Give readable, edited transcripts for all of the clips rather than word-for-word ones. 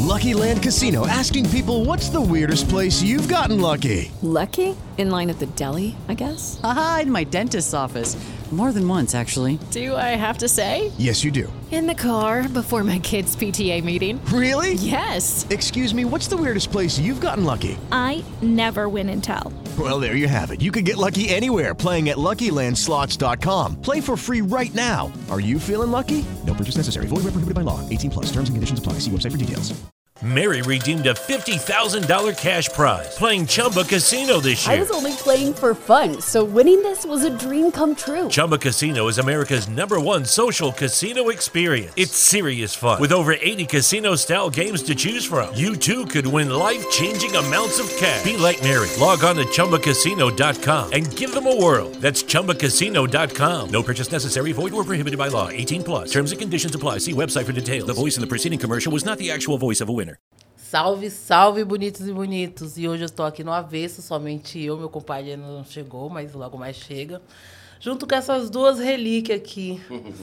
Lucky Land Casino, asking people, what's the weirdest place you've gotten lucky? Lucky? In line at the deli, I guess? Aha, in my dentist's office. More than once, actually. Do I have to say? Yes, you do. In the car before my kids' PTA meeting. Really? Yes. Excuse me, what's the weirdest place you've gotten lucky? I never win and tell. Well, there you have it. You can get lucky anywhere, playing at LuckyLandSlots.com. Play for free right now. Are you feeling lucky? No purchase necessary. Void where prohibited by law. 18 plus. Terms and conditions apply. See website for details. Mary redeemed a $50,000 cash prize playing Chumba Casino this year. I was only playing for fun, so winning this was a dream come true. Chumba Casino is America's #1 social casino experience. It's serious fun. With over 80 casino-style games to choose from, you too could win life-changing amounts of cash. Be like Mary. Log on to ChumbaCasino.com and give them a whirl. That's ChumbaCasino.com. No purchase necessary. Void where prohibited by law. 18 plus. Terms and conditions apply. See website for details. The voice in the preceding commercial was not the actual voice of a winner. Salve, salve, bonitos e bonitos. E hoje eu estou aqui no avesso, somente eu, meu companheiro não chegou, mas logo mais chega. Junto com essas duas relíquias aqui.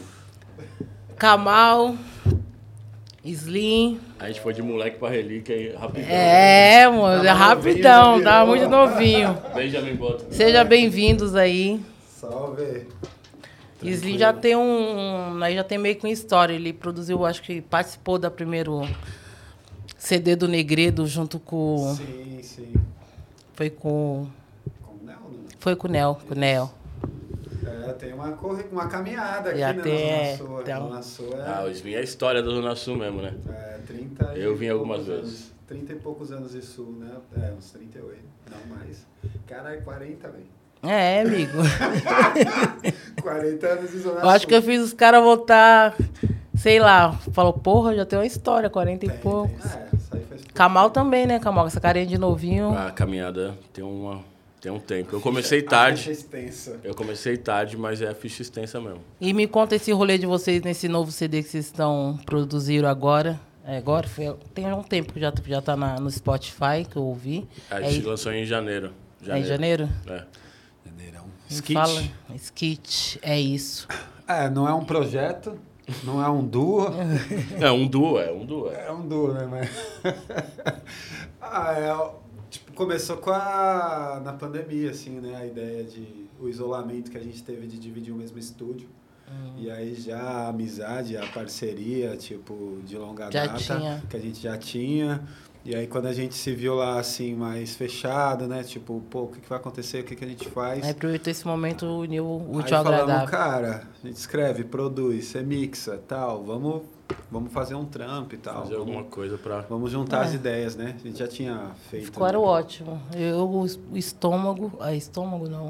Kamal, Slim. A gente foi de moleque pra relíquia aí, rapidão. É, mano, é rapidão, tava muito novinho. Benjamin Button. Sejam bem-vindos aí. Salve. Slim já tem aí já tem meio que uma história. Ele produziu, acho que participou da primeiro CD do Negredo junto com... Sim. Foi com... Com o Nel, né? Foi com o Nel, É, tem uma caminhada aqui, Já né, tem, na Zona Sul. tem Zona Sul o Slim é a história da Zona Sul mesmo, né? 30 Eu vim algumas poucos vezes. Anos, 30 e poucos anos de Sul, né? Uns 38, não mais. Cara, é 40, velho. É, amigo. 40 anos de Zona Sul. Eu acho que eu fiz os caras voltar, sei lá, falou, porra, já tem uma história, 40 e poucos. isso aí faz pouco. Kamal também, né, Kamal? Essa carinha de novinho. A caminhada tem um tempo. Eu comecei tarde. A ficha extensa. Eu comecei tarde, mas é a ficha extensa mesmo. E me conta esse rolê de vocês nesse novo CD que vocês estão produzindo agora. Agora? Tem um tempo que já tá no Spotify, que eu ouvi. A gente lançou em janeiro. É em janeiro? É. Janeirão. Skit. Fala. Skit, é isso. Não é um projeto, não é um duo. É um duo. É um duo, né? Mas... começou na pandemia, assim, né? A ideia o isolamento que a gente teve de dividir o mesmo estúdio. E aí já a amizade, a parceria, tipo, de longa data, que a gente já tinha. E aí quando a gente se viu lá, assim, mais fechado, né? Tipo, pô, o que vai acontecer? O que a gente faz? Aí aproveitou esse momento, uniu o útil ao agradável. Falamos, cara, a gente escreve, produz, você mixa, tal, vamos fazer um trampo e tal. Fazer alguma coisa pra... Vamos juntar as ideias, né? A gente já tinha feito... Ficou ótimo. O estômago... estômago não.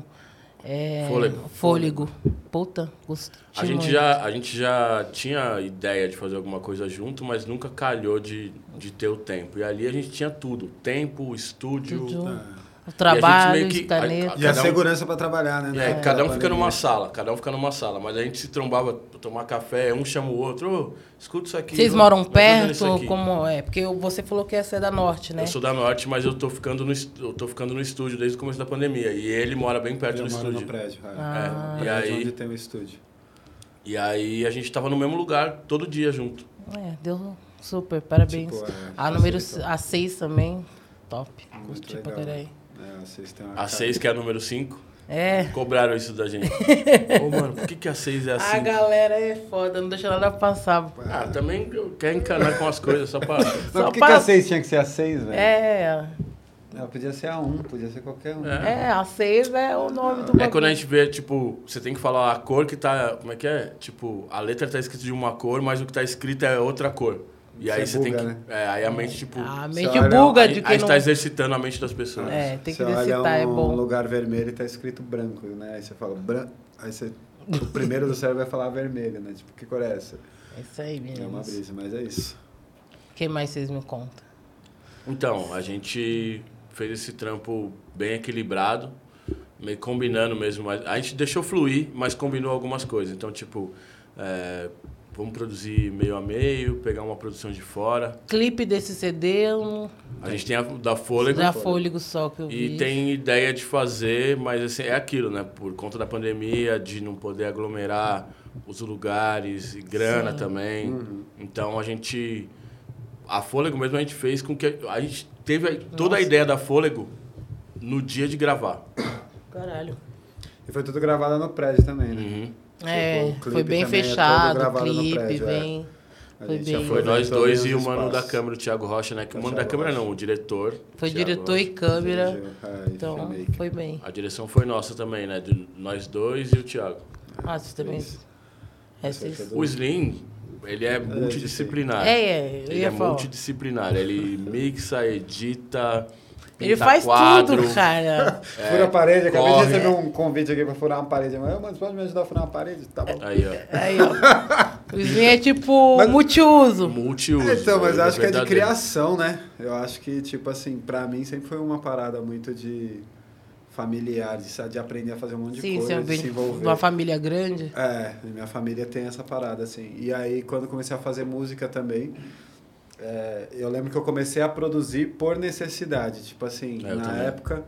Fôlego. Puta, gostei. A gente já tinha ideia de fazer alguma coisa junto, mas nunca calhou de ter o tempo. E ali a gente tinha tudo. Tempo, estúdio... O trabalho, caneta. E a segurança para trabalhar, né? Cada um fica numa sala. Mas a gente se trombava pra tomar café, um chama o outro, escuta isso aqui. Vocês moram perto? Como é? Porque você falou que essa é da Norte, né? Eu sou da Norte, mas eu tô ficando no estúdio desde o começo da pandemia. E ele mora bem perto do estúdio. No prédio, E aí, onde tem o estúdio. E aí a gente tava no mesmo lugar todo dia junto. Deu super, parabéns. A 6 também, top. Curti pra caralho. A 6 que é a número 5. Cobraram isso da gente. Mano, por que a 6 é assim? A galera é foda, não deixa nada passar. Também quer encanar com as coisas só pra... Mas por que a 6 tinha que ser a 6, velho? Podia ser a 1, podia ser qualquer um. A 6 é o nome do bagulho. Quando a gente vê, tipo, você tem que falar a cor que tá... Como é que é? Tipo, a letra tá escrita de uma cor, mas o que tá escrito é outra cor. E aí você buga, tem que... Né? Aí a mente, tipo... A mente buga de quem não... A gente tá exercitando a mente das pessoas. Tem que exercitar, é bom. Um lugar vermelho e tá escrito branco, né? Aí você fala branco... Aí o primeiro do cérebro vai falar vermelho, né? Tipo, que cor é essa? É isso aí, meninos. É uma brisa, mas é isso. Quem mais vocês me contam? Então, a gente fez esse trampo bem equilibrado, meio combinando mesmo. A gente deixou fluir, mas combinou algumas coisas. Então, tipo... Vamos produzir meio a meio, pegar uma produção de fora. Clipe desse CD? A gente tem a da Fôlego. Da Fôlego só que eu vi. E tem ideia de fazer, mas assim, é aquilo, né? Por conta da pandemia, de não poder aglomerar os lugares, e grana também. Então a gente a Fôlego mesmo a gente fez com que... A gente teve toda a ideia da Fôlego no dia de gravar. Caralho. E foi tudo gravado no prédio também, né? Tipo, foi bem fechado, o clipe, bem... Foi nós dois e o mano da câmera, o Thiago Rocha, né? Que o mano da câmera não, o diretor. Foi Thiago diretor Rocha. e câmera. Então, foi bem. A direção foi nossa também, né? De nós dois e o Thiago. Ah, você também... O Slim, ele é multidisciplinar. Ele é multidisciplinar. Ele mixa, edita... Ele faz quadro, tudo, cara. Fura a parede. Acabei de receber um convite aqui pra furar uma parede. Mas, mano, você pode me ajudar a furar uma parede? Tá bom. Aí, ó. O Slim é tipo multiuso. Multiuso. Então, mas eu acho que é de criação, né? Eu acho que, tipo assim, pra mim sempre foi uma parada muito de familiar, de aprender a fazer um monte de coisa, de se envolver. Uma família grande? Minha família tem essa parada, assim. E aí, quando comecei a fazer música também... eu lembro que eu comecei a produzir por necessidade. Tipo assim, na época,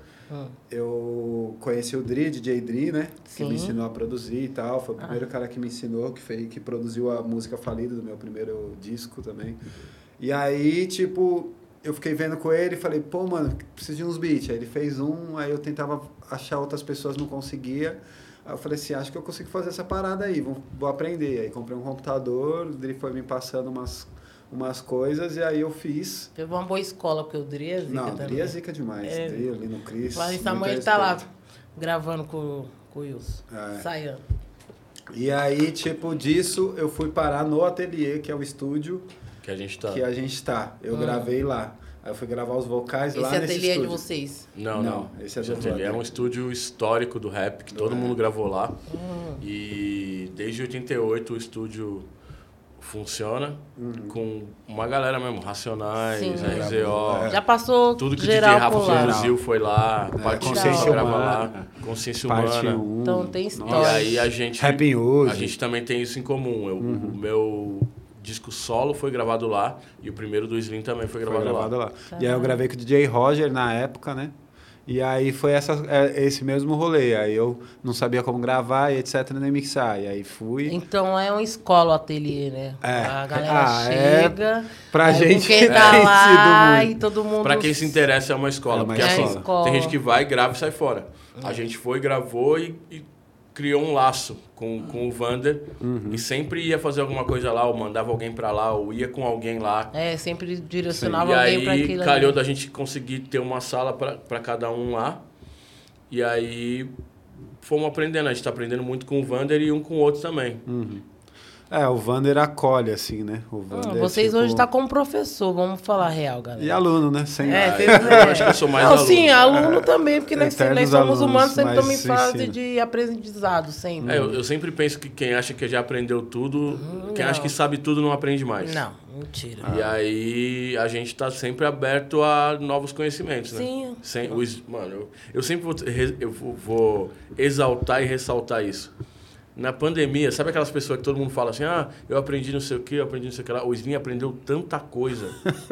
eu conheci o Dri, DJ Dri, né? Que me ensinou a produzir e tal. Foi o primeiro cara que me ensinou, que produziu a música Falida do meu primeiro disco também. E aí, tipo, eu fiquei vendo com ele e falei, pô, mano, preciso de uns beats. Aí ele fez um, aí eu tentava achar outras pessoas, não conseguia. Aí eu falei assim, acho que eu consigo fazer essa parada aí, vou aprender. Aí comprei um computador, o Dri foi me passando umas coisas, e aí eu fiz. Teve uma boa escola, porque o Dri é zica também. Não, o Dri é zica demais. Dri, ali no Cris. Larissa Mãe, ele tá lá, gravando com o Wilson. Saindo. E aí, tipo, disso, eu fui parar no ateliê, que é o estúdio que a gente tá. Eu gravei lá. Aí eu fui gravar os vocais lá nesse estúdio. Esse ateliê é de vocês? Não. Esse ateliê é um estúdio histórico do rap, que todo mundo gravou lá. E desde 88 o estúdio... funciona com uma galera mesmo, Racionais, RZO. Já passou tudo que geral o DJ Rafa produziu foi lá, Consciência grava lá, Consciência Humana. Então tem história. E aí a gente também tem isso em comum. O meu disco solo foi gravado lá e o primeiro do Slim também foi gravado lá. E aí eu gravei com o DJ Roger na época, né? E aí foi esse mesmo rolê. Aí eu não sabia como gravar e etc, nem mixar. E aí fui... Então é uma escola, o ateliê, né? A galera chega... Pra gente quem tá lá e todo mundo... Pra quem se interessa é uma escola. Porque assim, tem gente que vai, grava e sai fora. A gente foi, gravou e criou um laço com o Vander. E sempre ia fazer alguma coisa lá, ou mandava alguém pra lá, ou ia com alguém lá. Sempre direcionava alguém pra aquilo. E aí calhou da gente conseguir ter uma sala pra cada um lá. E aí fomos aprendendo. A gente tá aprendendo muito com o Vander e um com o outro também. O Vander acolhe, assim, né? O Vander, vocês hoje estão como professor, vamos falar real, galera. E aluno, né? Eu acho que eu sou mais aluno. Sim, aluno também, porque nós somos humanos, sempre estamos em fase de aprendizado, sempre. Eu sempre penso que quem acha que já aprendeu tudo, quem acha que sabe tudo não aprende mais. Não, mentira. E aí a gente está sempre aberto a novos conhecimentos, né? Sim. Mano, eu sempre vou exaltar e ressaltar isso. Na pandemia, sabe aquelas pessoas que todo mundo fala assim, eu aprendi não sei o que, eu aprendi não sei o que lá. O Slim aprendeu tanta coisa.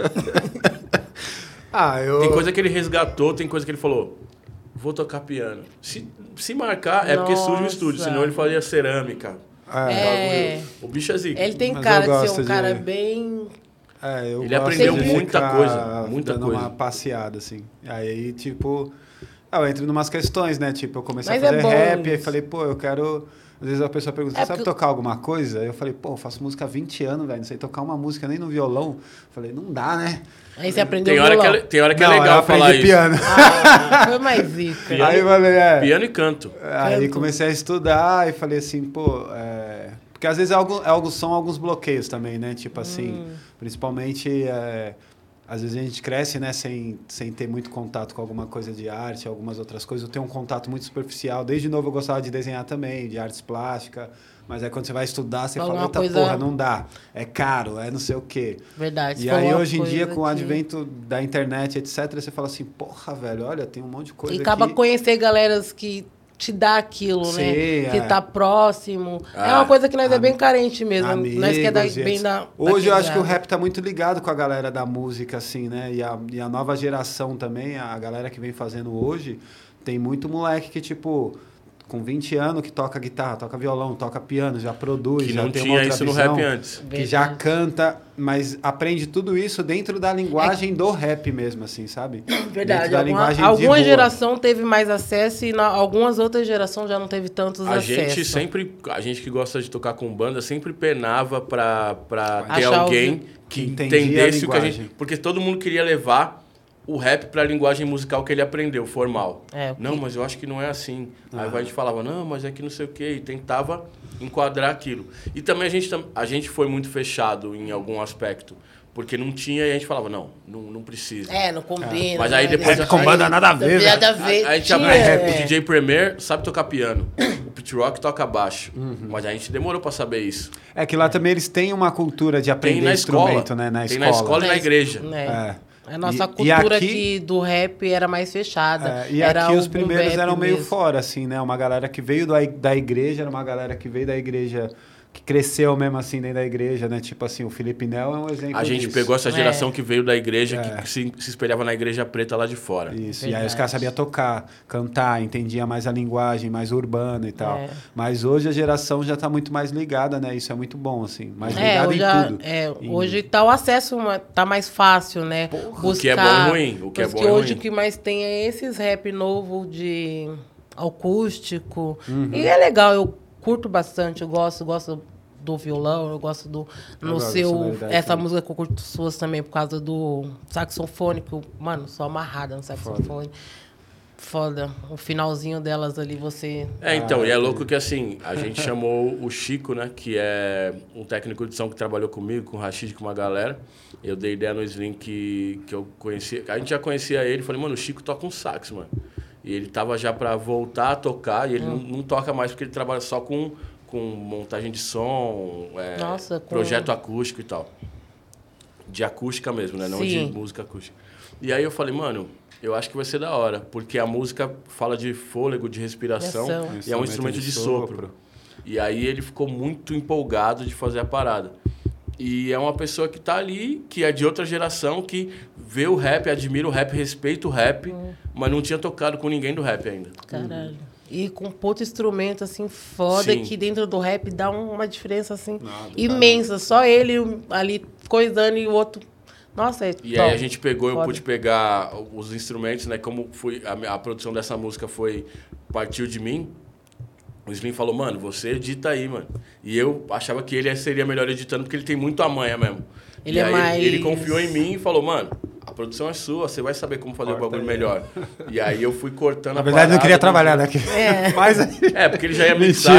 Tem coisa que ele resgatou, tem coisa que ele falou, vou tocar piano. Se marcar, é porque surge o estúdio, senão ele faria cerâmica. O bicho é zica. Ele tem cara de ser um cara bem... ele aprendeu muita coisa, muita coisa. Uma passeada, assim. Aí, tipo... eu entro em umas questões, né? Tipo, eu comecei a fazer rap, aí falei, pô, eu quero... Às vezes a pessoa pergunta, você sabe tocar alguma coisa? Aí eu falei, pô, eu faço música há 20 anos, velho, não sei tocar uma música nem no violão. Eu falei, não dá, né? Aí você aprendeu violão. Tem hora que é legal falar isso. Piano. Foi mais zica. Aí eu falei, piano e canto. Aí comecei a estudar e falei assim, pô... Porque às vezes são alguns bloqueios também, né? Tipo assim, principalmente... Às vezes a gente cresce, né, sem ter muito contato com alguma coisa de arte, algumas outras coisas. Eu tenho um contato muito superficial. Desde novo eu gostava de desenhar também, de artes plásticas. Mas aí quando você vai estudar, você fala, eita porra, não dá. É caro, é não sei o quê. Verdade. E aí hoje em dia, com o advento da internet, etc., você fala assim, porra, velho, olha, tem um monte de coisa aqui. E acaba conhecer galeras que te dá aquilo, né? Que tá próximo. É uma coisa que nós é bem carente mesmo. Amigos, nós quer dar bem na... Hoje eu acho que o rap tá muito ligado com a galera da música, assim, né? E a nova geração também, a galera que vem fazendo hoje, tem muito moleque que, tipo... com 20 anos que toca guitarra, toca violão, toca piano, já produz, Que já não tem tinha uma outra isso no visão, rap antes. que já canta, mas aprende tudo isso dentro da linguagem do rap mesmo, assim, sabe? Verdade. Dentro da linguagem de Alguma rua. geração teve mais acesso e algumas outras gerações já não teve tantos acessos. A gente que gosta de tocar com banda, sempre penava pra ter Achar alguém que entendia entendesse a o que a gente... linguagem. Porque todo mundo queria levar o rap pra linguagem musical que ele aprendeu, formal. Não, mas eu acho que não é assim. Aí a gente falava, não, mas é que não sei o quê. E tentava enquadrar aquilo. E também a gente foi muito fechado em algum aspecto. Porque não tinha e a gente falava, não precisa. Não combina. Mas aí depois... Com banda nada a ver, nada a ver. A gente aprende. O DJ Premier sabe tocar piano. O Pit Rock toca baixo. Mas a gente demorou pra saber isso. É que lá também eles têm uma cultura de aprender Tem na instrumento, escola. né? Na Tem escola. na escola e na igreja. A nossa E cultura aqui- aqui do rap era mais fechada. E era aqui os o boom primeiros bap eram meio mesmo. fora, assim, né? Uma galera que veio da igreja, era uma galera que veio da igreja, que cresceu mesmo assim dentro da igreja, né? Tipo assim, o Felipe Nel é um exemplo A gente disso. pegou essa geração que veio da igreja, que se espelhava na igreja preta lá de fora. Isso, e aí os caras sabiam tocar, cantar, entendia mais a linguagem, mais urbana e tal. Mas hoje a geração já tá muito mais ligada, né? Isso é muito bom, assim, mais ligada em tudo. Hoje tá o acesso tá mais fácil, né? O que é bom e ruim. O que é bom e hoje ruim. o que mais tem é esses rap novo de acústico. E é legal, eu curto bastante, eu gosto do violão, eu gosto do... Essa música que eu curto suas também, por causa do saxofone, que eu, mano, sou amarrada no saxofone. Foda. O finalzinho delas ali, você... Então, e é louco que assim, a gente chamou o Chico, né? Que é um técnico de som que trabalhou comigo, com o Rashid, com uma galera. Eu dei ideia no Slim que eu conhecia... A gente já conhecia ele, falei, mano, o Chico toca um sax, mano. E ele tava já pra voltar a tocar, e ele não toca mais porque ele trabalha só com montagem de som, projeto acústico e tal. De acústica mesmo, né? Não de música acústica. E aí eu falei, mano, eu acho que vai ser da hora, porque a música fala de fôlego, de respiração, e é um instrumento de sopro. E aí ele ficou muito empolgado de fazer a parada. E é uma pessoa que tá ali, que é de outra geração, que vê o rap, admira o rap, respeita o rap, mas não tinha tocado com ninguém do rap ainda. Caralho. E com puto instrumento, assim, foda, Sim. que dentro do rap dá uma diferença, assim, imensa. Só ele ali coisando e o outro... Nossa, E aí a gente pegou, eu pude pegar os instrumentos, né? Como foi a produção dessa música partiu de mim. O Slim falou, mano, você edita aí, mano. E eu achava que ele seria melhor editando, porque ele tem muito a manha mesmo. Ele é mais... Ele confiou em mim e falou, mano, a produção é sua, você vai saber como fazer o bagulho melhor. E aí eu fui cortando Na verdade, não queria trabalhar daqui. Mas... porque ele já ia mixar.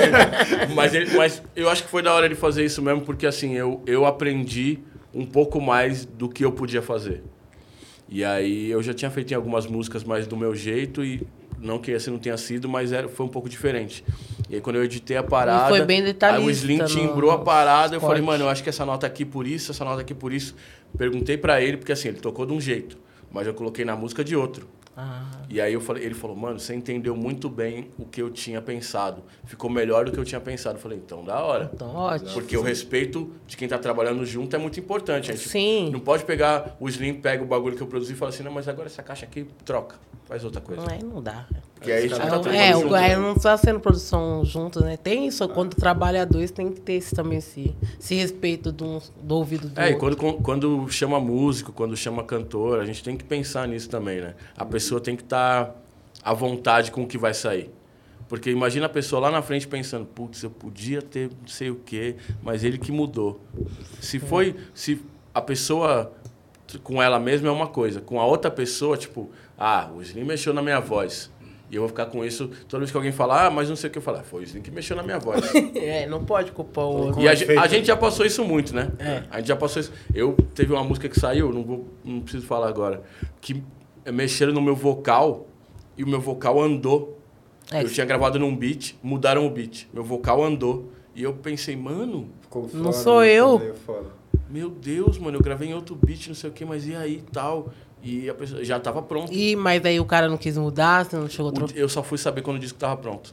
Mas eu acho que foi da hora ele fazer isso mesmo, porque assim, eu aprendi um pouco mais do que eu podia fazer. E aí eu já tinha feito em algumas músicas mais do meu jeito e não que esse não tenha sido, mas foi um pouco diferente. E aí quando eu editei a parada, foi bem detalhista, aí o Slim timbrou a parada, eu falei, mano, eu acho que essa nota aqui por isso, essa nota aqui por isso. Perguntei pra ele, porque assim, ele tocou de um jeito, mas eu coloquei na música de outro. E aí ele falou, mano, você entendeu muito bem o que eu tinha pensado. Ficou melhor do que eu tinha pensado. Eu falei, então, da hora. Então, ótimo. Porque o respeito de quem tá trabalhando junto é muito importante. A gente Sim. não pode pegar, o Slim pega o bagulho que eu produzi e fala assim, não, mas agora essa caixa aqui, troca, faz outra coisa. Não dá. Porque aí a gente não tá trabalhando junto. Não está sendo produção junto, né? Tem isso, quando trabalha a dois, tem que ter também esse respeito do ouvido do E outro. quando chama músico, quando chama cantor, a gente tem que pensar nisso também, né? A pessoa tem que estar à vontade com o que vai sair. Porque imagina a pessoa lá na frente pensando, putz, eu podia ter não sei o quê, mas ele que mudou. Se a pessoa com ela mesma é uma coisa, com a outra pessoa, tipo, o Slim mexeu na minha voz. E eu vou ficar com isso, toda vez que alguém falar, mas não sei o que eu falar, foi o Slim que mexeu na minha voz. Não pode culpar o outro. E a gente já passou isso muito, né? A gente já passou isso. Teve uma música que saiu, não preciso falar agora, que mexeram no meu vocal e o meu vocal andou. Eu tinha gravado num beat, mudaram o beat. Meu vocal andou. E eu pensei, mano... Não sou eu. Meu Deus, mano, eu gravei em outro beat, não sei o que, mas e aí, tal... E a pessoa já tava pronto. Mas aí o cara não quis mudar, você não chegou... Eu só fui saber quando o disco tava pronto.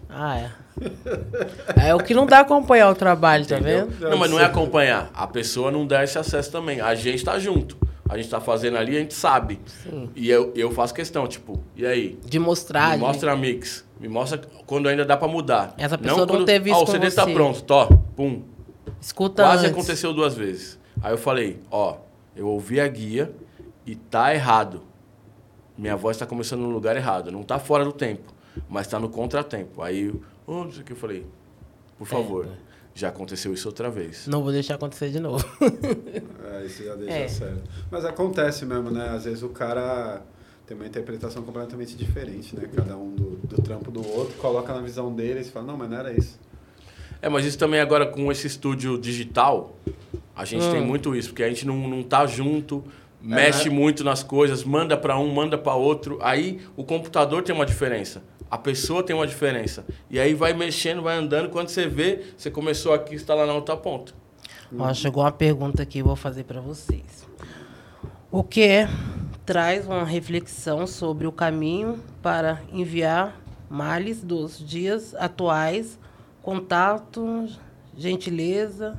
É o que não dá acompanhar o trabalho, tá vendo? Não, mas não é acompanhar. A pessoa não dá esse acesso também. A gente tá junto. A gente tá fazendo ali, a gente sabe. Sim. E eu faço questão, tipo, e aí? De mostrar. Mostra a mix. Me mostra quando ainda dá pra mudar. Essa pessoa quando, não teve isso o com CD tá você. pronto, pum. Escuta Quase antes. aconteceu 2 vezes. Aí eu falei, eu ouvi a guia e tá errado. Minha voz tá começando no lugar errado. Não tá fora do tempo, mas tá no contratempo. Aí, não sei o que eu falei. Por favor, já aconteceu isso outra vez. Não vou deixar acontecer de novo. Isso já deixa certo. Mas acontece mesmo, né? Às vezes o cara tem uma interpretação completamente diferente, né? Cada um do trampo do outro, coloca na visão dele e fala, não, mas não era isso. Mas isso também agora com esse estúdio digital, a gente tem muito isso, porque a gente não tá junto, mexe muito nas coisas, manda para um, manda para outro. Aí o computador tem uma diferença, a pessoa tem uma diferença. E aí vai mexendo, vai andando, quando você vê, você começou aqui, está lá na outra ponta. Chegou uma pergunta aqui, vou fazer para vocês. O que traz uma reflexão sobre o caminho para enviar males dos dias atuais, contato, gentileza.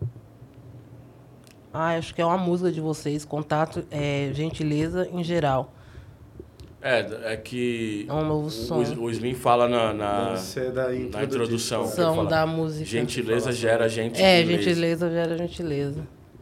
Acho que é uma música de vocês, contato, gentileza em geral. É que É um novo som. O Slim fala na introdução da música. Gentileza gera gentileza. Gentileza gera gentileza.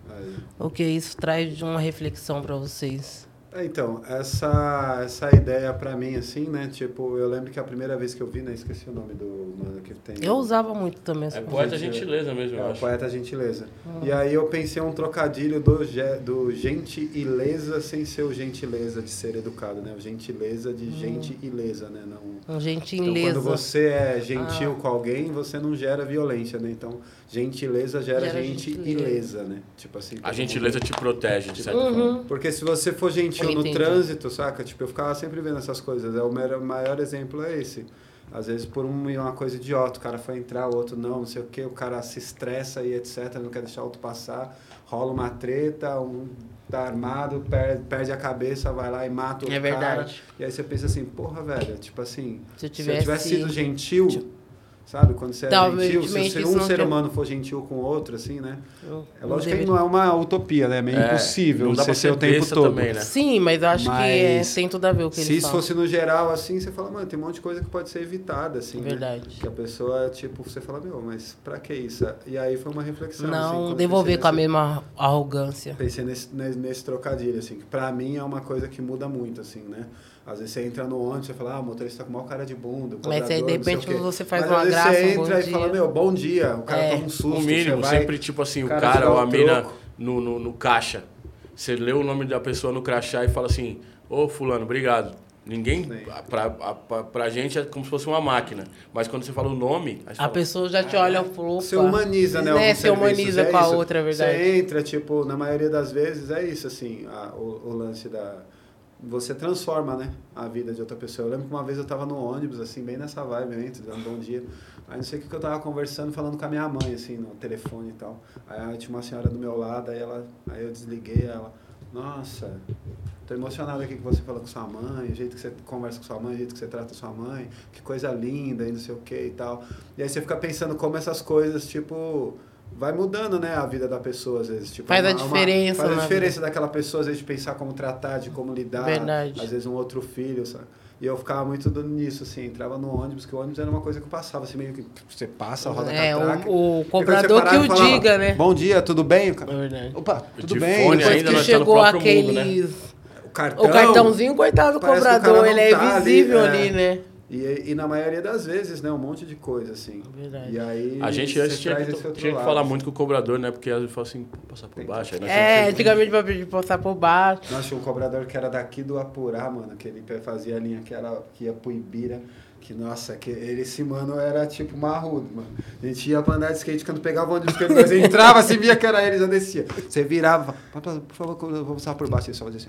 O que isso traz de uma reflexão para vocês? Então, essa ideia pra mim, assim, né? Tipo, eu lembro que a primeira vez que eu vi, né? Esqueci o nome do mano que tem. Eu usava muito também. É poeta gentileza mesmo, eu acho. Poeta gentileza. E aí eu pensei um trocadilho do gentileza sem ser o gentileza de ser educado, né? O gentileza de gente ilesa, né? Não, gentileza. Então, quando você é gentil com alguém, você não gera violência, né? Então, gentileza gera gente ilesa, né? Tipo assim. A gentileza te protege, de certa forma. Porque se você for gentil no trânsito, saca? Tipo, eu ficava sempre vendo essas coisas. O maior exemplo é esse. Às vezes por uma coisa idiota, o cara foi entrar, o outro não sei o quê, o cara se estressa e etc, não quer deixar o outro passar, rola uma treta, um tá armado, perde a cabeça, vai lá e mata o cara. Verdade. E aí você pensa assim, porra, velho, tipo assim, se eu tivesse sido gentil... Sabe? Quando você é gentil, se um ser humano for gentil com o outro, assim, né? É lógico que não é uma utopia, né? É meio impossível você ser o tempo todo. Também, né? Sim, mas eu acho que tem tudo a ver o que ele fala. Se isso fosse no geral, assim, você fala, mano, tem um monte de coisa que pode ser evitada, assim. Verdade. Né? Que a pessoa, tipo, você fala, mas pra que isso? E aí foi uma reflexão. Não assim, devolver com a mesma arrogância. Pensei nesse trocadilho, assim, que pra mim é uma coisa que muda muito, assim, né? Às vezes você entra no ônibus e fala, o motorista tá com maior cara de bunda. Mas aí, de repente, você faz uma graça, graça, você entra e fala, bom dia. O cara toma um susto. O mínimo, sempre tipo assim, o cara ou a mina no caixa. Você lê o nome da pessoa no crachá e fala assim, fulano, obrigado. Ninguém, pra gente é como se fosse uma máquina. Mas quando você fala o nome... A pessoa já te olha e fala, você humaniza, né? Você humaniza com a outra, é verdade. Você entra, tipo, na maioria das vezes é isso, assim, o lance da... Você transforma, né, a vida de outra pessoa. Eu lembro que uma vez eu tava no ônibus, assim, bem nessa vibe, dando bom dia. Aí não sei o que eu tava conversando, falando com a minha mãe, assim, no telefone e tal. Aí tinha uma senhora do meu lado, aí eu desliguei ela. Nossa, tô emocionado aqui que você falou com sua mãe, o jeito que você conversa com sua mãe, o jeito que você trata sua mãe, que coisa linda e não sei o que e tal. E aí você fica pensando como essas coisas, tipo... Vai mudando, né, a vida da pessoa, às vezes. Tipo, faz a diferença. Faz a diferença daquela pessoa, às vezes, de pensar como tratar, de como lidar. Verdade. Às vezes, um outro filho, sabe? E eu ficava muito nisso, assim. Entrava no ônibus, que o ônibus era uma coisa que eu passava, assim, meio que você passa, roda catraca. O cobrador que o falava, diga, né? Bom dia, tudo bem? É verdade. Opa, tudo de bem? Fone depois ainda que chegou aqueles... Mundo, né? O cartãozinho, coitado do cobrador, ele é invisível ali, né? E na maioria das vezes, né, um monte de coisa, assim. Verdade. E aí a gente antes tinha que falar muito com o cobrador, né? Porque às vezes fala assim, passar por baixo. Aí antigamente pra pedir passar por baixo. Nós tinha um cobrador que era daqui do Apurá, mano, que ele fazia a linha que ia pro Ibira. Que, nossa, esse mano era tipo marrudo, mano. A gente ia pra andar de skate, quando pegava o ônibus que ele entrava, se via que era ele, já descia. Você virava, por favor, eu vou passar por baixo, ele só fazia assim.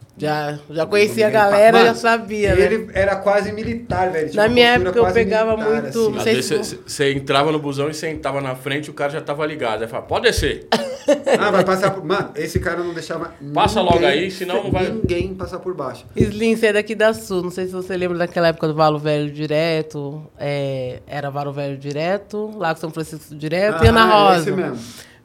Já conhecia a galera, mano, já sabia, né? Ele era quase militar, velho. Na minha época eu pegava militar, muito... Assim. Às vezes você entrava no busão e sentava na frente, o cara já tava ligado. Aí falava, pode descer. Vai passar por... Mano, esse cara não deixava Passa logo aí, senão não vai... Ninguém passar por baixo. Slim, você é daqui da Sul. Não sei se você lembra daquela época do Valo Velho Direto. Era Valo Velho Direto, Lago São Francisco Direto e Ana Rosa. Esse mesmo.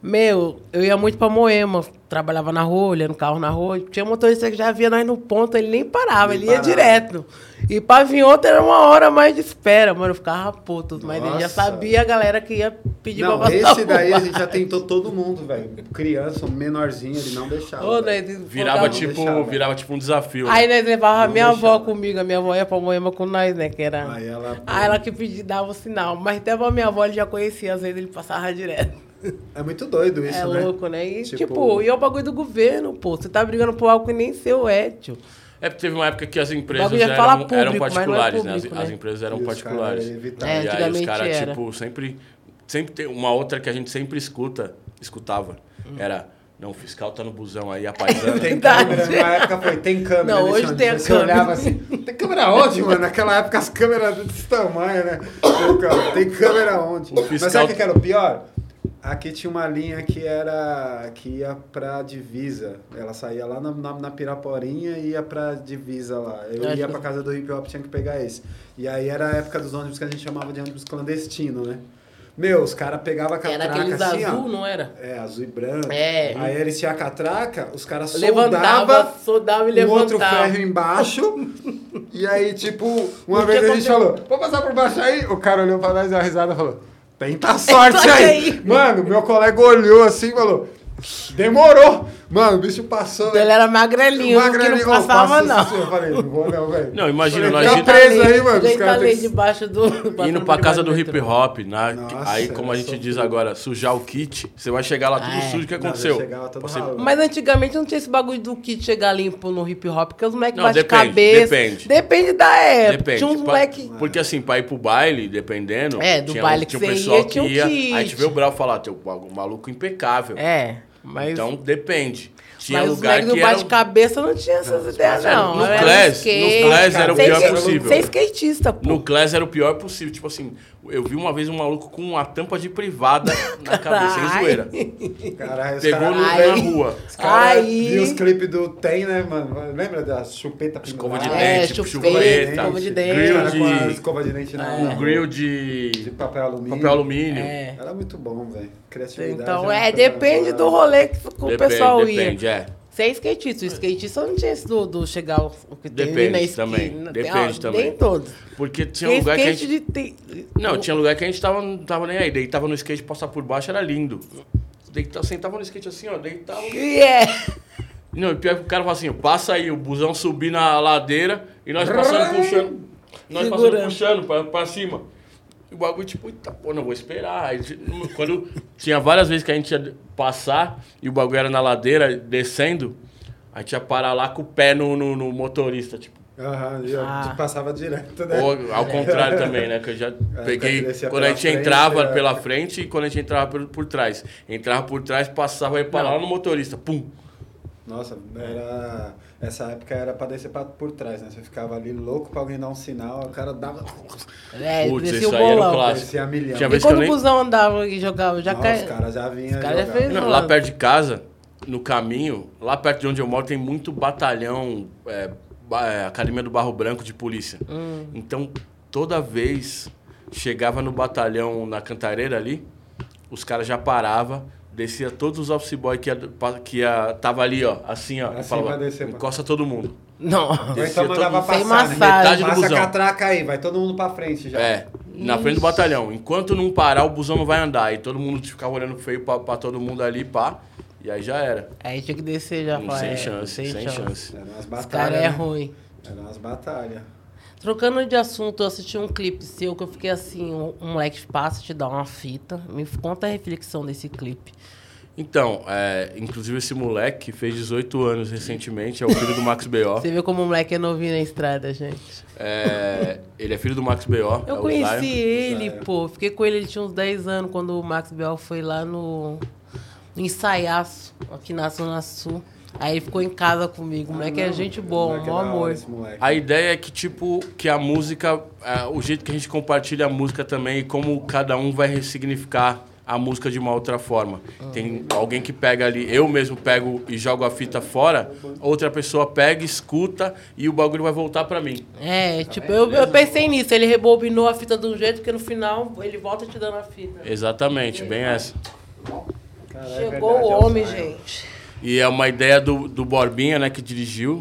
Eu ia muito pra Moema, trabalhava na rua, olhando carro na rua. Tinha motorista que já via nós no ponto, ele nem parava, ele ia direto. E pra vir outra era 1 hora mais de espera, mano. Eu ficava puto. Mas ele já Nossa. sabia a galera que ia pedir Não, pra passar esse daí a rua. gente já tentou todo mundo, velho. Criança, um menorzinho, ele não deixava. Ô, velho. nós Virava colocava- tipo um desafio. Aí né? nós levava a Não minha avó deixava. comigo. A minha avó ia pra Moema com nós, né? Que era... Aí ela... Aí ela que pedia, dava o sinal. Mas até pra minha avó ele já conhecia. Às vezes ele passava direto. É muito doido isso, É né? louco, né? E tipo, e é o bagulho do governo, pô. Você tá brigando por algo que nem seu é, tio. É porque teve uma época que as empresas Bagulho já fala eram público, mas não é particulares, né? público, As né? empresas eram E os particulares. caras evitavam. É, E aí os antigamente caras, era. tipo, sempre tem uma outra que a gente sempre escutava. Era, não, o fiscal tá no busão aí, apaisando. Tem Verdade. câmera, na época foi, tem câmera. Não, hoje Alexandre? tem a Você câmera. olhava assim, tem câmera onde, mano? Naquela época as câmeras desse tamanho, né? Pô, cara, tem câmera onde? Mas fiscal- sabe o que era o pior? Aqui tinha uma linha que ia pra divisa. Ela saía lá na Piraporinha e ia pra divisa lá. Eu ia pra casa do hip hop, tinha que pegar esse. E aí era a época dos ônibus que a gente chamava de ônibus clandestino, né? Meu, os caras pegavam a catraca Era aqueles assim, azul, ó. não era? É, azul e branco. É. Aí eles tinham a catraca, os caras Levantava, soldavam soldava e um levantava. outro ferro embaixo. E aí, tipo, uma Não vez tinha a gente como- falou, vou passar por baixo aí. O cara olhou pra nós e a risada e falou, tenta a sorte sorte aí. aí. Mano, meu colega olhou assim e falou, demorou. Mano, o bicho passou. Ele era magrelinho, que não passava, não. Assim, eu falei, não vou não, velho. Não, imagina, Falei, nós fica indo- preso aí, mano. Os Gente, caras ali têm que- debaixo do... Indo pra casa do hip metrô. hop, Nossa, aí como a era gente só diz tudo. agora, sujar o kit, você vai chegar lá tudo sujo, o que Não, aconteceu? eu chegava todo Você- ralado. Mas antigamente não tinha esse bagulho do kit chegar limpo no hip hop, porque os moleques Não, batem depende, cabeça. depende. Depende da época. Depende. Tinha uns moleques... Porque assim, pra ir pro baile, dependendo, É, do tinha, baile tinha que um você pessoal ia, que tinha um ia, kit. aí a gente vê o Brau falar, tem um maluco impecável. É, mas... Então, depende. Tinha Mas os lugar moleques do que era... bate-cabeça não tinha essas ideias, não. No Era Class, skate. no Class era o Ser pior skate- possível. Ser skatista, pô. No Class era o pior possível. Tipo assim, eu vi uma vez um maluco com uma tampa de privada na cabeça, sem Ai. zoeira. Caralho, os Pegou caras- na Ai. rua. Os caras Aí- viam os clipes do Tem, né, mano? Lembra da chupeta Escova de pendurada? dente, chupeta, chupeta, escova de dente. grill Cara com a de... escova de dente na Um grill de de papel alumínio. papel alumínio. É. Era muito bom, velho. Criatividade. Então, era uma depende coisa- do rolê que o pessoal Depende, ia. é. Você é skatista. O skatista não tinha esse do chegar o que tem Depende na esquina. também, Tem- depende também. Nem todos. Porque tinha Tem lugar que a skate gente... Não, tinha lugar que a gente não tava nem aí. Deitava no skate, passar por baixo, era lindo. Sentava no skate assim, ó, deitava... Que é? Não, e pior que o cara fala assim, passa aí, o busão subir na ladeira e nós passando puxando. Nós passando Segurando. puxando pra cima. E o bagulho, tipo, eita, pô, não vou esperar. Aí, quando tinha várias vezes que a gente ia passar e o bagulho era na ladeira, descendo, a gente ia parar lá com o pé no motorista, tipo. Aham, eu passava direto, né? Ou ao contrário também, né? Que eu já peguei. descia Quando a pela gente frente, entrava é. pela frente e quando a gente entrava por trás. Entrava por trás, passava e ia parar lá no motorista. Pum! Nossa, essa época era pra descer por trás, né? Você ficava ali louco pra alguém dar um sinal, o cara dava... É, Putz, descia o isso aí era um bolão. clássico. Descia a milhão. Tinha E vez que eu quando nem... o busão andava e jogava, já Nossa, cai... os caras já vinham Os caras já jogar. fez- Não, lá perto de casa, no caminho, lá perto de onde eu moro, tem muito batalhão, Academia do Barro Branco de polícia. Então, toda vez chegava no batalhão, na Cantareira ali, os caras já paravam, descia todos os office boy que tava ali, ó, assim, ó, e Assim falava, vai descer, encosta todo mundo. Não. Ou então Descia mandava todo- Sem passar, né? massagem. Metade do Passa a busão. catraca aí, vai todo mundo pra frente já. É, na frente do batalhão. Enquanto não parar, o busão não vai andar. E todo mundo ficava olhando feio pra todo mundo ali, pá. E aí já era. Aí tinha que descer já. Sem chance, sem chance. Eram umas Os batalhas. caras é né? ruim. Eram umas batalhas. Trocando de assunto, eu assisti um clipe seu que eu fiquei assim, um moleque passa, te dá uma fita. Me conta a reflexão desse clipe. Então, inclusive esse moleque fez 18 anos recentemente, é o filho do Max B.O. Você vê como o moleque é novinho na estrada, gente. Ele é filho do Max B.O. Eu é o conheci Zion. ele, Zion. pô. Fiquei com ele tinha uns 10 anos, quando o Max Bell foi lá no Ensaiaço, aqui na Zona Sul. Aí ele ficou em casa comigo. O moleque é gente boa, um Moleque é bom da hora, amor. esse moleque. A ideia é que, tipo, que a música, o jeito que a gente compartilha a música também, e como cada um vai ressignificar a música de uma outra forma. Tem alguém que pega ali, eu mesmo pego e jogo a fita fora, outra pessoa pega, escuta e o bagulho vai voltar pra mim. É, tipo, eu pensei nisso. Ele rebobinou a fita de um jeito que no final ele volta te dando a fita. Exatamente, bem essa. Caralho, é Chegou verdade, o é homem, Zion. gente. E é uma ideia do Borbinha, né, que dirigiu.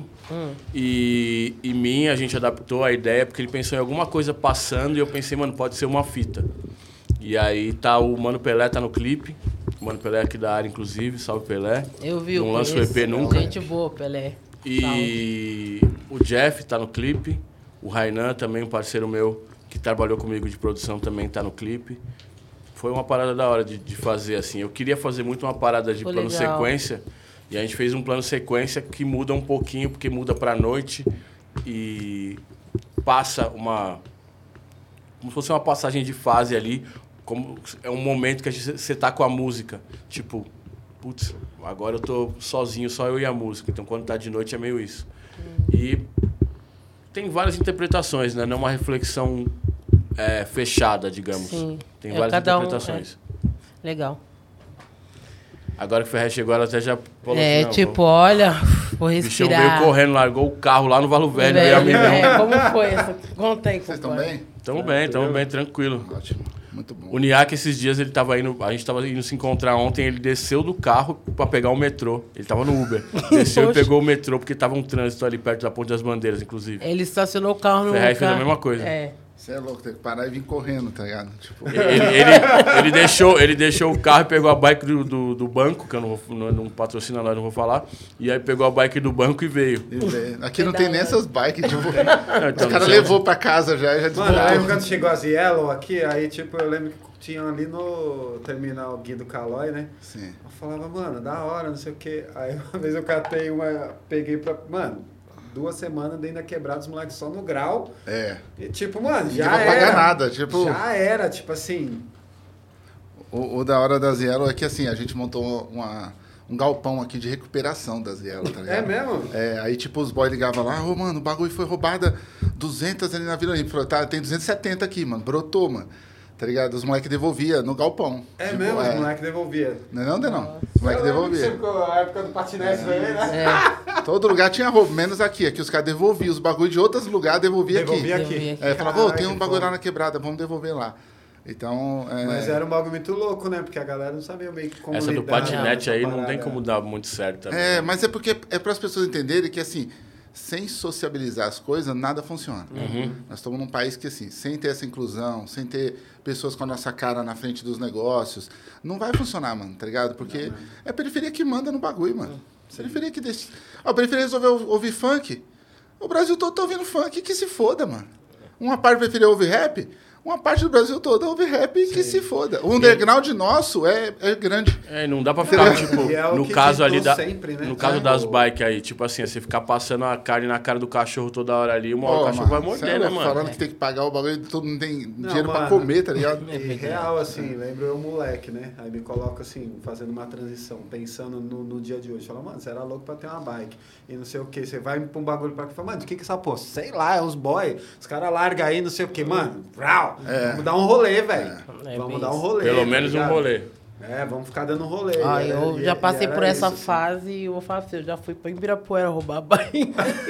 E mim, a gente adaptou a ideia porque ele pensou em alguma coisa passando e eu pensei, mano, pode ser uma fita. E aí tá o Mano Pelé tá no clipe. O Mano Pelé aqui da área, inclusive. Salve, Pelé. Eu vi. Não lança o EP nunca. Gente boa, Pelé. E o Jeff tá no clipe. O Rainan também, um parceiro meu, que trabalhou comigo de produção, também tá no clipe. Foi uma parada da hora de fazer, assim. Eu queria fazer muito uma parada de plano sequência. E a gente fez um plano sequência que muda um pouquinho, porque muda pra noite e passa como se fosse uma passagem de fase ali. Como é um momento que você tá com a música. Tipo, putz, agora eu tô sozinho, só eu e a música. Então, quando tá de noite, é meio isso. E tem várias interpretações, né? Não é uma reflexão fechada, digamos. Sim. Tem várias interpretações. Legal. Agora que o Ferrer chegou, ela até já falou olha, vou respirar. O bichão veio correndo, largou o carro lá no Valo Velho, veio a milhão. Como foi essa? Conta aí. Vocês estão bem? Estamos bem, tranquilo. Ótimo, muito bom. O Niak, esses dias, a gente tava indo se encontrar ontem, ele desceu do carro pra pegar o metrô. Ele tava no Uber. Desceu e pegou o metrô, porque tava um trânsito ali perto da Ponte das Bandeiras, inclusive. Ele estacionou o carro no Ferrer fez a mesma coisa. Você é louco, tem que parar e vir correndo, tá ligado? Tipo... Ele deixou o carro e pegou a bike do banco, que eu não patrocina lá, não vou falar. E aí pegou a bike do banco e veio. Aqui não tem nem essas bikes, tipo... Os caras levou pra casa já desmontou. Mano, aí quando chegou as Yellow aqui, aí tipo, eu lembro que tinha ali no terminal Gui do Calói, né? Sim. Eu falava, mano, da hora, não sei o quê. Aí uma vez eu catei peguei pra... Mano... 2 semanas dentro da quebrada, os moleques só no grau. E tipo, mano, já não era. Não pagar nada, tipo... Já era, tipo assim... O da hora das Yellow é que assim, a gente montou um galpão aqui de recuperação das Yellow, tá ligado? É mesmo? Aí tipo, os boys ligavam lá, mano, o bagulho foi roubado 200 ali na Vila Olímpia. Falou, tá, tem 270 aqui, mano, brotou, mano. Tá ligado? Os moleques devolviam no galpão. Tipo, mesmo? Os moleques devolviam. Não. Os moleques devolviam. A época do patinete aí, né? Todo lugar tinha roubo, menos aqui. Aqui os caras devolviam. Os bagulhos de outros lugares devolviam aqui. Falava, tem um bagulho lá na quebrada, vamos devolver lá. Então... Mas era um bagulho muito louco, né? Porque a galera não sabia meio que como essa lidar. Do patinete aí não tem como dar muito certo também. Mas é porque é para as pessoas entenderem que, assim... Sem sociabilizar as coisas, nada funciona. Nós estamos num país que, assim, sem ter essa inclusão, sem ter pessoas com a nossa cara na frente dos negócios, não vai funcionar, mano, tá ligado? Porque é a periferia que manda no bagulho, mano. Periferia que deixa... A periferia resolveu ouvir funk. O Brasil todo tá ouvindo funk, que se foda, mano. Uma parte preferia ouvir rap, uma parte do Brasil todo ouve rap e que se foda. O underground nosso é grande. Não dá pra ficar, tipo, no caso ali sempre, né? no caso das bikes aí, tipo assim, você ficar passando a carne na cara do cachorro toda hora ali, uma hora o cachorro vai morder, né, mano? Falando que tem que pagar o bagulho, todo mundo tem dinheiro pra comer, tá ligado? Real, assim, lembro eu moleque, né? Aí me coloco assim, fazendo uma transição, pensando no dia de hoje. Fala, mano, você era louco pra ter uma bike. E não sei o que, você vai pra um bagulho pra cá e fala, mano, o que é essa porra? Sei lá, é uns boy, os caras largam aí, não sei o que, mano. Vamos dar um rolê, velho. Vamos dar um rolê. Pelo menos um rolê. Vamos ficar dando rolê. Eu já passei por essa fase e eu vou falar assim, eu já fui pra Ibirapuera roubar bike.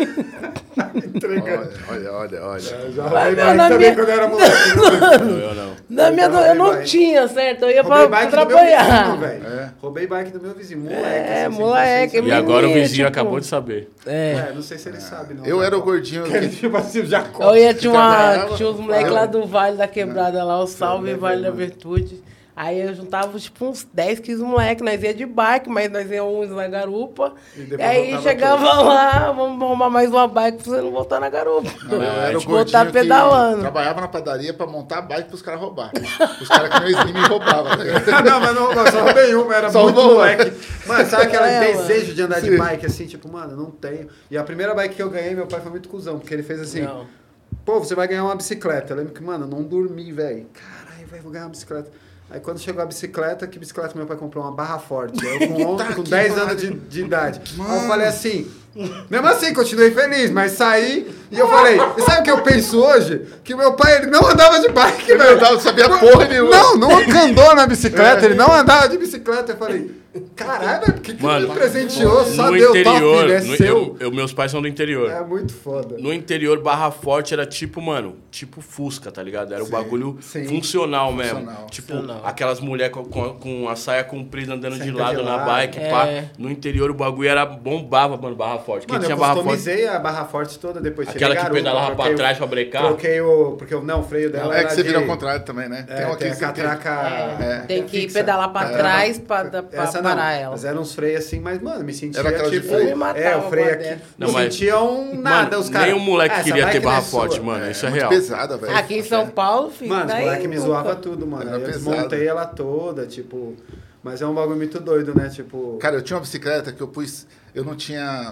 Olha. Já roubei bike também quando eu era moleque. Eu Eu não tinha, certo? Eu ia pra trabalhar. Roubei bike do meu vizinho, moleque. E agora o vizinho acabou de saber. Não sei se ele sabe, não. Eu era o gordinho que... Tipo assim, já eu ia, tinha uns moleques lá do Vale da Quebrada lá, o Salve Vale da Virtude. Aí eu juntava, tipo, uns 10, 15 moleques. Nós ia de bike, mas nós íamos na garupa. E aí chegava lá, vamos arrumar mais uma bike pra você não voltar na garupa. Eu era o voltar pedalando. Trabalhava na padaria pra montar a bike pros caras roubar. Os caras que não Slim me roubavam. Não, mas não roubava, só roubei uma, era só muito moleque. Mano, sabe aquele desejo de andar de bike, assim, tipo, mano, não tenho. E a primeira bike que eu ganhei, meu pai foi muito cuzão, porque ele fez assim, pô, você vai ganhar uma bicicleta. Eu lembro que, mano, eu não dormi, velho. Caralho, velho, vou ganhar uma bicicleta. Aí quando chegou a bicicleta, que bicicleta meu pai comprou? Uma Barra Forte. Eu com 10 anos de idade. Mano. Aí eu falei assim, mesmo assim, continuei feliz, mas saí e eu falei, e sabe o que eu penso hoje? Que o meu pai, ele não andava de bike, velho. Não sabia porra nenhuma. Não andou na bicicleta, ele não andava de bicicleta. Eu falei, Caralho, por que Mano, me presenteou? Só no deu interior, top, né? Seu. meus pais são do interior. É muito foda. No interior, Barra Forte era tipo, mano, tipo Fusca, tá ligado? Era um bagulho funcional mesmo. Tipo, aquelas mulheres com a saia comprida andando de lado na bike, pá. No interior o bagulho era bombava, mano, Barra Forte. Mano, Quem tinha eu Barra Forte? customizei a Barra Forte toda depois. Aquela que pedalava pra trás pra brecar? Troquei o... Porque o freio dela É era que você de... vira ao contrário também, né? Tem a catraca... Tem que pedalar pra trás pra parar ela. Mas eram uns freios assim, mas, mano, me sentia era aquela tipo... de freio. O freio aqui. Não, me sentiam nada, mano, os caras. Nem um moleque queria ter Barra Forte, mano. Isso é real. Pesada, velho. Aqui em São Paulo, filho. Mano, os moleques me zoavam tudo, mano. Aí eu desmontei ela toda, tipo... Mas é um bagulho muito doido, né? Tipo... Cara, eu tinha uma bicicleta que eu pus... Eu não tinha...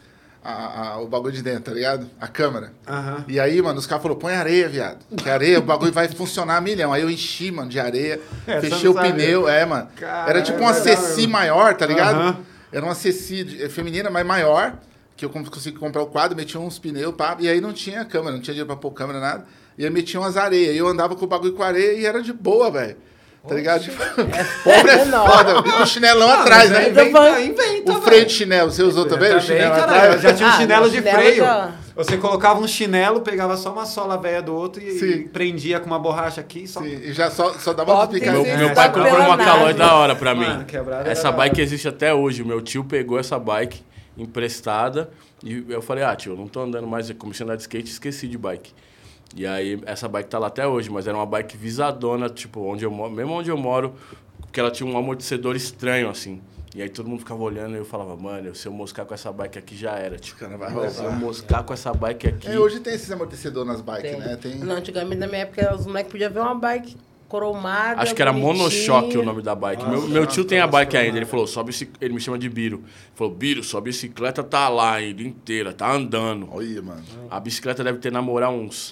o bagulho de dentro, tá ligado? A câmera. E aí, mano, os caras falaram, põe areia, viado. Que areia, o bagulho vai funcionar a milhão. Aí eu enchi, mano, de areia, fechei o pneu. Mano. Caralho, era tipo uma CC maior, tá ligado? Era uma CC feminina, mas maior, que eu consegui comprar o quadro, metia uns pneus, pá, e aí não tinha câmera, não tinha dinheiro pra pôr câmera, nada. E aí metia umas areias. E eu andava com o bagulho com areia e era de boa, velho. Tá ligado? Pobre é foda. E com o chinelão atrás, né? Inventa, o freio de chinelo, você usou também o chinelo atrás? Eu já tinha um chinelo de freio. Você colocava um chinelo, pegava só uma sola velha do outro e prendia com uma borracha aqui. Só... Sim, e já só dava uma picada. Meu pai comprou uma Caloi da hora pra mim. Mano, essa bike existe até hoje. Meu tio pegou essa bike emprestada e eu falei, tio, eu não tô andando mais. Eu comecei a andar de skate e esqueci de bike. E aí, essa bike tá lá até hoje, mas era uma bike visadona, tipo, mesmo onde eu moro, porque ela tinha um amortecedor estranho, assim. E aí todo mundo ficava olhando e eu falava, mano, se eu moscar com essa bike aqui já era, tipo. Se eu moscar com essa bike aqui... hoje tem esses amortecedores nas bikes, né? Não, antigamente, na minha época, os moleques podiam ver uma bike cromada, acho que era Monoshock o nome da bike. Meu tio tem a bike ainda, ele falou, ele me chama de Biro. Ele falou, Biro, sua bicicleta tá lá ainda inteira, tá andando. Olha, mano. A bicicleta deve ter namorado uns...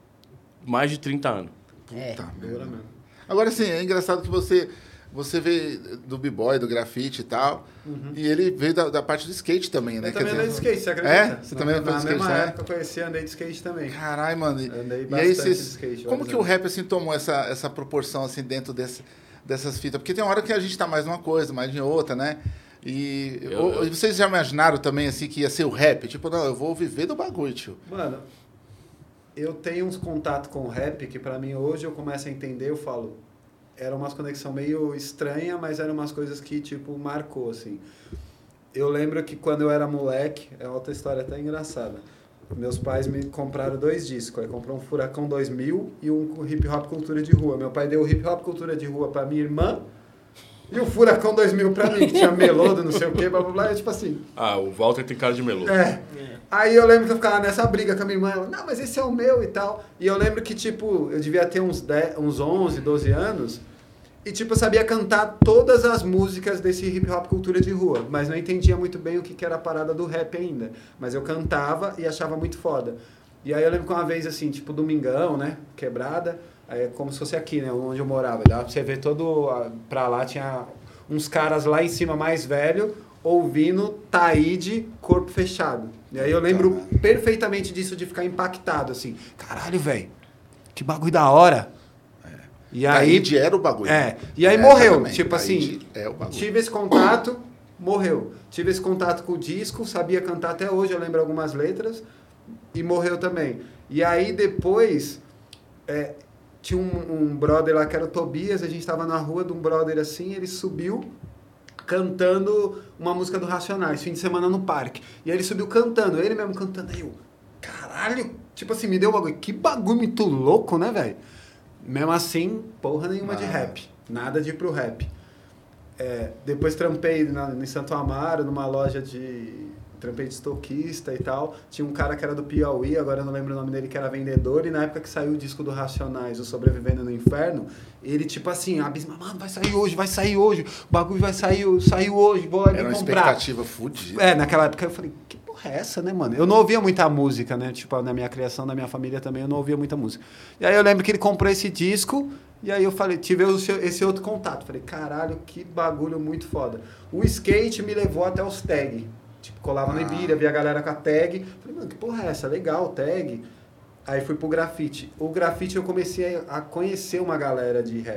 mais de 30 anos. Puta merda. Agora, assim, é engraçado que você veio do b-boy, do grafite e tal, e ele veio da parte do skate também, né? Eu também andei de skate, você acredita? Você também andou de skate, Na mesma né? época eu conheci, andei de skate também. Caralho, mano. Andei e aí, bastante de skate. Como que o rap, assim, tomou essa proporção, assim, dentro dessas fitas? Porque tem uma hora que a gente tá mais numa coisa, mais em outra, né? E vocês já imaginaram também, assim, que ia ser o rap? Tipo, não, eu vou viver do bagulho, tio. Mano... Eu tenho uns contatos com o rap que pra mim hoje eu começo a entender, eu falo, era umas conexão meio estranha, mas eram umas coisas que tipo marcou assim. Eu lembro que quando eu era moleque, é outra história até engraçada. Meus pais me compraram 2 discos, aí comprou um Furacão 2000 e um Hip Hop Cultura de Rua. Meu pai deu o Hip Hop Cultura de Rua pra minha irmã e o Furacão 2000 pra mim, que tinha melodo, não sei o que, blá blá blá, tipo assim. O Walter tem cara de melodo. Aí eu lembro que eu ficava nessa briga com a minha irmã, ela, não, mas esse é o meu e tal. E eu lembro que, tipo, eu devia ter uns 11, 12 anos, e, tipo, eu sabia cantar todas as músicas desse hip hop cultura de rua, mas não entendia muito bem o que era a parada do rap ainda. Mas eu cantava e achava muito foda. E aí eu lembro que uma vez, assim, tipo, domingão, né, quebrada, aí é como se fosse aqui, né, onde eu morava. Dava pra você ver pra lá tinha uns caras lá em cima mais velho, ouvindo Taíde, Corpo Fechado. E aí eu lembro perfeitamente disso, de ficar impactado, assim. Caralho, velho, que bagulho da hora. E aí, Taíde era o bagulho. E aí morreu. Também. Tipo Taíde assim, tive esse contato, morreu. Tive esse contato com o disco, sabia cantar até hoje, eu lembro algumas letras, e morreu também. E aí depois, tinha um brother lá que era o Tobias, a gente tava na rua de um brother assim, ele subiu cantando uma música do Racionais, fim de semana no parque. E aí ele subiu cantando, ele mesmo cantando. Aí eu, caralho, tipo assim, me deu um bagulho. Que bagulho muito louco, né, velho? Mesmo assim, porra nenhuma de rap. Nada de ir pro rap. Depois trampei em Santo Amaro, numa loja trampei de estoquista e tal. Tinha um cara que era do Piauí, agora eu não lembro o nome dele, que era vendedor, e na época que saiu o disco do Racionais, o Sobrevivendo no Inferno, ele tipo assim, abisma, mano, vai sair hoje, o bagulho saiu hoje, vou ali comprar. Era uma expectativa fodida. Naquela época eu falei, que porra é essa, né, mano? Eu não ouvia muita música, né, tipo, na minha criação, na minha família também, eu não ouvia muita música. E aí eu lembro que ele comprou esse disco, e aí eu falei, tive esse outro contato, falei, caralho, que bagulho muito foda. O skate me levou até os tag. Tipo, colava no Ibira, via a galera com a tag. Falei, mano, que porra é essa? Legal, tag. Aí fui pro grafite. O grafite eu comecei a conhecer uma galera de rap.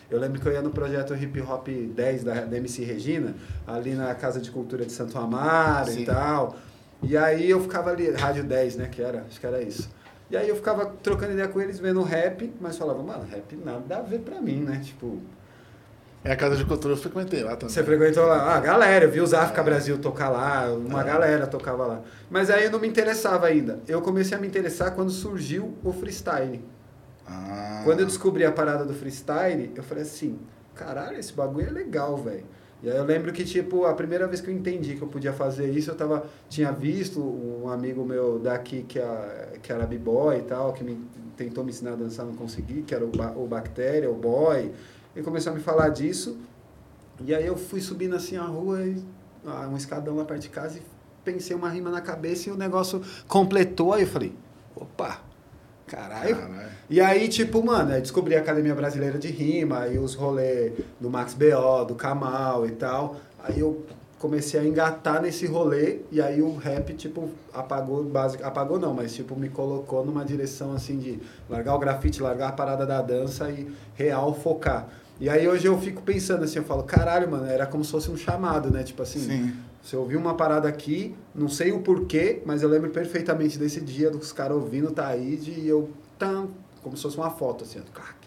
Eu lembro que eu ia no projeto Hip Hop 10 da MC Regina, ali na Casa de Cultura de Santo Amaro e tal. E aí eu ficava ali, Rádio 10, né, acho que era isso. E aí eu ficava trocando ideia com eles, vendo rap, mas falava, mano, rap nada a ver pra mim, né, tipo... É a Casa de Cultura, eu frequentei lá também. Você frequentou lá? Ah, galera, eu vi os África Brasil tocar lá, uma galera tocava lá. Mas aí eu não me interessava ainda. Eu comecei a me interessar quando surgiu o freestyle. Quando eu descobri a parada do freestyle, eu falei assim, caralho, esse bagulho é legal, velho. E aí eu lembro que, tipo, a primeira vez que eu entendi que eu podia fazer isso, tinha visto um amigo meu daqui que era b-boy e tal, que tentou me ensinar a dançar, não consegui, que era o Bactéria, o Boy. Ele começou a me falar disso, e aí eu fui subindo assim a rua, um escadão lá perto de casa, e pensei uma rima na cabeça e o negócio completou, aí eu falei, opa, caralho. E aí, tipo, mano, eu descobri a Academia Brasileira de Rima, aí os rolês do Max B.O., do Kamal e tal, aí eu comecei a engatar nesse rolê, e aí o rap, tipo, apagou não, mas, tipo, me colocou numa direção, assim, de largar o grafite, largar a parada da dança e real focar. E aí hoje eu fico pensando assim, eu falo, caralho, mano, era como se fosse um chamado, né? Tipo assim, você ouviu uma parada aqui, não sei o porquê, mas eu lembro perfeitamente desse dia dos caras ouvindo Taíde e eu, como se fosse uma foto, assim,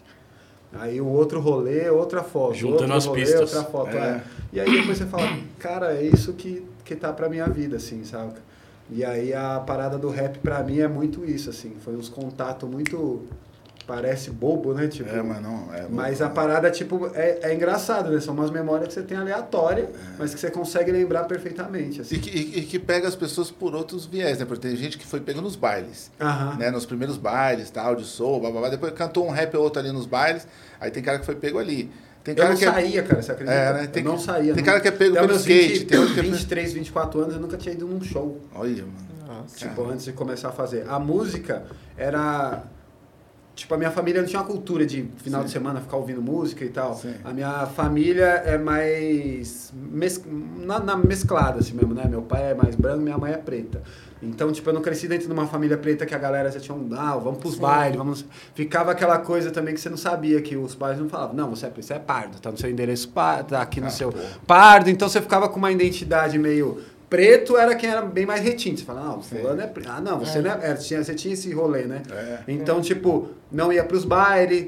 aí o outro rolê, outra foto. Juntando as pistas. Outra foto, E aí depois você fala, cara, é isso que tá pra minha vida, assim, sabe? E aí a parada do rap pra mim é muito isso, assim, foi uns contatos muito... Parece bobo, né? Tipo, mas não. Mas a parada, tipo, é engraçado, né? São umas memórias que você tem aleatória, mas que você consegue lembrar perfeitamente. Assim. E que pega as pessoas por outros viés, né? Porque tem gente que foi pego nos bailes, né? Nos primeiros bailes, tal, de soul, blá, blá, blá. Depois cantou um rap ou outro ali nos bailes, aí tem cara que foi pego ali. Tem cara eu não saía, cara, você acredita? Né? Eu não saía. Tem cara que é pego pelo skate. Tem 23, 24 anos, eu nunca tinha ido num show. Olha, mano. Nossa, tipo, antes de começar a fazer. A música era... Tipo, a minha família não tinha uma cultura de final de semana ficar ouvindo música e tal. Sim. A minha família é mais mesclada, assim mesmo, né? Meu pai é mais branco, minha mãe é preta. Então, tipo, eu não cresci dentro de uma família preta que a galera já tinha vamos pros bailes, vamos... Ficava aquela coisa também que você não sabia, que os pais não falavam, não, você é pardo, tá no seu endereço pardo, tá aqui no seu pardo. Então, você ficava com uma identidade meio... Preto era quem era bem mais retinto. Você fala, não, fulano é preto. Ah, não, você não é... Você tinha esse rolê, né? Então, tipo, não ia pros bailes,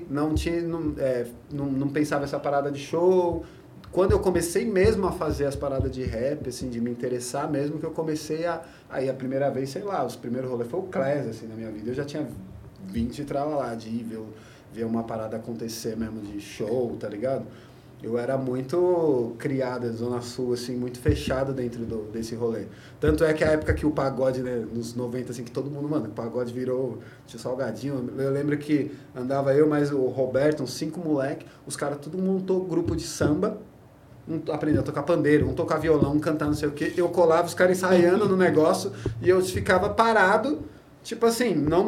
não pensava essa parada de show. Quando eu comecei mesmo a fazer as paradas de rap, assim, de me interessar mesmo, que eu comecei aí a primeira vez, sei lá, os primeiros rolês foi o Class, assim, na minha vida. Eu já tinha 20 e lá de ir ver uma parada acontecer mesmo de show, tá ligado? Eu era muito criado, Zona Sul, assim, muito fechado dentro desse rolê. Tanto é que a época que o pagode, né, nos 90, assim, que todo mundo, mano, o pagode virou, tinha Salgadinho. Eu lembro que andava eu, mais o Roberto, uns 5 moleque, os caras tudo montou grupo de samba, aprendeu a tocar pandeiro, tocar violão, cantar não sei o quê. Eu colava os caras ensaiando no negócio e eu ficava parado, tipo assim, não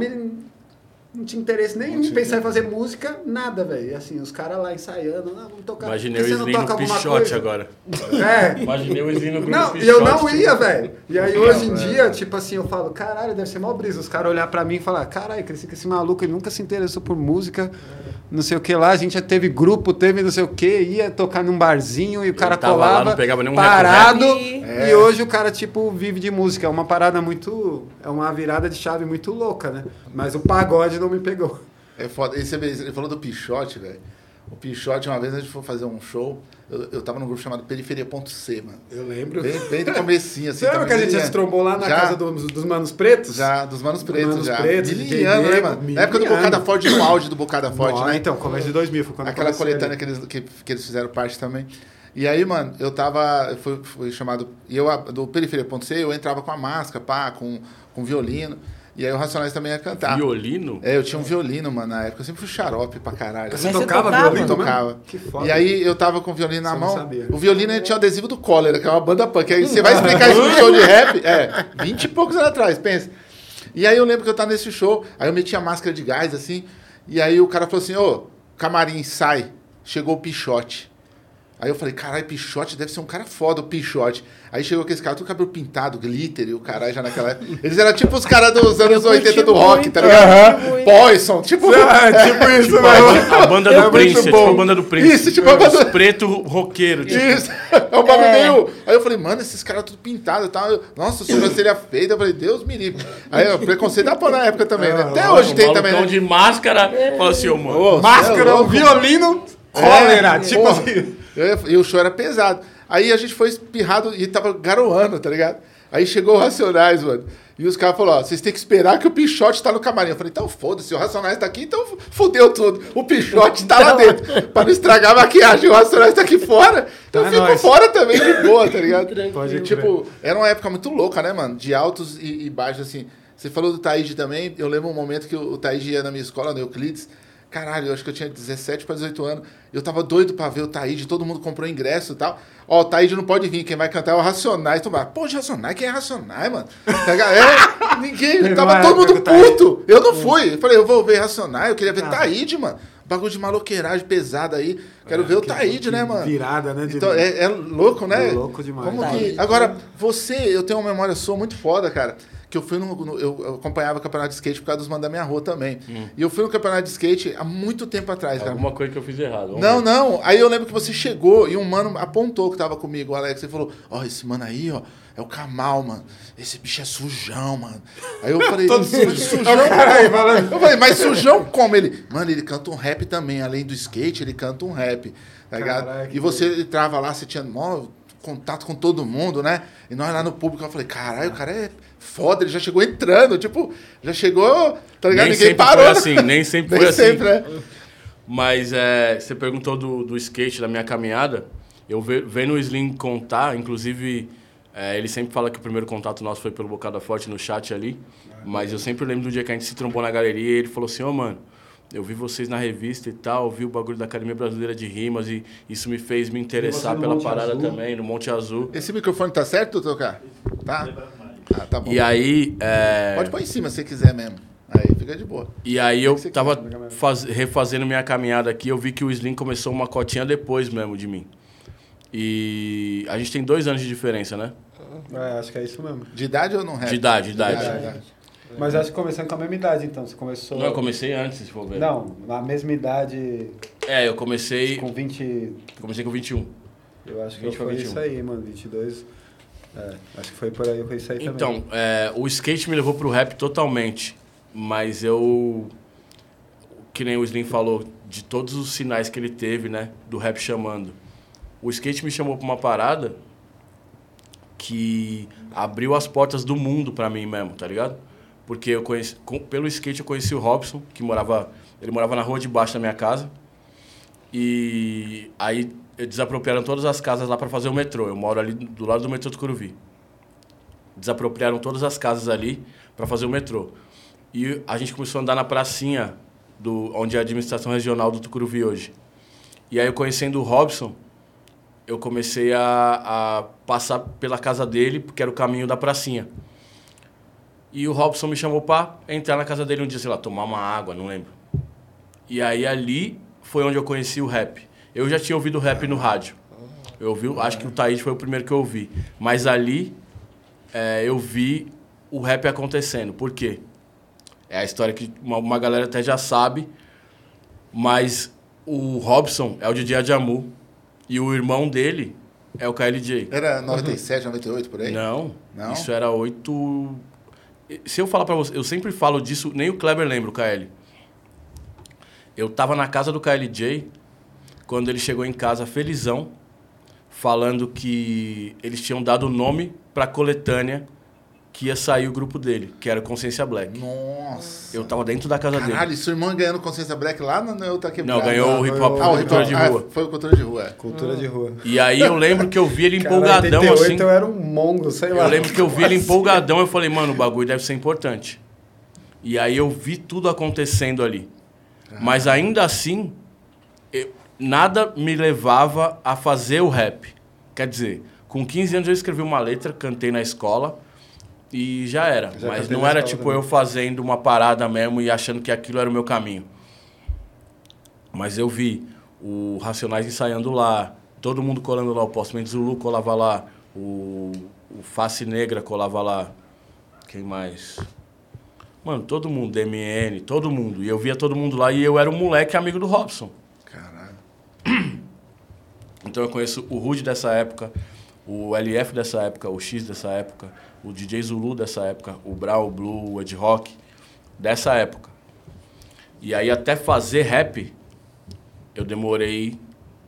tinha interesse nem em pensar em fazer música, nada, velho. Assim, os caras lá ensaiando, vamos tocar. Imaginei o Slim no Pichote agora. Imaginei o Slim no grupo Pichote. E eu não ia, velho. E aí hoje em dia, tipo assim, eu falo, caralho, deve ser mó brisa. Os caras olhar pra mim e falar, caralho, cresci com esse maluco, ele nunca se interessou por música, não sei o que lá. A gente já teve grupo, teve não sei o que, ia tocar num barzinho e o cara colava, lá, não pegava nenhum parado. E hoje o cara, tipo, vive de música. É uma parada muito... É uma virada de chave muito louca, né? Mas o pagode não me pegou. É foda. Ele falou do Pichote, velho. O Pichote, uma vez a gente foi fazer um show, eu tava num grupo chamado Periferia.c, mano. Eu lembro. Bem do comecinho, assim. Você lembra que a gente já se trombou lá na casa dos Manos Pretos? Já, dos Manos Pretos, já. Miliano, né, mano? Na época do Bocada Forte, no auge do Bocada Forte, né? Então, começo de 2000 foi quando aquela coletânea que eles fizeram parte também. E aí, mano, eu fui chamado... E eu, do Periferia.c, eu entrava com a máscara, com violino. E aí o Racionais também ia cantar. Violino? Eu tinha um violino, mano, na época. Eu sempre fui xarope pra caralho. Você tocava violino? Eu tocava. Que foda. E aí eu tava com o violino na mão. Sabia. O violino tinha o adesivo do Cólera, que é uma banda punk. Aí você vai explicar isso no show de rap? 20 e poucos anos atrás, pensa. E aí eu lembro que eu tava nesse show, aí eu meti a máscara de gás, assim, e aí o cara falou assim, camarim, sai. Chegou o Pichote. Aí eu falei, caralho, Pichote deve ser um cara foda, o Pichote. Aí chegou aquele cara, todo cabelo pintado, glitter e o caralho já naquela época. Eles eram tipo os caras dos anos 80 do rock, tá ligado? Poison, tipo... tipo isso, Tipo né? a banda do Prince, tipo a banda do Prince. Isso, tipo a banda... Os preto roqueiro. Tipo. Isso, é um bagulho meio... Aí eu falei, mano, esses caras tudo pintado e tal. Nossa, sobrancelha feita. Eu falei, Deus me livre. Aí o preconceito da pô na época também, né? Até hoje tem também, né? De máscara, fala assim, ô, mano. Máscara, um violino, cólera, tipo porra. assim. E o show era pesado. Aí a gente foi espirrado e tava garoando, tá ligado? Aí chegou o Racionais, mano. E os caras falaram, ó, vocês têm que esperar que o Pichote tá no camarim. Eu falei, então foda-se, o Racionais tá aqui, então fudeu tudo. O Pichote tá lá dentro. Pra não estragar a maquiagem, o Racionais tá aqui fora. Então eu fico fora também de boa, tá ligado? Pode tipo, era uma época muito louca, né, mano? De altos e baixos, assim. Você falou do Taíde também. Eu lembro um momento que o Taíde ia na minha escola, no Euclides. Caralho, eu acho que eu tinha 17 para 18 anos. Eu tava doido pra ver o Taíde, todo mundo comprou ingresso e tal. Ó, o Taíde não pode vir, quem vai cantar é o Racionais. Então, pô, de Racionais? Quem é Racionais, mano? Ninguém, tava todo mundo puto. Eu não fui. Eu falei, eu vou ver Racionais, eu queria ver Taíde, mano. Bagulho de maloqueiragem pesada aí. Quero ver o Taíde, né, mano? Virada, né? Então, é louco, né? É louco demais. Como que... Agora, eu tenho uma memória sua muito foda, cara. Que eu fui eu acompanhava o campeonato de skate por causa dos Mano da Minha Rua também. E eu fui no campeonato de skate há muito tempo atrás, cara. Alguma coisa que eu fiz errado. Não. Aí eu lembro que você chegou e um mano apontou que tava comigo, o Alex, e falou, ó, esse mano aí, ó, é o Kamal, mano. Esse bicho é sujão, mano. Aí eu falei, sujão? Eu falei, mas sujão como? Ele, mano, ele canta um rap também. Além do skate, ele canta um rap, tá ligado? E você entrava lá, você tinha contato com todo mundo, né? E nós lá no público, eu falei, caralho, o cara é foda, ele já chegou entrando, tipo, já chegou, tá ligado? Ninguém parou. Nem sempre foi assim. Mas você perguntou do skate, da minha caminhada. Eu vendo o Slim contar, inclusive, ele sempre fala que o primeiro contato nosso foi pelo Bocada Forte no chat ali. Mas eu sempre lembro do dia que a gente se trombou na galeria e ele falou assim, ô, mano, eu vi vocês na revista e tal, vi o bagulho da Academia Brasileira de Rimas e isso me fez me interessar pela parada também, no Monte Azul. Esse microfone tá certo, Tocar? Tá? Ah, tá bom. E aí... Pode pôr em cima se você quiser mesmo. Aí fica de boa. E aí eu tava refazendo minha caminhada aqui, eu vi que o Slim começou uma cotinha depois mesmo de mim. E a gente tem 2 anos de diferença, né? Acho que é isso mesmo. De idade ou não rap? De idade. Mas acho que começando com a mesma idade, então. Você começou... Não, eu comecei antes, se for ver. Não, na mesma idade... Eu comecei... Com 20... Comecei com 21. Eu acho que foi isso aí, mano, 22... acho que foi por aí, foi isso aí também. Então, o skate me levou pro rap totalmente. Mas eu... Que nem o Slim falou, de todos os sinais que ele teve, né? Do rap chamando. O skate me chamou pra uma parada que abriu as portas do mundo pra mim mesmo, tá ligado? Porque eu conheci, pelo skate eu conheci o Robson, que ele morava na rua de baixo da minha casa. E aí desapropriaram todas as casas lá para fazer o metrô. Eu moro ali do lado do metrô do Tucuruvi. Desapropriaram todas as casas ali para fazer o metrô. E a gente começou a andar na pracinha, onde é a administração regional do Tucuruvi hoje. E aí, eu conhecendo o Robson, eu comecei a passar pela casa dele, porque era o caminho da pracinha. E o Robson me chamou para entrar na casa dele um dia, sei lá, tomar uma água, não lembro. E aí, ali foi onde eu conheci o rap. Eu já tinha ouvido rap no rádio. Eu ouvi, acho que o Taíde foi o primeiro que eu ouvi. Mas ali, eu vi o rap acontecendo. Por quê? É a história que uma galera até já sabe, mas o Robson é o DJ Adjamu e o irmão dele é o KLJ. Era 97, 98, por aí? Não, isso era 8... Se eu falar pra você, eu sempre falo disso, nem o Kleber lembra, o KL. Eu tava na casa do KLJ, quando ele chegou em casa felizão, falando que eles tinham dado o nome pra coletânea que ia sair o grupo dele, que era Consciência Black. Nossa. Eu tava dentro da casa dele. Caralho, seu irmão ganhando Consciência Black lá no Outra Quebrada? Não, ganhou o Hip Hop Cultura de Rua. Foi o Cultura de Rua. Cultura de Rua. E aí eu lembro que eu vi ele empolgadão, 88, assim. Eu era um mongo, sei lá. Eu lembro que eu vi ele empolgadão, eu falei, mano, o bagulho deve ser importante. E aí eu vi tudo acontecendo ali. Mas ainda assim, nada me levava a fazer o rap. Quer dizer, com 15 anos eu escrevi uma letra, cantei na escola e já era. Mas não era tipo eu fazendo uma parada mesmo e achando que aquilo era o meu caminho. Mas eu vi o Racionais ensaiando lá, todo mundo colando lá. O Postman Zulu colava lá. O Face Negra colava lá. Quem mais? Mano, todo mundo. DMN, todo mundo. E eu via todo mundo lá e eu era um moleque amigo do Robson. Caralho. Então eu conheço o Rude dessa época, o LF dessa época, o X dessa época, o DJ Zulu dessa época, o Brau, o Blue, o Ed Rock dessa época. E aí até fazer rap, eu demorei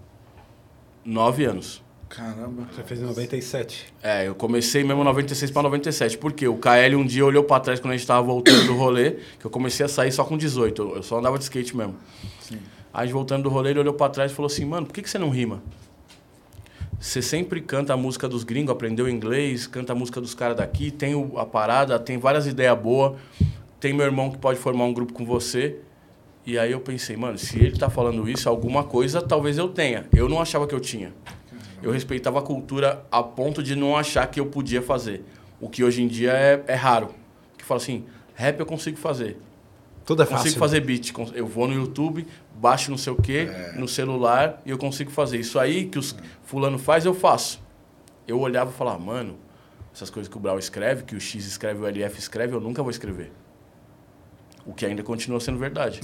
9 anos. Caramba. Você fez em 97. Eu comecei mesmo em 96 para 97. Por quê? O KL um dia olhou para trás quando a gente tava voltando do rolê, que eu comecei a sair só com 18. Eu só andava de skate mesmo. Sim. Aí, voltando do rolê, ele olhou pra trás e falou assim, mano, por que você não rima? Você sempre canta a música dos gringos, aprendeu inglês, canta a música dos caras daqui, tem a parada, tem várias ideias boas, tem meu irmão que pode formar um grupo com você. E aí eu pensei, mano, se ele tá falando isso, alguma coisa talvez eu tenha. Eu não achava que eu tinha. Eu respeitava a cultura a ponto de não achar que eu podia fazer. O que hoje em dia é raro. Que fala assim, rap eu consigo fazer. Tudo é fácil. Consigo fazer beat. Eu vou no YouTube, baixo não sei o quê, no celular, e eu consigo fazer. Isso aí que os fulano faz, eu faço. Eu olhava e falava, mano, essas coisas que o Brau escreve, que o X escreve, o LF escreve, eu nunca vou escrever. O que ainda continua sendo verdade.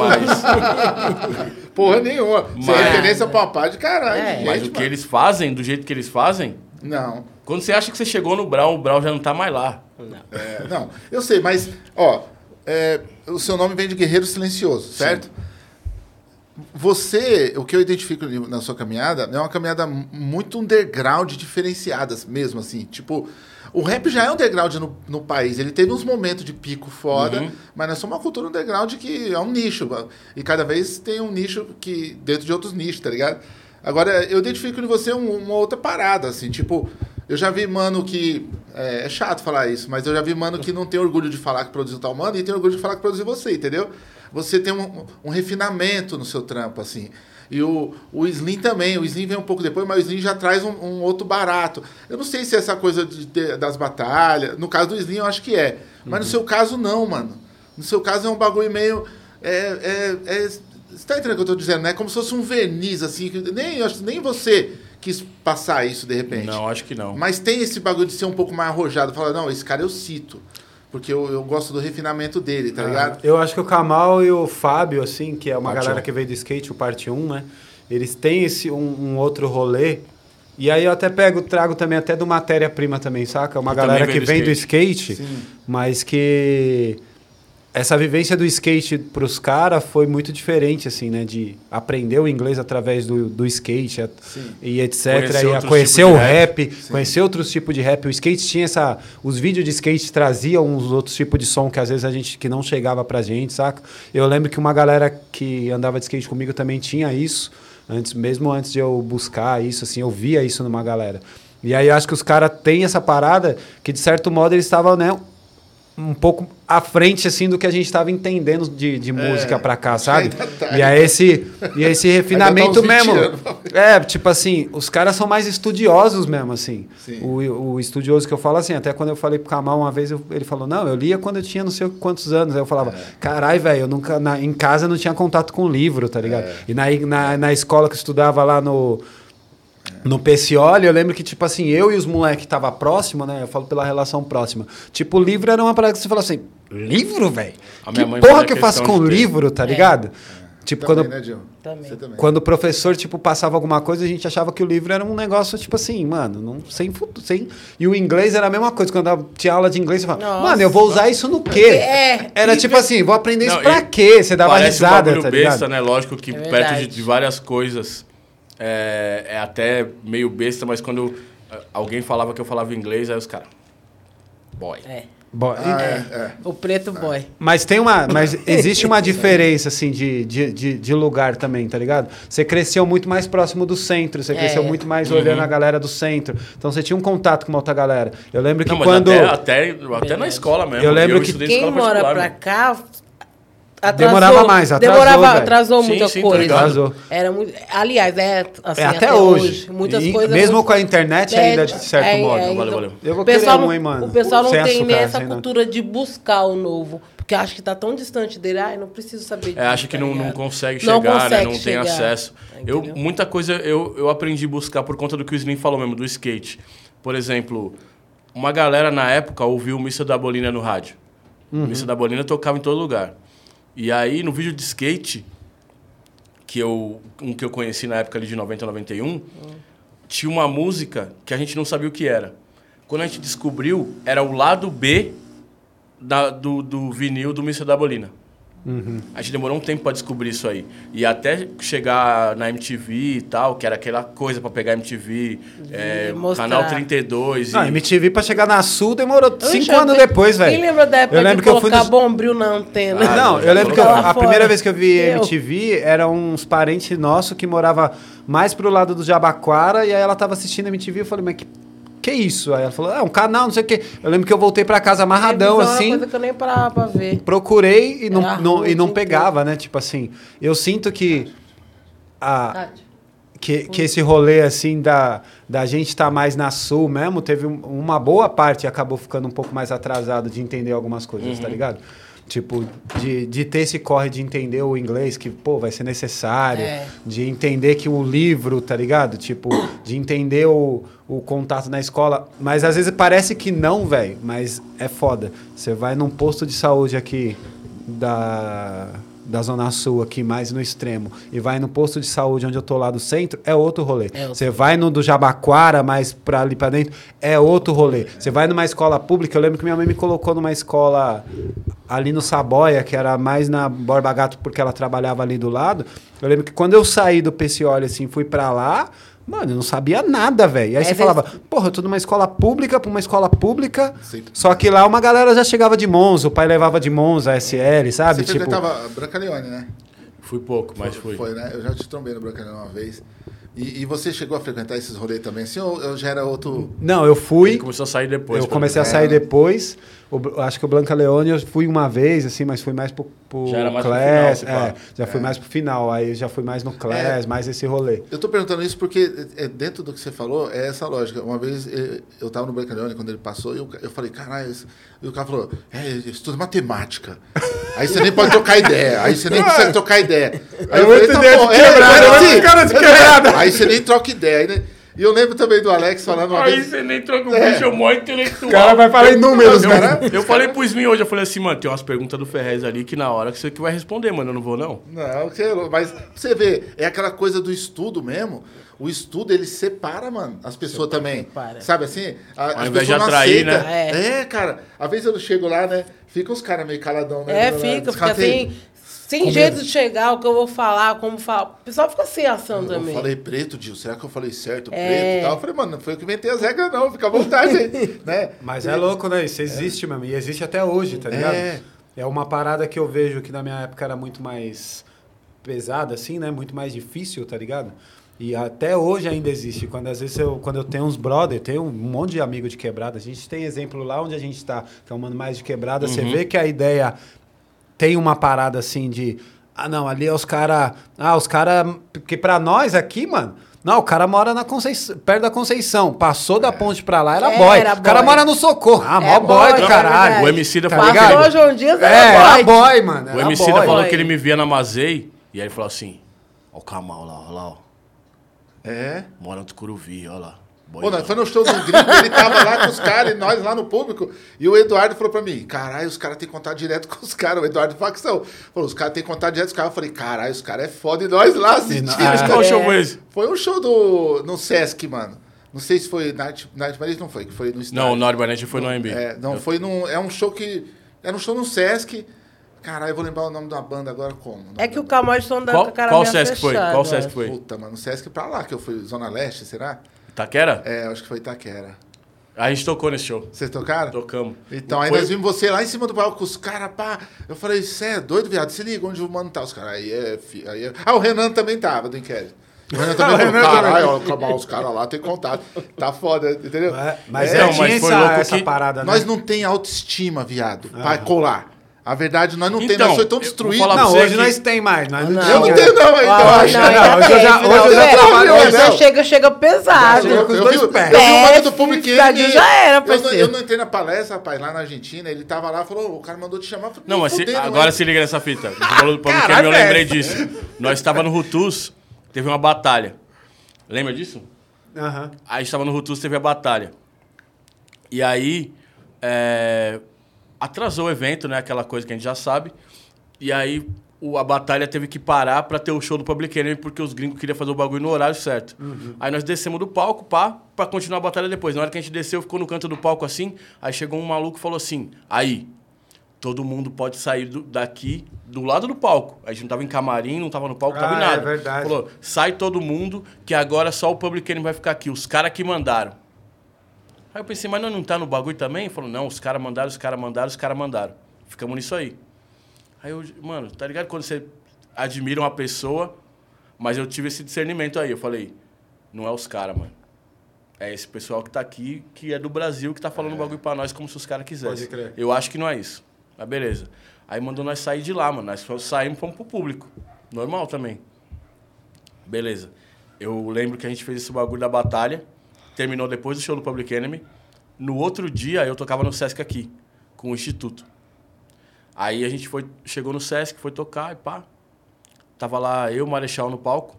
Mas... Porra nenhuma. Sem referência pra uma pá de caralho. Mas o que eles fazem, do jeito que eles fazem... Não. Quando você acha que você chegou no Brau, o Brau já não tá mais lá. Não, não, eu sei, mas, ó... o seu nome vem de Guerreiro Silencioso, certo? Sim. Você, o que eu identifico na sua caminhada, é uma caminhada muito underground, diferenciada mesmo, assim. Tipo, o rap já é underground no país. Ele teve uns momentos de pico foda, mas nós somos uma cultura underground que é um nicho. E cada vez tem um nicho que dentro de outros nichos, tá ligado? Agora, eu identifico em você uma outra parada, assim, tipo... Eu já vi mano que... É chato falar isso, mas eu já vi mano que não tem orgulho de falar que produziu tal mano e tem orgulho de falar que produziu você, entendeu? Você tem um refinamento no seu trampo, assim. E o Slim também. O Slim vem um pouco depois, mas o Slim já traz um outro barato. Eu não sei se é essa coisa das batalhas... No caso do Slim, eu acho que é. Mas no seu caso, não, mano. No seu caso, é um bagulho meio... Você tá entendendo o que eu tô dizendo, né? Como se fosse um verniz, assim. Que nem você... quis passar isso de repente. Não, acho que não. Mas tem esse bagulho de ser um pouco mais arrojado. Falar, não, esse cara eu cito. Porque eu gosto do refinamento dele, tá ligado? Eu acho que o Kamal e o Fábio, assim, que é uma galera que veio do skate, o Parte 1, né? Eles têm um outro rolê. E aí eu até trago também até do Matéria-Prima também, saca? Uma galera que vem do skate, mas que... Essa vivência do skate pros caras foi muito diferente, assim, né? De aprender o inglês através do skate e etc. E conhecer o rap, conhecer outros tipos de rap. O skate tinha os vídeos de skate traziam uns outros tipos de som que às vezes que não chegava pra gente, saca? Eu lembro que uma galera que andava de skate comigo também tinha isso, mesmo antes de eu buscar isso, assim, eu via isso numa galera. E aí eu acho que os caras têm essa parada que, de certo modo, eles estavam, né? Um pouco à frente, assim, do que a gente estava entendendo de música pra cá, sabe? E aí esse refinamento mesmo. Tipo assim, os caras são mais estudiosos mesmo, assim. O estudioso que eu falo assim, até quando eu falei pro Kamal uma vez, ele falou, não, eu lia quando eu tinha não sei quantos anos. Aí eu falava, carai, velho, eu nunca, em casa eu não tinha contato com livro, tá ligado? E na escola que eu estudava lá no PCOL, eu lembro que, tipo assim, eu e os moleques que tava próximo, né? Eu falo pela relação próxima. Tipo, o livro era uma parada que você fala assim, livro, velho? Que porra que eu faço com livro, tá ligado? Tipo, também, né, Gil? Você também. Quando o professor, tipo, passava alguma coisa, a gente achava que o livro era um negócio, tipo assim, mano, sem futuro. E o inglês era a mesma coisa. Quando eu tinha aula de inglês, você falava, mano, eu vou usar isso no quê? Era tipo assim, vou aprender isso pra quê? Você dava risada, tá ligado? Besta, né? Lógico que perto de várias coisas... É até meio besta, mas quando alguém falava que eu falava inglês, aí os caras... Boy. O preto boy. Mas existe uma diferença, assim, de lugar também, tá ligado? Você cresceu muito mais próximo do centro, você cresceu muito mais olhando a galera do centro. Então você tinha um contato com uma outra galera. Eu lembro que quando... Até na escola mesmo. Eu lembro que quem mora pra cá... demorava mais, atrasou Sim, muita sim, coisa. Atrasou. Era muito, aliás, assim, Até hoje. muitas E coisas. mesmo com a internet ainda, de certo modo. Valeu. Eu vou O pessoal, querer um, hein, mano. o pessoal não Sem tem açúcar, nem essa sem nada. cultura de buscar o novo. Porque acha que tá tão distante dele, não preciso saber disso. Acha que tá não ligado? consegue Não chegar, consegue né? Não tem chegar. acesso. Entendeu? Muita coisa eu aprendi a buscar por conta do que o Slim falou mesmo, do skate. Por exemplo, uma galera na época ouviu o Missa da Bolina no rádio. O Missa da Bolina tocava em todo lugar. E aí, no vídeo de skate, que eu conheci na época ali de 90, 91, tinha uma música que a gente não sabia o que era. Quando a gente descobriu, era o lado B do vinil do Missa da Bolina. A gente demorou um tempo para descobrir isso aí. E até chegar na MTV e tal, que era aquela coisa para pegar MTV, Canal 32. Não, MTV pra chegar na Sul demorou 5 anos sei. depois, velho. Quem lembra da época de colocar bombril na antena? Não, eu lembro que Lá a fora. primeira vez que eu vi MTV eram uns parentes nossos que moravam mais pro lado do Jabaquara, e aí ela tava assistindo MTV, eu falei, mas que isso? Aí ela falou, um canal, não sei o quê. Eu lembro que eu voltei pra casa amarradão, Televisão assim. É uma coisa que eu nem parava pra ver. Procurei e Era não pegava, né? Tipo assim, eu sinto que que esse rolê, assim, da gente estar mais na Sul mesmo, teve uma boa parte e acabou ficando um pouco mais atrasado de entender algumas coisas, tá ligado? Tipo, de ter esse corre de entender o inglês, que, pô, vai ser necessário. De entender que o livro, tá ligado? Tipo, de entender o contato na escola. Mas às vezes parece que não, velho. Mas é foda. Você vai num posto de saúde aqui da Zona Sul, aqui mais no extremo, e vai no posto de saúde onde eu tô lá do centro, é outro rolê. Você vai no do Jabaquara, mais pra ali pra dentro, é outro rolê. Você vai numa escola pública, eu lembro que minha mãe me colocou numa escola ali no Saboia, que era mais na Borba Gato, porque ela trabalhava ali do lado. Eu lembro que quando eu saí do PCOL, assim, fui pra lá, mano, eu não sabia nada, velho. E aí você falava, porra, eu tô numa escola pública pra uma escola pública, só que lá uma galera já chegava de Monza, o pai levava de Monza, SL, sabe? Você tipo, frequentava Brancaleone, né? Fui pouco, mas fui. Foi, né? Eu já te trombei no Brancaleone uma vez. E você chegou a frequentar esses rolês também, assim, ou já era outro... Não, eu fui... Ele começou a sair depois. Eu comecei a sair depois. Acho que o Brancaleone eu fui uma vez, assim, mas fui mais pro já era mais Class. pro final, já fui mais pro final. Aí eu já fui mais no Class, mais esse rolê. Eu tô perguntando isso porque dentro do que você falou, é essa lógica. Uma vez eu tava no Brancaleone, quando ele passou, e eu falei, caralho, e o cara falou, eu estudo matemática. Aí você nem pode trocar ideia. Aí você nem precisa trocar ideia. Aí eu falei, cara de quebrada. Aí você nem troca ideia. Aí, né? E eu lembro também do Alex falando uma vez... Aí você nem troca o bicho, é mó intelectual. O cara vai falar em números, cara. Eu falei pro Smin hoje, eu falei assim, mano, tem umas perguntas do Ferrez ali que na hora que você que vai responder, mano, eu não vou não. Não, mas você vê, é aquela coisa do estudo mesmo. O estudo, ele separa, mano, as pessoas também. Sabe assim? Ao invés de atrair, né? Cara, às vezes eu chego lá, né? Fica os caras meio caladão, né? Fica assim... Sem jeito de chegar, o que eu vou falar, como falar. O pessoal fica sem ação também. Eu falei preto, Gil, será que eu falei certo? Preto e tal. Eu falei, mano, não foi eu que inventei as regras, não. Fica à vontade aí, né? Mas é louco, né? Isso existe mesmo. E existe até hoje, tá ligado? É uma parada que eu vejo que na minha época era muito mais pesada, assim, né? Muito mais difícil, tá ligado? E até hoje ainda existe. Às vezes quando eu tenho uns brother, tenho um monte de amigo de quebrada. A gente tem exemplo lá onde a gente tá, que é um mano mais de quebrada. Você vê que a ideia... Tem uma parada assim de... não, ali é os caras... os caras... Porque pra nós aqui, mano... Não, o cara mora na Conceição, perto da Conceição. Passou da ponte pra lá, era boy. O cara mora no Socorro. Mó boy do caralho. O Emicida tá falou... Passou João Dias, era boy, mano. O Emicida falou que ele me via na Mazei. E aí ele falou assim... Ó o Kamal lá, ó lá, ó. Mora no Tucuruvi, ó lá. Pô, nós foi no show do Gringo, ele tava lá com os caras e nós lá no público. E o Eduardo falou pra mim, caralho, os caras têm contato direto com os caras. O Eduardo Facção falou, os caras têm contato direto com os caras. Eu falei, caralho, os caras é foda e nós lá assistindo. Qual show foi esse? Foi um show no Sesc, mano. Não sei se foi Night Marines, não foi, que foi no estádio. Não, o Norte foi no AMB. Foi num... É um show que... Era um show no Sesc. Caralho, eu vou lembrar o nome da banda agora como? É que o Camões estão dando com a cara Qual meio Sesc foi? fechada, Qual Sesc foi? Puta, mano, o Sesc pra lá, que eu fui, Zona Leste, será? Itaquera? Acho que foi Itaquera. A gente tocou nesse show. Vocês tocaram? Tocamos. Então, aí nós vimos você lá em cima do palco com os caras, pá. Eu falei, você é doido, viado? Se liga onde o mano tá. Os caras, aí é... o Renan também tava, do Inquérito. O Renan também falou, caralho, ó, os caras lá tem contato. Tá foda, entendeu? Mas mas foi louco essa que... parada, né? Nós não tem autoestima, viado, pra colar. A verdade, nós não Então, temos, nós foi tão eu vou destruído. falar pra Não, você hoje que- nós tem mais. Nós não Eu não tenho não ainda, eu acho. Hoje eu já trabalho. Você chega pesado. Chega com os Eu dois vi pés. o mano do Public Enemy. Já era, eu parceiro. não entrei na palestra, rapaz, lá na Argentina. Ele tava lá e falou, o cara mandou te chamar. Eu falei, Não, mas fudendo, agora mano. se liga nessa fita. Você falou do Public Caralho, Enemy, eu lembrei velho. disso. Nós estávamos no Rutus, teve uma batalha. Lembra disso? Aham. Aí estava no Rutus, teve a batalha. E aí, atrasou o evento, né? Aquela coisa que a gente já sabe. E aí, a batalha teve que parar pra ter o show do Public Enemy, porque os gringos queriam fazer o bagulho no horário certo. Aí nós descemos do palco, pra continuar a batalha depois. Na hora que a gente desceu, ficou no canto do palco assim, aí chegou um maluco e falou assim, aí, todo mundo pode sair daqui, do lado do palco. A gente não tava em camarim, não tava no palco, tava em nada. É verdade. Falou, sai todo mundo, que agora só o Public Enemy vai ficar aqui. Os caras que mandaram. Aí eu pensei, mas nós não tá no bagulho também? Falou, não, os caras mandaram, os caras mandaram, os caras mandaram. Ficamos nisso aí. Aí eu, mano, tá ligado quando você admira uma pessoa, mas eu tive esse discernimento aí. Eu falei, não é os caras, mano. É esse pessoal que tá aqui, que é do Brasil, que tá falando bagulho pra nós como se os caras quisessem. Pode crer. Eu acho que não é isso. Mas beleza. Aí mandou nós sair de lá, mano. Nós saímos e fomos pro público. Normal também. Beleza. Eu lembro que a gente fez esse bagulho da batalha. Terminou depois do show do Public Enemy. No outro dia, eu tocava no Sesc aqui, com o Instituto. Aí a gente chegou no Sesc, foi tocar e pá. Tava lá eu, Marechal, no palco.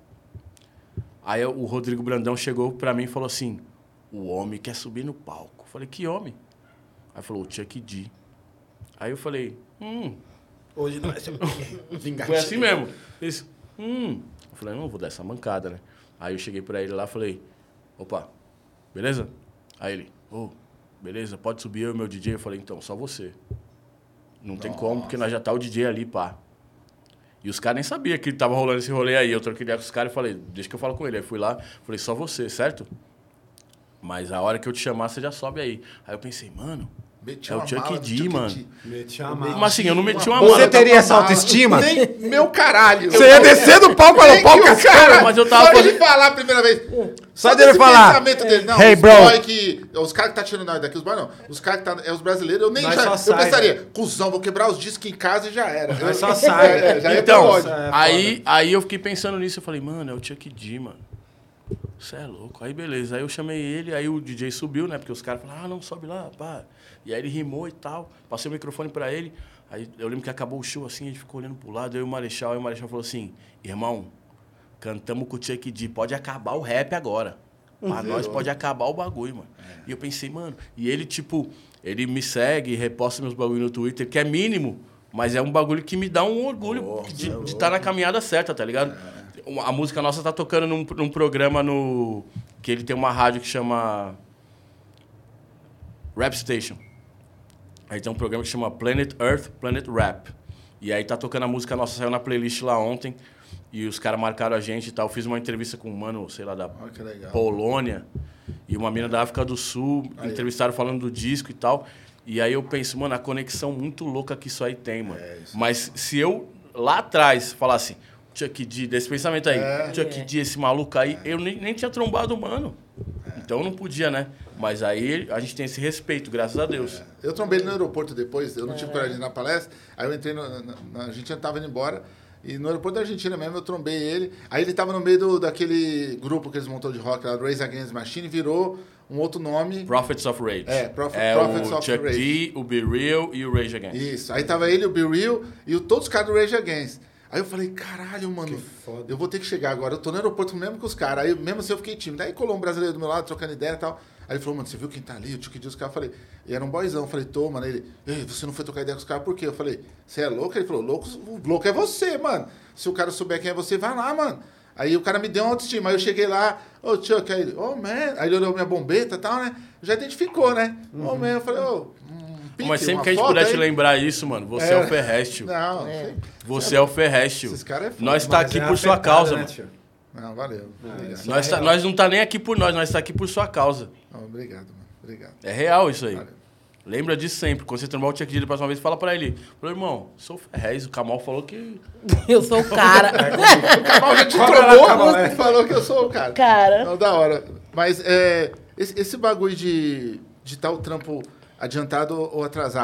Aí o Rodrigo Brandão chegou pra mim e falou assim, o homem quer subir no palco. Eu falei, que homem? Aí falou, o Chuck D. Aí eu falei, Hoje não vai ser Foi assim mesmo. Isso. Eu falei, não vou dar essa mancada, né? Aí eu cheguei pra ele lá e falei, opa, beleza? Aí ele, beleza, pode subir eu e meu DJ? Eu falei, então, só você. Não tem como, porque nós já tá o DJ ali, pá. E os caras nem sabiam que tava rolando esse rolê aí. Eu troquei ideia com os caras e falei, deixa que eu falo com ele. Aí fui lá, falei, só você, certo? Mas a hora que eu te chamar, você já sobe aí. Aí eu pensei, mano, é o Chuck D, mano. Meti a mala. Mas assim, eu não meti uma mala. Você teria essa autoestima? Nem meu caralho. Você ia descer do palco e falar, pau, cara. Mas eu tava Só fazendo... ele falar a primeira vez. Só dele falar. pensamento dele. Não, Hey, os bro. boy que... Os caras que tá tirando nós daqui, os boy não. Os caras que tá... É os brasileiros, eu nem Nós já... só Eu sai, pensaria, velho. cuzão, vou quebrar os discos em casa e já era. Nós só sai. Já ia Então, pra onde? aí eu fiquei pensando nisso. Eu falei, mano, é o Chuck D, mano. Você é louco. Aí beleza. Aí eu chamei ele, aí o DJ subiu, né? Porque os caras falaram, não, sobe lá, pá. E aí ele rimou e tal. Passei o microfone pra ele. Aí eu lembro que acabou o show assim, a gente ficou olhando pro lado, eu e o Marechal. Aí o Marechal falou assim, irmão, cantamos com o Chuck D, pode acabar o rap agora. Pra nós pode acabar o bagulho, mano. E eu pensei, mano... E ele, tipo, ele me segue, reposta meus bagulhos no Twitter, que é mínimo, mas é um bagulho que me dá um orgulho de estar na caminhada certa, tá ligado? A música nossa tá tocando num programa que ele tem uma rádio que chama Rap Station. Aí tem um programa que chama Planet Earth, Planet Rap. E aí tá tocando a música nossa, saiu na playlist lá ontem. E os caras marcaram a gente e tal. Fiz uma entrevista com um mano, sei lá, da Polônia. E uma mina da África do Sul. Entrevistaram falando do disco e tal. E aí eu penso, mano, a conexão muito louca que isso aí tem, mano. Mas se eu, lá atrás, falasse... Chuck D, desse pensamento aí. Chuck D, esse maluco aí, eu nem tinha trombado o mano. Então eu não podia, né? Mas aí a gente tem esse respeito, graças a Deus. Eu trombei ele no aeroporto depois, eu não tive coragem de ir na palestra. Aí eu entrei, a Argentina tava indo embora. E no aeroporto da Argentina mesmo, eu trombei ele. Aí ele tava no meio daquele grupo que eles montou de rock lá, do Rage Against the Machine, virou um outro nome. Prophets of Rage. Prophets o of Chuck Rage. D, o Be Real e o Rage Against. Isso. Aí tava ele, o Be Real e todos os caras do Rage Against. Aí eu falei, caralho, mano, eu vou ter que chegar agora. Eu tô no aeroporto mesmo com os caras. Aí mesmo assim eu fiquei tímido. Aí colou um brasileiro do meu lado, trocando ideia e tal. Aí ele falou, mano, você viu quem tá ali? O Chuck D, os caras. Eu falei, e era um boyzão. Eu falei, tô, mano. Ele, ei, você não foi trocar ideia com os caras por quê? Eu falei, você é louco? Ele falou, louco é você, mano. Se o cara souber quem é você, vai lá, mano. Aí o cara me deu uma autoestima. Aí eu cheguei lá, Chuck, aí ele, man. Aí ele olhou minha bombeta e tal, né? Já identificou, né? Man, eu falei, mas sempre que a gente puder te lembrar isso, mano, você é o Ferrestio. Não, você é o Ferrestio. Esses caras é foda. Nós tá aqui por sua causa, mano. Não, valeu. Nós não tá nem aqui por nós tá aqui por sua causa. Obrigado, mano. Obrigado. É real isso aí. Valeu. Lembra disso sempre. Quando você trombar o Chuck D da próxima vez, fala pra ele. Fala, irmão, sou o Ferrez. O Kamal falou que... Eu sou o cara. O Kamal já te trombou, falou que eu sou o cara. Cara. Não, da hora. Mas esse bagulho de estar o trampo adiantado ou atrasado,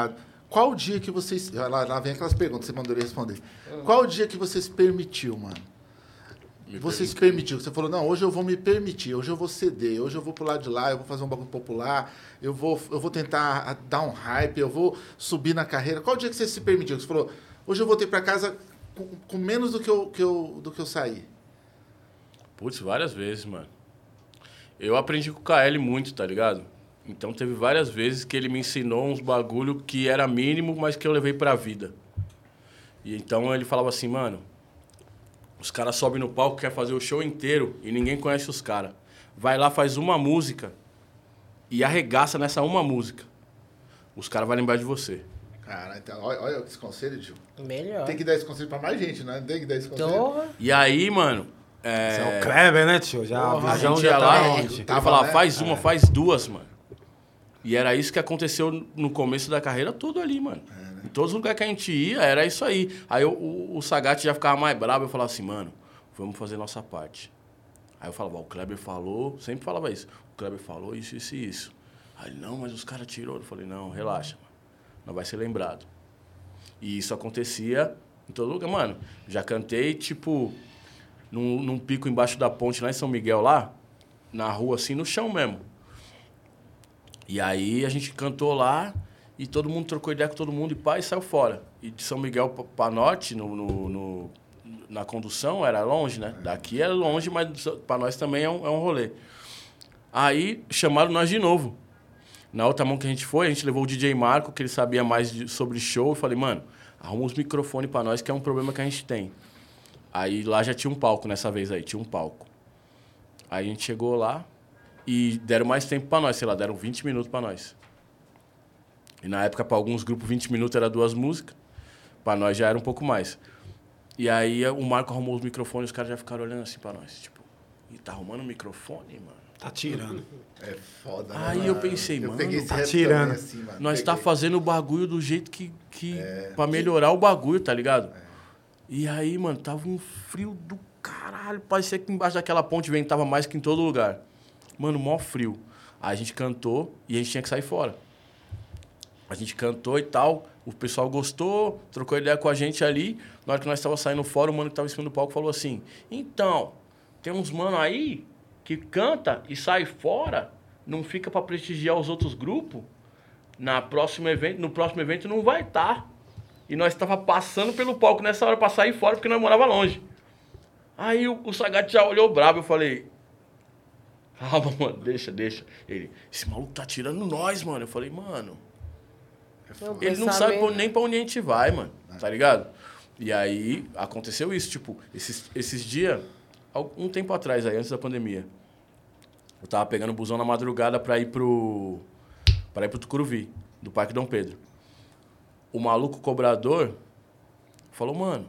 qual o dia que vocês... Lá vem aquelas perguntas que você mandou ele responder. Qual o dia que você se permitiu, mano? Você se permitiu. Você falou, não, hoje eu vou me permitir, hoje eu vou ceder, hoje eu vou pro lado de lá, eu vou fazer um bagulho popular, eu vou tentar dar um hype, eu vou subir na carreira. Qual o dia que você se permitiu? Você falou, hoje eu voltei pra casa com menos do que eu saí. Putz, várias vezes, mano. Eu aprendi com o KL muito, tá ligado? Então teve várias vezes que ele me ensinou uns bagulho que era mínimo, mas que eu levei pra vida. E então ele falava assim, mano, os caras sobem no palco, quer fazer o show inteiro e ninguém conhece os caras. Vai lá, faz uma música e arregaça nessa uma música. Os caras vão lembrar de você. Cara, então, olha esse conselho, Gil. Melhor. Tem que dar esse conselho pra mais gente, né? Tem que dar esse conselho. E aí, mano... Você é o Kleber, né, tio? A gente ia lá, ele falava, faz uma, faz duas, mano. E era isso que aconteceu no começo da carreira, tudo ali, mano. Em todos os lugares que a gente ia, era isso aí. Aí o Sagat já ficava mais bravo, eu falava assim, mano, vamos fazer nossa parte. Aí eu falava, o Kleber falou, sempre falava isso. O Kleber falou isso, isso e isso. Aí ele, não, mas os caras tirou. Eu falei, não, relaxa, mano. Não vai ser lembrado. E isso acontecia em todo lugar. Mano, já cantei, tipo, num pico embaixo da ponte lá em São Miguel, lá, na rua, assim, no chão mesmo. E aí a gente cantou lá e todo mundo trocou ideia com todo mundo e pá, e saiu fora. E de São Miguel pra norte, na condução, era longe, né? Daqui era longe, mas pra nós também é um rolê. Aí chamaram nós de novo. Na outra mão que a gente foi, a gente levou o DJ Marco, que ele sabia mais sobre show. E falei, mano, arruma uns microfones pra nós, que é um problema que a gente tem. Aí lá já tinha um palco nessa vez aí, tinha um palco. Aí a gente chegou lá e deram mais tempo pra nós, sei lá, deram 20 minutos pra nós. E na época, pra alguns grupos, 20 minutos era 2 músicas. Pra nós já era um pouco mais. E aí o Marco arrumou os microfones, os caras já ficaram olhando assim pra nós. Tipo, e tá arrumando o microfone, mano? Tá tirando. É foda, né? Aí eu pensei, mano, tá tirando. Assim, mano. Nós tá fazendo o bagulho do jeito que pra melhorar o bagulho, tá ligado? E aí, mano, tava um frio do caralho. Parecia que embaixo daquela ponte ventava mais que em todo lugar. Mano, mó frio. Aí a gente cantou e a gente tinha que sair fora. A gente cantou e tal, o pessoal gostou, trocou ideia com a gente ali. Na hora que nós estávamos saindo fora, o mano que tava em cima do palco falou assim, então, tem uns mano aí que canta e sai fora, não fica para prestigiar os outros grupos, no próximo evento não vai estar. E nós tava passando pelo palco nessa hora para sair fora, porque nós morava longe. Aí o Sagat já olhou bravo, eu falei, calma, mano, deixa. Ele, esse maluco tá tirando nós, mano. Eu falei, mano, ele não sabe nem pra onde a gente vai, mano, tá ligado? E aí aconteceu isso, tipo, esses dias, um tempo atrás aí, antes da pandemia, eu tava pegando o busão na madrugada pra ir pro Tucuruvi, do Parque Dom Pedro. O maluco cobrador falou, mano,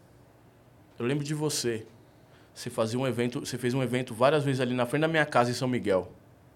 eu lembro de você. Você fez um evento várias vezes ali na frente da minha casa em São Miguel.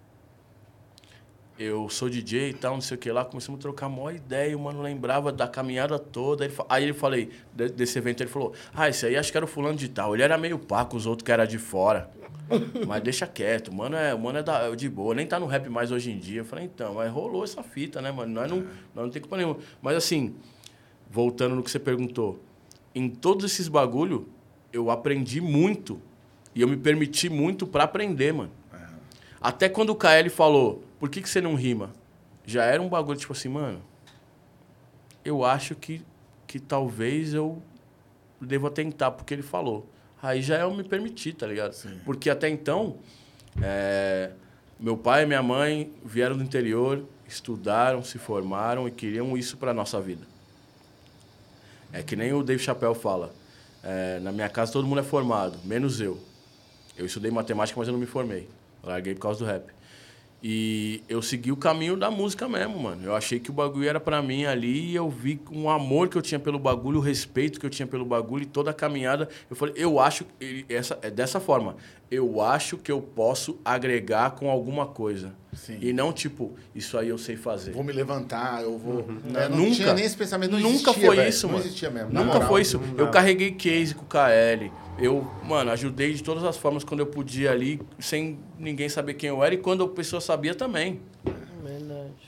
Eu sou DJ e tal, não sei o que lá. Começamos a trocar a maior ideia, o mano lembrava da caminhada toda. Aí ele falei, desse evento, ele falou, esse aí acho que era o fulano de tal. Ele era meio pá com os outros que era de fora. Mas deixa quieto, o mano é de boa, nem tá no rap mais hoje em dia. Eu falei, então, mas rolou essa fita, né, mano? Nós não tem culpa nenhuma. Mas assim, voltando no que você perguntou, em todos esses bagulho, eu aprendi muito e eu me permiti muito pra aprender, mano. Até quando o KL falou, por que você não rima? Já era um bagulho, tipo assim, mano, eu acho que talvez eu deva tentar, porque ele falou. Aí já eu me permiti, tá ligado? Sim. Porque até então, meu pai e minha mãe vieram do interior, estudaram, se formaram e queriam isso pra nossa vida. É que nem o Dave Chappelle fala, na minha casa todo mundo é formado, menos eu. Eu estudei matemática, mas eu não me formei. Larguei por causa do rap. E eu segui o caminho da música mesmo, mano. Eu achei que o bagulho era pra mim ali e eu vi um amor que eu tinha pelo bagulho, o respeito que eu tinha pelo bagulho e toda a caminhada. Eu falei, eu acho... é dessa forma. Eu acho que eu posso agregar com alguma coisa. Sim. E não, tipo, isso aí eu sei fazer. Vou me levantar, eu vou... Não, nunca. Tinha nem esse pensamento, não nunca existia, foi véio. isso, mano. Não existia mesmo. Nunca foi isso. Eu carreguei case com o KL. Eu, mano, ajudei de todas as formas quando eu podia ali, sem ninguém saber quem eu era. E quando a pessoa sabia também. Verdade.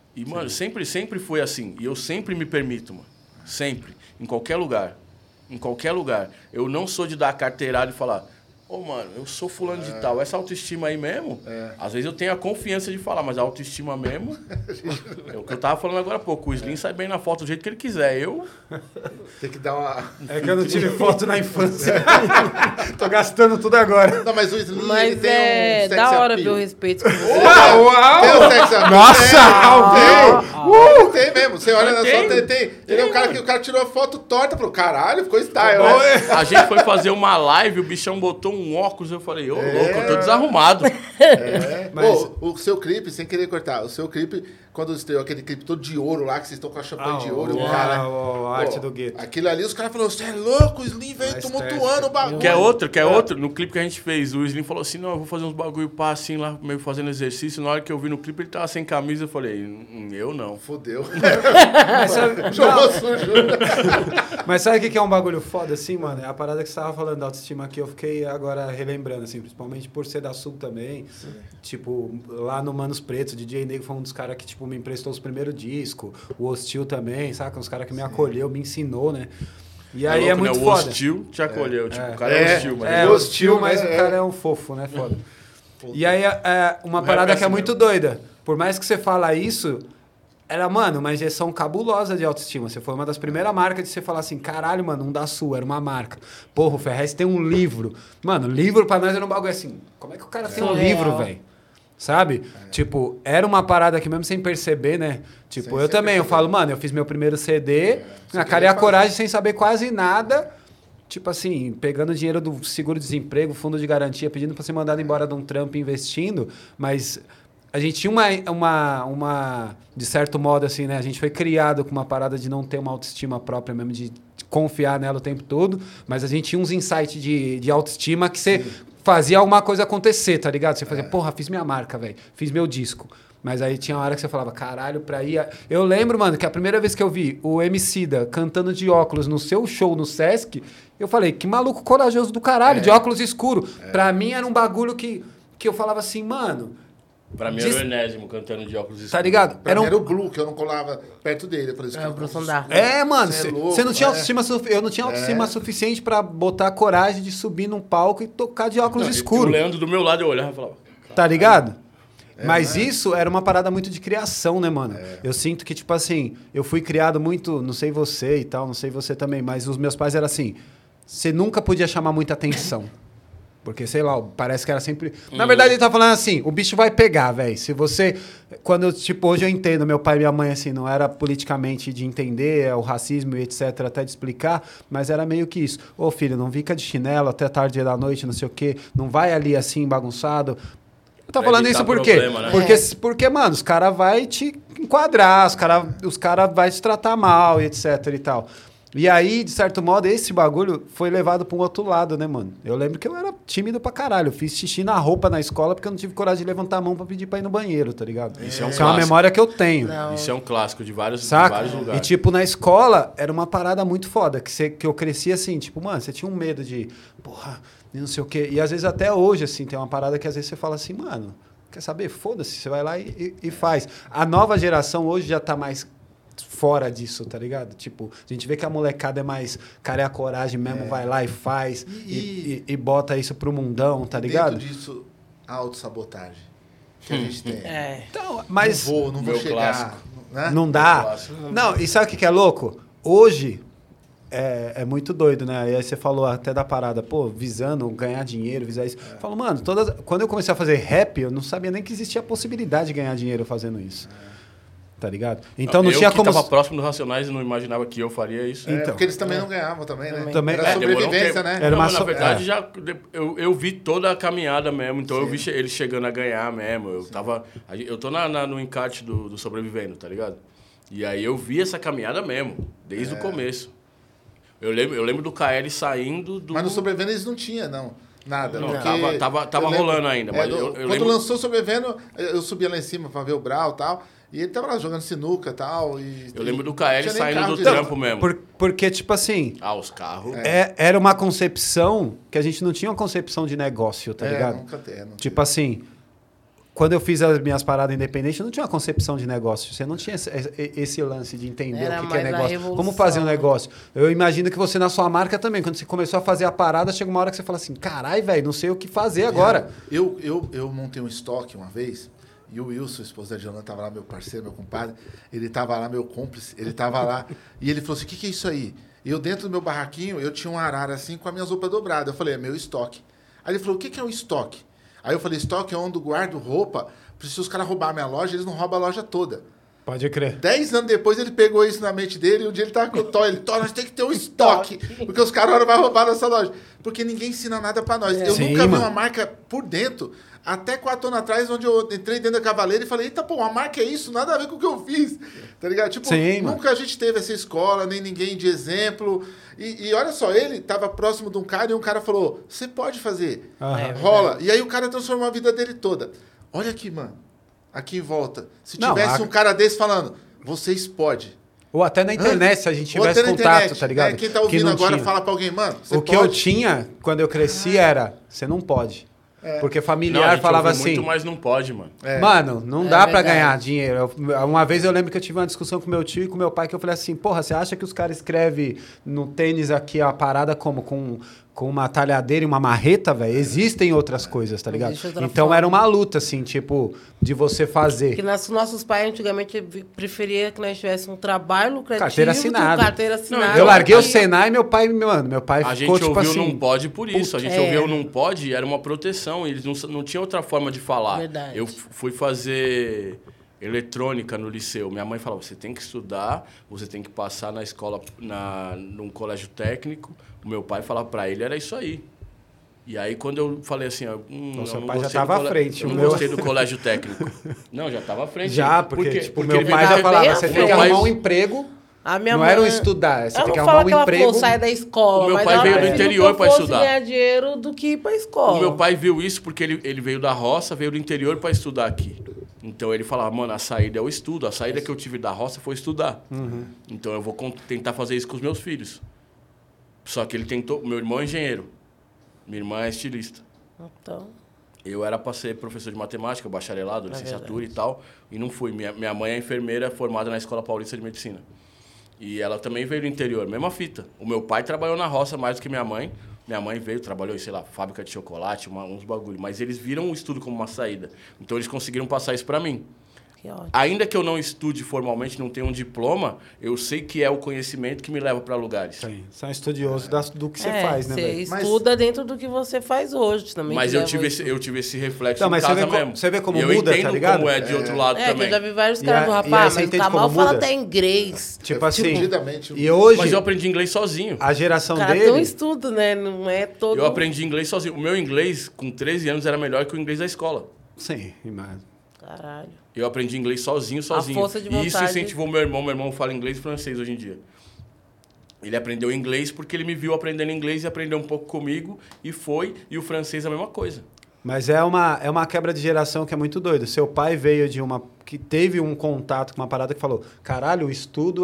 E, mano, sempre foi assim. E eu sempre me permito, mano. Sempre. Em qualquer lugar. Em qualquer lugar. Eu não sou de dar carteirada e falar... mano, eu sou fulano de tal. Essa autoestima aí mesmo, às vezes eu tenho a confiança de falar, mas a autoestima mesmo... é o que eu tava falando agora há pouco. O Slim sai bem na foto do jeito que ele quiser. Eu... Tem que dar uma... É que eu não tive foto na infância. Tô gastando tudo agora. Não, mas o Slim, Mas ele tem um sex da hora appeal. ver o respeito que você Uau! Tem o sex appeal. Nossa! Tem mesmo. Você olha na sua... Tem. Ele é um cara que o cara tirou a foto torta pro caralho, ficou style. A gente foi fazer uma live, o bichão botou um óculos, eu falei, louco, eu tô desarrumado. Mas... o seu clipe, sem querer cortar, o seu clipe, quando estreou aquele clipe todo de ouro lá, que vocês estão com a champanhe de ouro, o cara... A arte do gueto. Aquilo ali, os caras falaram, você é louco, o Slim veio tumultuando o bagulho. Quer outro? No clipe que a gente fez, o Slim falou assim, não, eu vou fazer uns bagulho pá, assim, lá, meio fazendo exercício. Na hora que eu vi no clipe, ele tava sem camisa, eu falei, eu não. Fodeu. Jogou sujo. Mas sabe o que é um bagulho foda, assim, mano? É a parada que você tava falando da autoestima aqui, eu fiquei agora relembrando, assim, principalmente por ser da Sul também. Sim. Tipo, lá no Manos Pretos, o DJ Nego foi um dos caras que, tipo, me emprestou os primeiros discos. O Hostil também, saca? Uns caras que me acolheu, me ensinou, né? E aí louco, é muito né? foda. O Hostil te acolheu, tipo, o cara é hostil, mas... É hostil, mas o cara é um fofo, né? Foda. E aí, uma parada que é muito doida. Por mais que você fala isso... Era, mano, uma injeção cabulosa de autoestima. Você foi uma das primeiras marcas de você falar assim, caralho, mano, um da sua, era uma marca. Porra, o Ferrez tem um livro. Mano, livro pra nós era um bagulho assim, como é que o cara tem um livro, velho? Sabe? Tipo, era uma parada que mesmo sem perceber, né? Tipo, eu também, eu falo, mano, eu fiz meu primeiro CD, na cara e a coragem, sem saber quase nada. Tipo assim, pegando dinheiro do seguro-desemprego, fundo de garantia, pedindo pra ser mandado embora de um trampo investindo, mas... A gente tinha uma... De certo modo, assim, né? A gente foi criado com uma parada de não ter uma autoestima própria mesmo, de confiar nela o tempo todo. Mas a gente tinha uns insights de autoestima que você fazia alguma coisa acontecer, tá ligado? Você fazia, porra, fiz minha marca, velho. Fiz meu disco. Mas aí tinha uma hora que você falava, caralho, pra ir... Eu lembro, mano, que a primeira vez que eu vi o Emicida cantando de óculos no seu show no Sesc, eu falei, que maluco corajoso do caralho, de óculos escuro. Pra mim era um bagulho que eu falava assim, mano... Pra mim era o Enésimo cantando de óculos escuros. Tá ligado? Era o Blue, que eu não colava perto dele. Eu falei, o Blue Sondar. Mano, você não tinha autoestima eu não tinha autoestima suficiente pra botar a coragem de subir num palco e tocar de óculos escuros. O Leandro do meu lado, eu olhava e falava... Tá ligado? Mas isso era uma parada muito de criação, né, mano? Eu sinto que, tipo assim, eu fui criado muito, não sei você e tal, não sei você também, mas os meus pais eram assim, você nunca podia chamar muita atenção. Porque, sei lá, parece que era sempre... Na verdade, ele tá falando assim, o bicho vai pegar, velho. Se você... Quando, tipo, hoje eu entendo, meu pai e minha mãe, assim, não era politicamente de entender o racismo e etc, até de explicar, mas era meio que isso. Ô, filho, não fica de chinelo até tarde da noite, não sei o quê. Não vai ali, assim, bagunçado. Eu tô falando isso por quê? Problema, né? Porque, mano, os caras vão te enquadrar, os cara vai te tratar mal e etc e tal. E aí, de certo modo, esse bagulho foi levado para um outro lado, né, mano? Eu lembro que eu era tímido pra caralho. Eu fiz xixi na roupa na escola porque eu não tive coragem de levantar a mão pra pedir pra ir no banheiro, tá ligado? Isso é uma memória que eu tenho. Não. Isso é um clássico de vários lugares. E, tipo, na escola, era uma parada muito foda. Que eu crescia assim, tipo, mano, você tinha um medo de... Porra, não sei o quê. E, às vezes, até hoje, assim, tem uma parada que, às vezes, você fala assim, mano, quer saber? Foda-se, você vai lá e faz. A nova geração hoje já tá mais... fora disso, tá ligado? Tipo, a gente vê que a molecada é mais cara, é a coragem mesmo, vai lá e faz e bota isso pro mundão, tá ligado? Dentro disso, a autossabotagem que a gente tem. Então, mas... Não vou chegar. Né? Não dá. Não, e sabe o que é louco? Hoje é muito doido, né? E aí você falou até da parada, pô, visando ganhar dinheiro, visar isso. Eu falo, mano, quando eu comecei a fazer rap, eu não sabia nem que existia a possibilidade de ganhar dinheiro fazendo isso. Tá ligado? Então não tinha como... Eu tava próximo do Racionais e não imaginava que eu faria isso. Então, porque eles também não ganhavam também, né? Também, era sobrevivência, né? Era na verdade, eu vi toda a caminhada mesmo, então eu vi eles chegando a ganhar mesmo. Eu tô no encarte do Sobrevivendo, tá ligado? E aí eu vi essa caminhada mesmo, desde o começo. Eu lembro do KL saindo do... Mas no Sobrevivendo eles não tinham, não. Nada. Não, porque tava rolando ainda. Mas quando lançou Sobrevivendo, eu subia lá em cima pra ver o Brau e tal... E ele tava lá jogando sinuca e tal. Eu lembro do KL saindo do trampo mesmo. Porque, tipo assim... os carros... Era uma concepção que a gente não tinha uma concepção de negócio, tá ligado? Nunca tem. Tipo assim, quando eu fiz as minhas paradas independentes, eu não tinha uma concepção de negócio. Você não tinha esse lance de entender o que é negócio. Como fazer um negócio. Eu imagino que você, na sua marca também, quando você começou a fazer a parada, chega uma hora que você fala assim, carai, velho, não sei o que fazer agora. Eu montei um estoque uma vez, e o Wilson, esposo da Diana, tava lá, meu parceiro, meu compadre, ele tava lá, meu cúmplice, ele tava lá, e ele falou assim, o que é isso aí? E eu, dentro do meu barraquinho, eu tinha um arara assim, com as minhas roupas dobradas. Eu falei, é meu estoque. Aí ele falou, o que é um estoque? Aí eu falei, estoque é onde eu guardo roupa, se os caras roubarem a minha loja, eles não roubam a loja toda. Pode crer. 10 anos depois ele pegou isso na mente dele e um dia ele tava com o Tó. Ele, Tó, nós tem que ter um estoque, porque os caras não vão roubar nossa loja. Porque ninguém ensina nada pra nós. Eu nunca vi uma marca por dentro, até 4 anos atrás, onde eu entrei dentro da Cavaleira e falei, eita, pô, a marca é isso, nada a ver com o que eu fiz. Tá ligado? Tipo, nunca a gente teve essa escola, nem ninguém de exemplo. E olha só, ele tava próximo de um cara e um cara falou, você pode fazer, rola. E aí o cara transformou a vida dele toda. Olha aqui, mano. Aqui em volta. Se tivesse um cara desse falando, vocês podem. Ou até na internet, se a gente tivesse contato, tá ligado? Quem tá ouvindo agora fala pra alguém, mano, você pode. O que eu tinha, quando eu cresci, era, você não pode. Porque familiar falava assim... muito, mas não pode, mano. Mano, não dá pra ganhar dinheiro. Uma vez eu lembro que eu tive uma discussão com meu tio e com meu pai, que eu falei assim, porra, você acha que os caras escrevem no tênis aqui a parada como com uma talhadeira e uma marreta, velho? Existem outras coisas, tá ligado? Então era uma luta, assim, tipo, de você fazer. Porque nossos pais antigamente preferiam que nós tivéssemos um trabalho lucrativo. Carteira assinada. Carteira assinada. Eu larguei o Senai e meu pai a ficou gente tipo ouviu assim... não pode por isso. A gente ouviu não pode, era uma proteção. Eles não tinham outra forma de falar. Verdade. Eu fui fazer eletrônica no liceu. Minha mãe falava, você tem que estudar, você tem que passar na escola, num colégio técnico. O meu pai falava pra ele, era isso aí. E aí, quando eu falei assim... Então, seu pai já estava à frente. Eu não gostei do colégio técnico. Não, já estava à frente. Já, porque meu pai já falava, você tem que arrumar um emprego... Não era um estudar, você tem que arrumar um emprego. Ela sai da escola, o meu pai veio do interior para estudar. Ganhar dinheiro do que ir para escola. O meu pai viu isso porque ele veio da roça, veio do interior para estudar aqui. Então ele falava, mano, a saída é o estudo. A saída que eu tive da roça foi estudar. Então eu vou tentar fazer isso com os meus filhos. Só que ele tentou... Meu irmão é engenheiro. Minha irmã é estilista. Então... Eu era para ser professor de matemática, bacharelado, licenciatura e tal. E não fui. Minha mãe é enfermeira formada na Escola Paulista de Medicina. E ela também veio do interior, mesma fita. O meu pai trabalhou na roça mais do que minha mãe. Minha mãe veio, trabalhou em, sei lá, fábrica de chocolate, uns bagulho. Mas eles viram o estudo como uma saída. Então eles conseguiram passar isso para mim. Que ótimo. Ainda que eu não estude formalmente, não tenha um diploma, eu sei que é o conhecimento que me leva para lugares. Sim, você é um estudioso do que você faz, né? Você estuda dentro do que você faz hoje também. Mas eu tive esse reflexo em casa mesmo. Você vê como muda, tá ligado? Como é de outro lado também. Eu já vi vários caras do rapaz, mas o Kamal fala até inglês. Tipo assim, e hoje... Mas eu aprendi inglês sozinho. A geração dele... tem um estudo, né? Não é todo... Eu aprendi inglês sozinho. O meu inglês, com 13 anos, era melhor que o inglês da escola. Sim, imagina. Caralho. Eu aprendi inglês sozinho. A força de vontade. E isso incentivou meu irmão. Meu irmão fala inglês e francês hoje em dia. Ele aprendeu inglês porque ele me viu aprendendo inglês e aprendeu um pouco comigo. E e o francês a mesma coisa. Mas é uma quebra de geração que é muito doido. Seu pai veio de que teve um contato com uma parada que falou, caralho, o estudo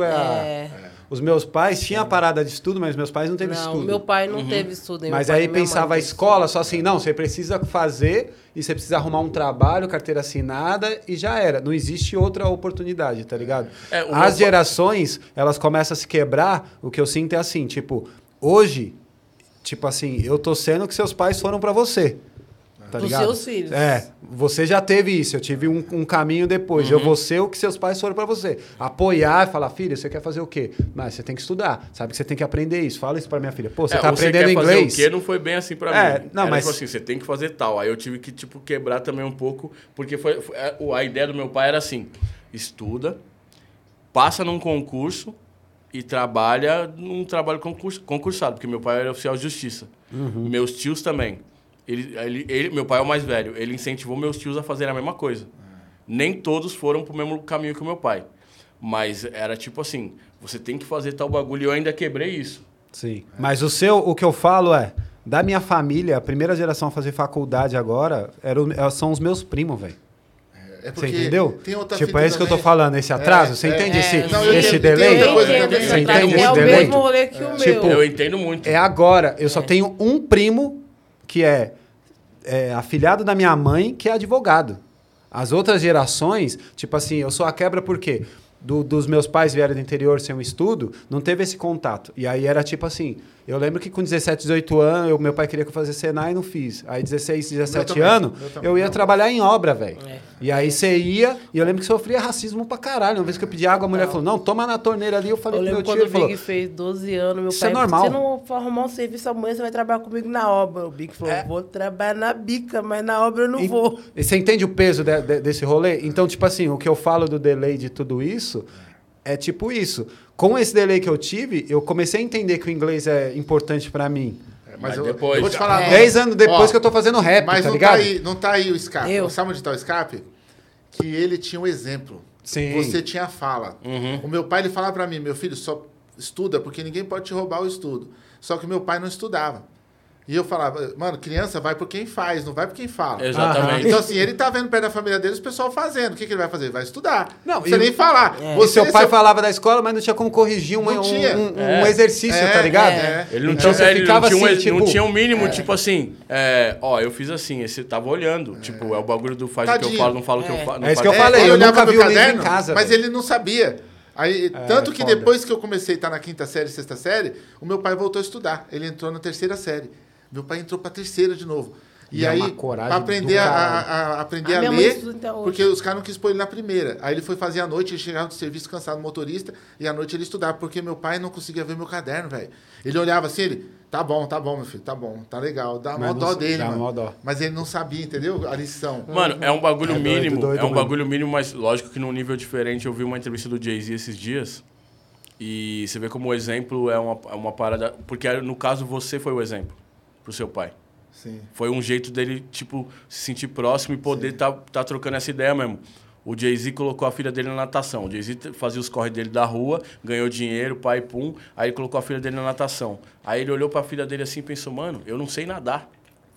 Os meus pais tinham a parada de estudo, mas meus pais não teve estudo. Meu pai não teve estudo. Mas aí pensava a escola só assim, não, você precisa fazer e você precisa arrumar um trabalho, carteira assinada e já era. Não existe outra oportunidade, tá ligado? As gerações, elas começam a se quebrar, o que eu sinto é assim, tipo, hoje, tipo assim, eu tô sendo o que seus pais foram pra você. Tá dos ligado? seus filhos. Você já teve isso, eu tive um caminho depois. Eu vou ser o que seus pais foram pra você. Apoiar e falar, filha, você quer fazer o quê? Mas você tem que estudar, sabe que você tem que aprender isso. Fala isso pra minha filha. Pô, você tá aprendendo inglês. Você quer fazer o quê? Não foi bem assim pra mim. Não, mas... tipo assim, você tem que fazer tal. Aí eu tive que, tipo, quebrar também um pouco, porque a ideia do meu pai era assim, estuda, passa num concurso e trabalha num trabalho concursado, porque meu pai era oficial de justiça. Meus tios também. Meu pai é o mais velho. Ele incentivou meus tios a fazerem a mesma coisa. Nem todos foram pro mesmo caminho que o meu pai. Mas era tipo assim, você tem que fazer tal bagulho. E eu ainda quebrei isso. Sim. Mas o que eu falo da minha família, a primeira geração a fazer faculdade agora, são os meus primos, velho. Você entendeu? Tem outra tipo, é isso que eu tô falando, esse atraso. Você entende esse Você delay? entende esse delay? É o mesmo rolê que o meu. Eu entendo muito. É agora. Eu só tenho um primo que é afilhado da minha mãe, que é advogado. As outras gerações, tipo assim, eu sou a quebra por quê? Dos meus pais vieram do interior sem um estudo, não teve esse contato. E aí era tipo assim, eu lembro que com 17, 18 anos, meu pai queria que eu fizesse Senai e não fiz. Aí 16, 17 anos, eu ia trabalhar em obra, velho. E aí você ia, e eu lembro que sofria racismo pra caralho. Uma vez que eu pedi água, a mulher falou, não, toma na torneira ali. Eu falei pro meu tio, ele falou... O Big fez 12 anos, meu isso pai... é normal. Se não for arrumar um serviço amanhã, você vai trabalhar comigo na obra. O Big falou, vou trabalhar na bica, mas na obra eu não vou. E você entende o peso desse rolê? Então, tipo assim, o que eu falo do delay de tudo isso... É tipo isso. Com esse delay que eu tive, eu comecei a entender que o inglês é importante pra mim. Mas depois... eu vou te falar... 10 anos depois que eu tô fazendo rap, mas tá não ligado? Não tá aí o escape. Sabe onde tá o escape? Que ele tinha um exemplo. Sim. Você tinha a fala. O meu pai, ele falava pra mim, meu filho, só estuda porque ninguém pode te roubar o estudo. Só que meu pai não estudava. E eu falava, mano, criança vai por quem faz, não vai por quem fala. Exatamente. Então, assim, ele tá vendo perto da família dele os pessoal fazendo. O que ele vai fazer? Vai estudar. Não, você nem falar. E seu pai falava da escola, mas não tinha como corrigir um exercício, tá ligado? Ele não então tinha, você ficava não assim, tipo... Não tinha um mínimo, tipo assim, eu fiz assim, esse tava olhando. Tipo, é o bagulho do faz o que eu falo, não falo o que eu falo. É isso que eu falei, eu nunca vi o livro em casa. Mas ele não sabia. Aí, tanto que depois que eu comecei a estar na 5ª série, 6ª série, o meu pai voltou a estudar. Ele entrou na 3ª série. Meu pai entrou pra 3ª de novo. E aí, pra aprender aprender a ler, porque os caras não quis pôr ele na 1ª. Aí ele foi fazer à noite, ele chegava do serviço cansado, motorista, e à noite ele estudava, porque meu pai não conseguia ver meu caderno, velho. Ele olhava assim, ele, tá bom, meu filho, tá bom, tá legal. Dá mó dó dele, mano. Mas ele não sabia, entendeu? A lição. Mano, é um bagulho mínimo, bagulho mínimo, mas lógico que num nível diferente. Eu vi uma entrevista do Jay-Z esses dias, e você vê como o exemplo é uma parada, porque no caso você foi o exemplo pro seu pai. Sim. Foi um jeito dele, tipo, se sentir próximo e poder tá trocando essa ideia mesmo. O Jay-Z colocou a filha dele na natação. O Jay-Z fazia os corre dele da rua, ganhou dinheiro, pai, pum. Aí ele colocou a filha dele na natação. Aí ele olhou pra filha dele assim e pensou, mano, eu não sei nadar.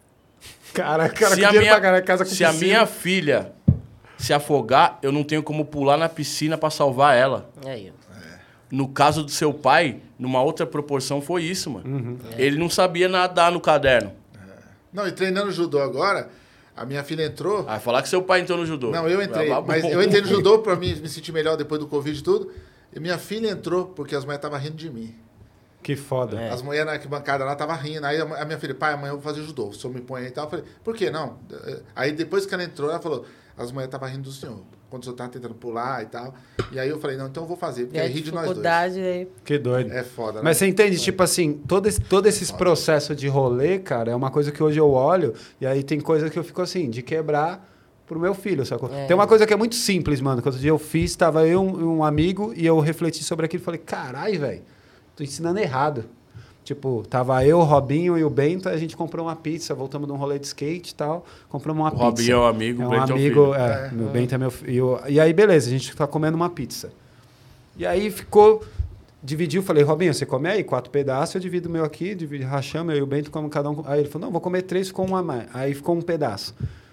Se a minha filha se afogar, eu não tenho como pular na piscina pra salvar ela. No caso do seu pai, numa outra proporção, foi isso, mano. Ele não sabia nadar no caderno. Não, e treinando judô agora, a minha filha entrou... Ah, falar que seu pai entrou no judô. Não, eu entrei. Mas eu entrei no judô pra me sentir melhor depois do Covid e tudo. E minha filha entrou porque as mulheres estavam rindo de mim. Que foda. As mulheres na arquibancada lá estavam rindo. Aí a minha filha, pai, amanhã eu vou fazer judô. O senhor me põe aí e tal. Eu falei, por que não? Aí depois que ela entrou, ela falou, as mulheres estavam rindo do senhor. Quando o senhor tava tentando pular e tal. E aí eu falei, não, então eu vou fazer. Porque aí ri de nós dois. Que doido. É foda, né? Mas você entende, tipo assim, todo esses processos de rolê, cara, é uma coisa que hoje eu olho, e aí tem coisa que eu fico assim, de quebrar pro meu filho, sacou? Tem uma coisa que é muito simples, mano. Quando eu fiz, tava eu e um amigo, e eu refleti sobre aquilo e falei, caralho, velho, tô ensinando errado. Tipo, tava eu, o Robinho e o Bento, a gente comprou uma pizza, voltamos de um rolê de skate e tal, compramos uma pizza. O Robinho é um amigo, o Bento é o filho. Meu Bento é meu filho. E aí, beleza, a gente tá comendo uma pizza. E aí ficou, dividiu, falei, Robinho, você come aí 4 pedaços, eu divido o meu aqui, rachamos, eu e o Bento comemos cada um. Aí ele falou, não, vou comer 3, ficou um a mais. Aí ficou um pedaço.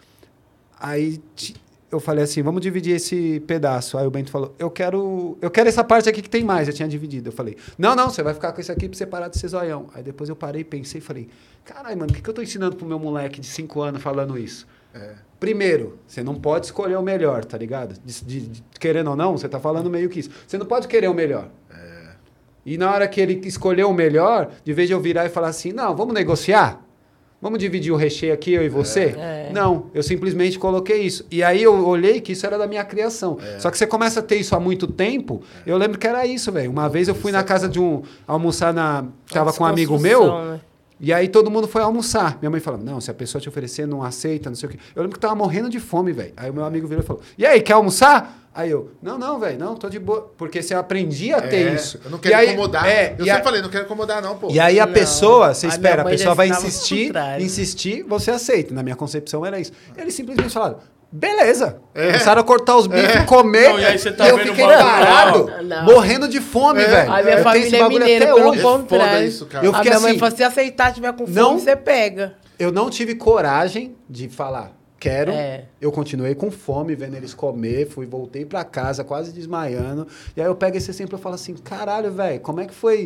Aí eu falei assim, vamos dividir esse pedaço. Aí o Bento falou, eu quero essa parte aqui que tem mais. Eu tinha dividido. Eu falei, não, você vai ficar com isso aqui pra você parar de ser zoião. Aí depois eu parei, pensei e falei, caralho, mano, o que eu tô ensinando pro meu moleque de 5 anos falando isso? Primeiro, você não pode escolher o melhor, tá ligado? Querendo ou não, você tá falando meio que isso. Você não pode querer o melhor. E na hora que ele escolheu o melhor, de vez de eu virar e falar assim, não, vamos negociar? Vamos dividir o recheio aqui, eu e você? Não, eu simplesmente coloquei isso. E aí eu olhei que isso era da minha criação. Só que você começa a ter isso há muito tempo, eu lembro que era isso, velho. Uma vez eu fui na casa de almoçar tava com um amigo meu, né? E aí todo mundo foi almoçar. Minha mãe falando, não, se a pessoa te oferecer, não aceita, não sei o quê. Eu lembro que tava morrendo de fome, velho. Aí o meu amigo virou e falou, e aí, quer almoçar? Aí eu, não, velho, não, tô de boa. Porque você aprendia a ter isso. Eu não quero incomodar. Eu sempre falei, não quero incomodar não, pô. E aí a pessoa, você espera, a pessoa vai insistir, você aceita. Na minha concepção era isso. Eles simplesmente falaram, beleza. Começaram a cortar os bifes, comer. Não, e aí você tá eu fiquei parado, morrendo de fome, velho. A minha família é mineira, pelo contrário. Isso, cara. Eu fiquei a minha mãe assim, falou, se aceitar, tiver com fome, você pega. Eu não tive coragem de falar, quero. Eu continuei com fome, vendo eles comer, voltei pra casa quase desmaiando. E aí eu pego esse exemplo e falo assim, caralho, velho, como é que foi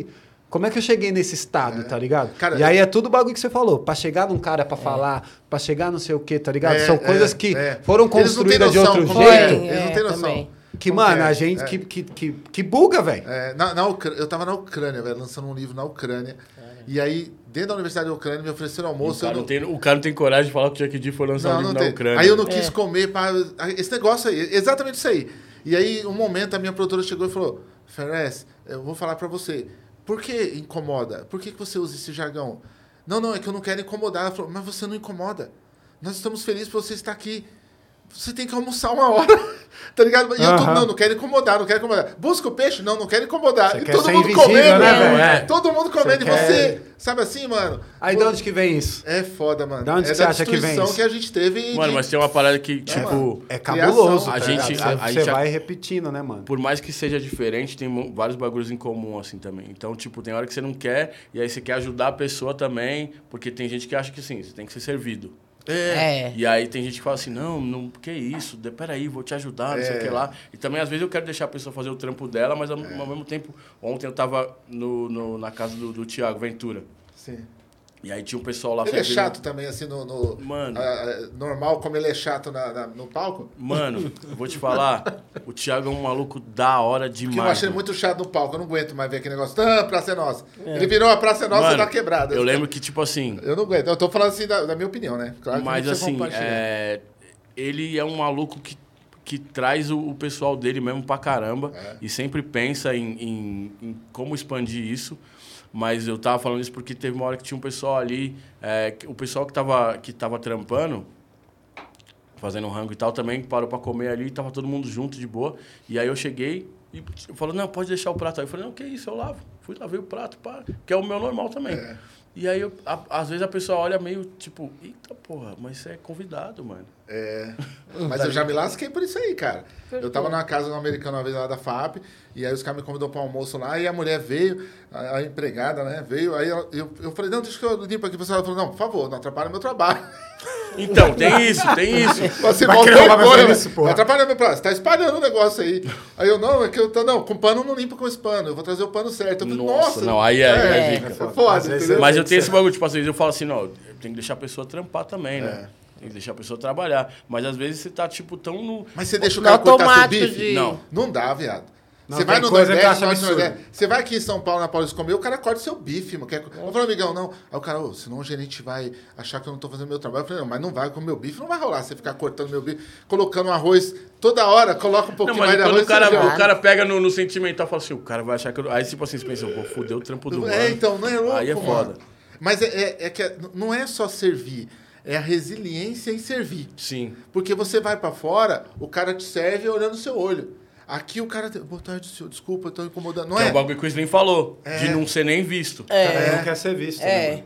como é que eu cheguei nesse estado, tá ligado? Cara, e aí é tudo o bagulho que você falou. Pra chegar num cara pra falar, pra chegar não sei o quê, tá ligado? São coisas que foram construídas de outro jeito. Eles não têm noção. Também. Que, mano, a gente que buga, velho. Eu tava na Ucrânia, velho, lançando um livro na Ucrânia. E aí, dentro da Universidade da Ucrânia, me ofereceram almoço. O cara não tem coragem de falar que o Chuck D foi lançar um livro na Ucrânia. Aí eu não quis comer. Esse negócio aí, exatamente isso aí. E aí, um momento, a minha produtora chegou e falou: Ferrez, eu vou falar pra você. Por que incomoda? Por que você usa esse jargão? Não, é que eu não quero incomodar. Ela falou: mas você não incomoda. Nós estamos felizes por você estar aqui. Você tem que almoçar uma hora, tá ligado? E eu não quero incomodar. Busca o peixe? Não quero incomodar. E todo mundo comendo, né? Todo mundo comendo. E você, sabe assim, mano? Aí de onde que vem isso? É foda, mano. De onde você acha que vem isso? Que a gente teve. Mano, mas tem uma parada que, tipo... É cabuloso. Você vai repetindo, né, mano? Por mais que seja diferente, tem vários bagulhos em comum, assim, também. Então, tipo, tem hora que você não quer, e aí você quer ajudar a pessoa também, porque tem gente que acha que, assim, você tem que ser servido. E aí tem gente que fala assim, não, que isso? Peraí, vou te ajudar, não sei o que lá. E também, às vezes, eu quero deixar a pessoa fazer o trampo dela, mas ao mesmo tempo, ontem eu tava na casa do Thiago Ventura. Sim. E aí tinha um pessoal lá... Ele é chato também, assim, Mano... normal, como ele é chato no palco? Mano, vou te falar, o Thiago é um maluco da hora demais. Que eu achei muito chato no palco, eu não aguento mais ver aquele negócio. Praça é Nossa. Ele virou a Praça é Nossa, mano, tá quebrada. Eu lembro que, tipo assim... Eu não aguento, eu tô falando assim da minha opinião, né? Claro que mas assim, ele é um maluco que traz o pessoal dele mesmo pra caramba e sempre pensa em como expandir isso. Mas eu tava falando isso porque teve uma hora que tinha um pessoal ali, o pessoal que tava trampando, fazendo rango e tal, também parou pra comer ali, tava todo mundo junto, de boa. E aí eu cheguei e falou, não, pode deixar o prato aí. Eu falei, não, que isso, eu lavo. Fui, lavei o prato, que é o meu normal também. E aí, às vezes, a pessoa olha meio, tipo, eita, porra, mas você é convidado, mano. Mas eu já me lasquei por isso aí, cara. Eu tava numa casa de um americano uma vez lá da FAP, e aí os caras me convidou para almoço lá, e a mulher veio, a empregada, né, veio, aí eu falei, não, deixa que eu limpo aqui. Ela falou, não, por favor, não atrapalha meu trabalho. Então, tem isso. Você vai atrapalhar meu trabalho, você tá espalhando o negócio aí. Aí eu, não, é que eu tô, não, com pano não limpa com esse pano, eu vou trazer o pano certo. Eu falei, nossa. Não, aí é dica. Foda, entendeu? Mas eu tenho esse bagulho, tipo, às vezes eu falo assim, não, eu tenho que deixar a pessoa trampar também, né? Tem que deixar a pessoa trabalhar. Mas às vezes você tá, tipo, tão no... Mas você deixa o cara cortar seu bife? Não. Não dá, viado. Você vai no Nordeste, você vai aqui em São Paulo, na Paulista comer, o cara corta seu bife, mano. Eu falei, amigão, não. Aí o cara, senão o gerente vai achar que eu não tô fazendo meu trabalho. Eu falei, não, mas não vai com o meu bife, não vai rolar. Você ficar cortando meu bife, colocando arroz toda hora, coloca um pouquinho mais de arroz. O cara pega no sentimental e fala assim, o cara vai achar que eu... Aí, tipo assim, você pensa, eu vou foder o trampo do mano. Então, não é louco, aí é foda. Mano. Mas que não é só servir. É a resiliência em servir. Sim. Porque você vai pra fora, o cara te serve olhando no seu olho. Aqui o cara... Boa tarde, senhor. Desculpa, eu tô incomodando. Não é? É o bagulho que o Slim falou. De não ser nem visto. Também não quer ser visto. Né,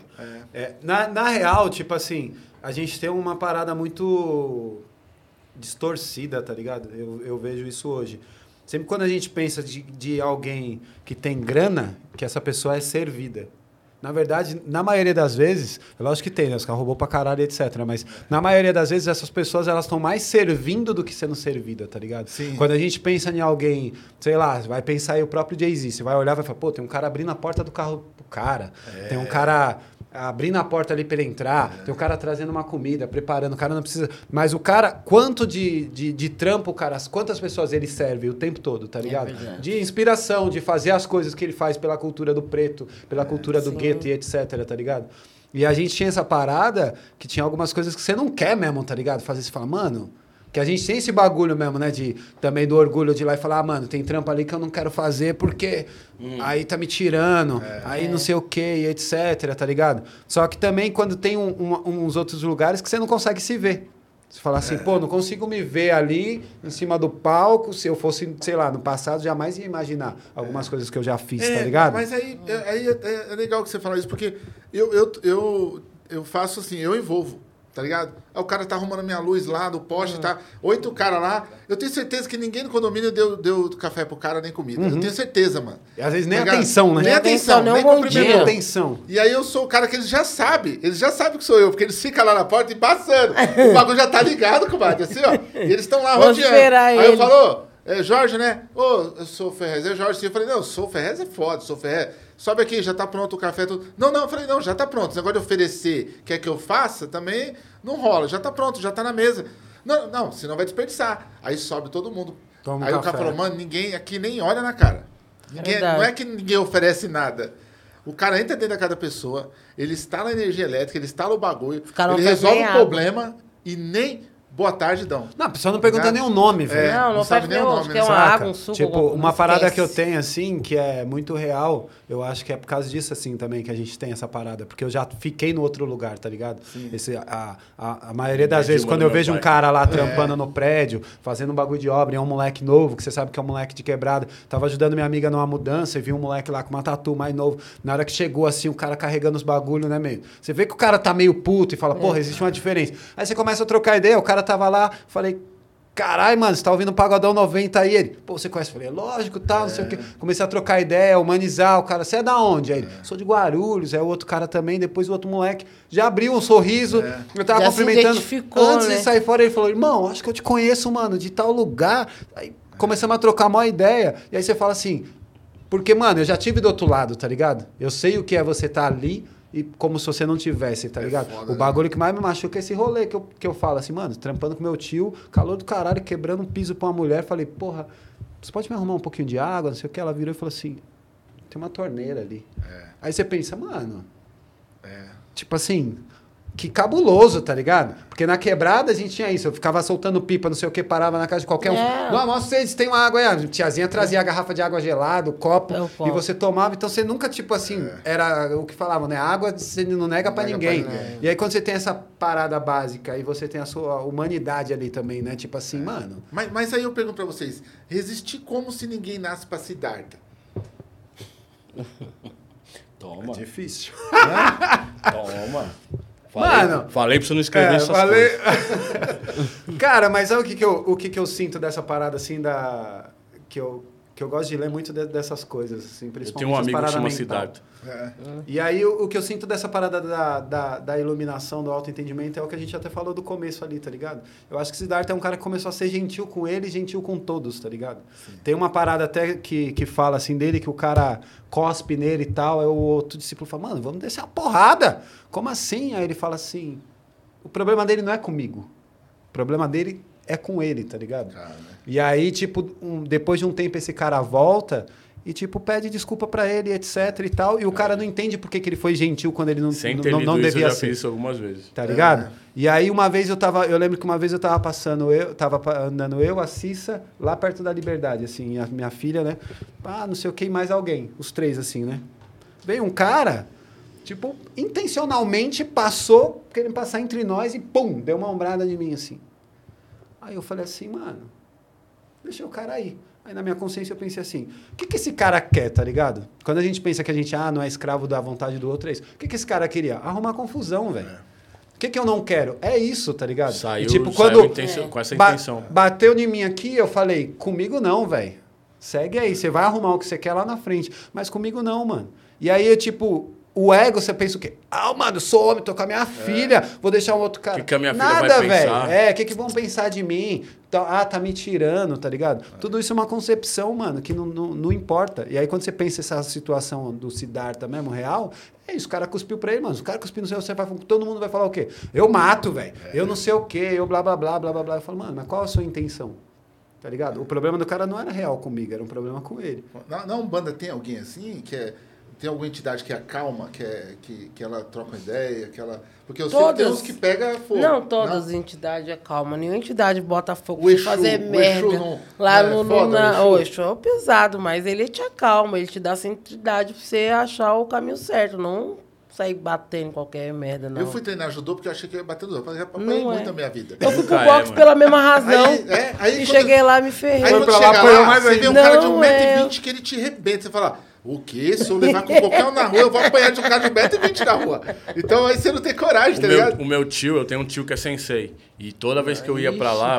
na real, tipo assim, a gente tem uma parada muito distorcida, tá ligado? Eu vejo isso hoje. Sempre quando a gente pensa de alguém que tem grana, que essa pessoa é servida. Na verdade, na maioria das vezes, é lógico que tem, né? Os caras roubou pra caralho, etc. Mas na maioria das vezes, essas pessoas, elas estão mais servindo do que sendo servida, tá ligado? Sim. Quando a gente pensa em alguém, sei lá, vai pensar aí o próprio Jay-Z, você vai olhar e vai falar, pô, tem um cara abrindo a porta do carro pro cara, tem um cara abrindo a porta ali pra ele entrar, tem um cara trazendo uma comida, preparando, o cara não precisa... Mas o cara, quanto de trampo o cara, quantas pessoas ele serve o tempo todo, tá ligado? De inspiração, de fazer as coisas que ele faz pela cultura do preto, pela cultura do gueto e etc, tá ligado? E a gente tinha essa parada que tinha algumas coisas que você não quer mesmo, tá ligado? Fazer, você fala, mano... Que a gente tem esse bagulho mesmo, né? Também do orgulho de ir lá e falar, mano, tem trampo ali que eu não quero fazer porque aí tá me tirando, aí não sei o que, etc, tá ligado? Só que também quando tem uns outros lugares que você não consegue se ver. Você fala assim, pô, não consigo me ver ali em cima do palco. Se eu fosse, sei lá, no passado, jamais ia imaginar algumas coisas que eu já fiz, tá ligado? Mas aí é legal que você fala isso, porque eu faço assim, eu envolvo. Tá ligado? Aí o cara tá arrumando minha luz lá no poste, tá 8 caras lá. Eu tenho certeza que ninguém no condomínio deu café pro cara nem comida. Eu tenho certeza, mano. E às vezes nem atenção, né? Nem atenção, nem cumprimento. Atenção. E aí eu sou o cara que eles já sabem que sou eu, porque eles ficam lá na porta e passando. O bagulho já tá ligado, comadre, assim, ó. E eles estão lá rodeando. Aí eu falo, Jorge, né? Eu sou o Ferrez. É Jorge, sim. Eu falei, não, eu sou o Ferrez, é foda, sou o Ferrez. sobe aqui, já tá pronto o café. Tudo. Não, eu falei, não, já tá pronto. Esse negócio de oferecer, quer que eu faça, também não rola. Já tá pronto, já tá na mesa. Não, senão vai desperdiçar. Aí sobe todo mundo. Toma aí um o cara café. falou, mano, ninguém aqui nem olha na cara. Não é que ninguém oferece nada. O cara entra dentro da casa da pessoa, ele instala a energia elétrica, ele instala o bagulho, ele resolve o problema e nem boa tarde dão. Não, a pessoa não pergunta nem o nome, velho. Não sabe nem o nome. Quer uma água, um suco. Tipo, uma parada que eu tenho, assim, que é muito real, eu acho que é por causa disso, assim, também, que a gente tem essa parada. Porque eu já fiquei no outro lugar, tá ligado? A maioria das vezes, quando eu vejo um cara lá trampando no prédio, fazendo um bagulho de obra, e é um moleque novo, que você sabe que é um moleque de quebrada, tava ajudando minha amiga numa mudança, e vi um moleque lá com uma tatu mais novo. Na hora que chegou, assim, o cara carregando os bagulhos, né, meio? Você vê que o cara tá meio puto e fala, porra, existe uma diferença. Aí você começa a trocar ideia, o cara tava lá, falei, caralho, mano, você tá ouvindo o Pagodão 90 aí? Ele, pô, você conhece? Eu falei, lógico, tal, não sei o quê. Comecei a trocar ideia, humanizar o cara. Você é da onde? Aí ele, sou de Guarulhos. Aí o outro cara também, depois o outro moleque já abriu um sorriso. Eu tava já cumprimentando. Antes né? de sair fora, ele falou, irmão, acho que eu te conheço, mano, de tal lugar. Aí começamos a trocar uma ideia. E aí você fala assim, porque, mano, eu já tive do outro lado, tá ligado? Eu sei o que é você tá ali e como se você não tivesse, tá ligado? Foda, o bagulho que mais me machuca é esse rolê que eu falo assim, mano, trampando com meu tio, calor do caralho, quebrando um piso pra uma mulher, falei, porra, você pode me arrumar um pouquinho de água, não sei o que? Ela virou e falou assim, tem uma torneira ali. Aí você pensa, mano, tipo assim, que cabuloso, tá ligado? Porque na quebrada a gente tinha isso, eu ficava soltando pipa, não sei o que, parava na casa de qualquer um. Não, mostra vocês, tem uma água aí. A tiazinha trazia a garrafa de água gelada, o copo, e você tomava. Então você nunca, tipo assim, era o que falavam, né? Água você não nega pra ninguém. E aí quando você tem essa parada básica e você tem a sua humanidade ali também, né? Tipo assim, mano... Mas aí eu pergunto pra vocês, resistir como se ninguém nasce pra Siddhartha? Toma. É difícil. Toma. Falei pra você não escrever essas coisas. Cara, mas sabe o que eu sinto dessa parada, assim, que eu gosto de ler muito dessas coisas, assim, principalmente. Eu tenho um amigo que chama Siddhartha. E aí, o que eu sinto dessa parada da iluminação, do autoentendimento, é o que a gente até falou do começo ali, tá ligado? Eu acho que Siddhartha é um cara que começou a ser gentil com ele e gentil com todos, tá ligado? Sim. Tem uma parada até que fala, assim, dele, que o cara cospe nele e tal, aí o outro discípulo fala, mano, vamos descer a porrada! Como assim? Aí ele fala assim, o problema dele não é comigo, o problema dele é com ele, tá ligado? E aí, tipo, depois de um tempo esse cara volta e, tipo, pede desculpa pra ele, etc e tal, e o cara não entende por que ele foi gentil quando ele não devia ser. Eu já fiz isso algumas vezes. Tá ligado? E aí, uma vez eu lembro que uma vez eu tava andando a Cissa, lá perto da Liberdade, assim, a minha filha, né? Não sei o que, mais alguém, os três, assim, né? Veio um cara, tipo, intencionalmente passou, querendo passar entre nós e, pum, deu uma ombrada de mim, assim. Aí eu falei assim, mano, deixa o cara aí. Aí na minha consciência eu pensei assim, o que esse cara quer, tá ligado? Quando a gente pensa que a gente não é escravo da vontade do outro, é isso. O que esse cara queria? Arrumar confusão, velho. O que eu não quero? É isso, tá ligado? Saiu, e, tipo, quando com essa intenção. Bateu em mim aqui, eu falei, comigo não, velho. Segue aí, você vai arrumar o que você quer lá na frente. Mas comigo não, mano. E aí, tipo... O ego, você pensa o quê? Mano, eu sou homem, tô com a minha filha, vou deixar um outro cara. O que a minha filha vai pensar? Velho. O que vão pensar de mim? Tá me tirando, tá ligado? Tudo isso é uma concepção, mano, que não importa. E aí, quando você pensa essa situação do Siddhartha mesmo, real, é isso, o cara cuspiu pra ele, mano. O cara cuspiu no seu, todo mundo vai falar o quê? Eu mato, velho. Eu não sei o quê, eu blá, blá, blá, blá, blá, blá. Eu falo, mano, mas qual a sua intenção? Tá ligado? O problema do cara não era real comigo, era um problema com ele. Na Umbanda tem alguém assim que tem alguma entidade que acalma, que ela troca uma ideia, que ela... Porque eu sei que tem uns que pega fogo. Não, todas as entidades acalmam. Nenhuma entidade bota fogo pra fazer merda. Lá o Exu é pesado, mas ele te acalma, ele te dá essa entidade pra você achar o caminho certo, não sair batendo qualquer merda, não. Eu fui treinar judô porque eu achei que eu ia bater dos outros. Eu apanhei muito a minha vida. Eu fui pro boxe pela mesma razão. E cheguei lá e me ferrei. Aí quando chega lá, você vê um cara de 1,20 m que ele te arrebenta. Você fala... O quê? Se eu levar com qualquer um na rua, eu vou apanhar de um cara de 1,20 m na rua. Então aí você não tem coragem, tá ligado? O meu tio, eu tenho um tio que é sensei. E toda vez que eu ia pra lá,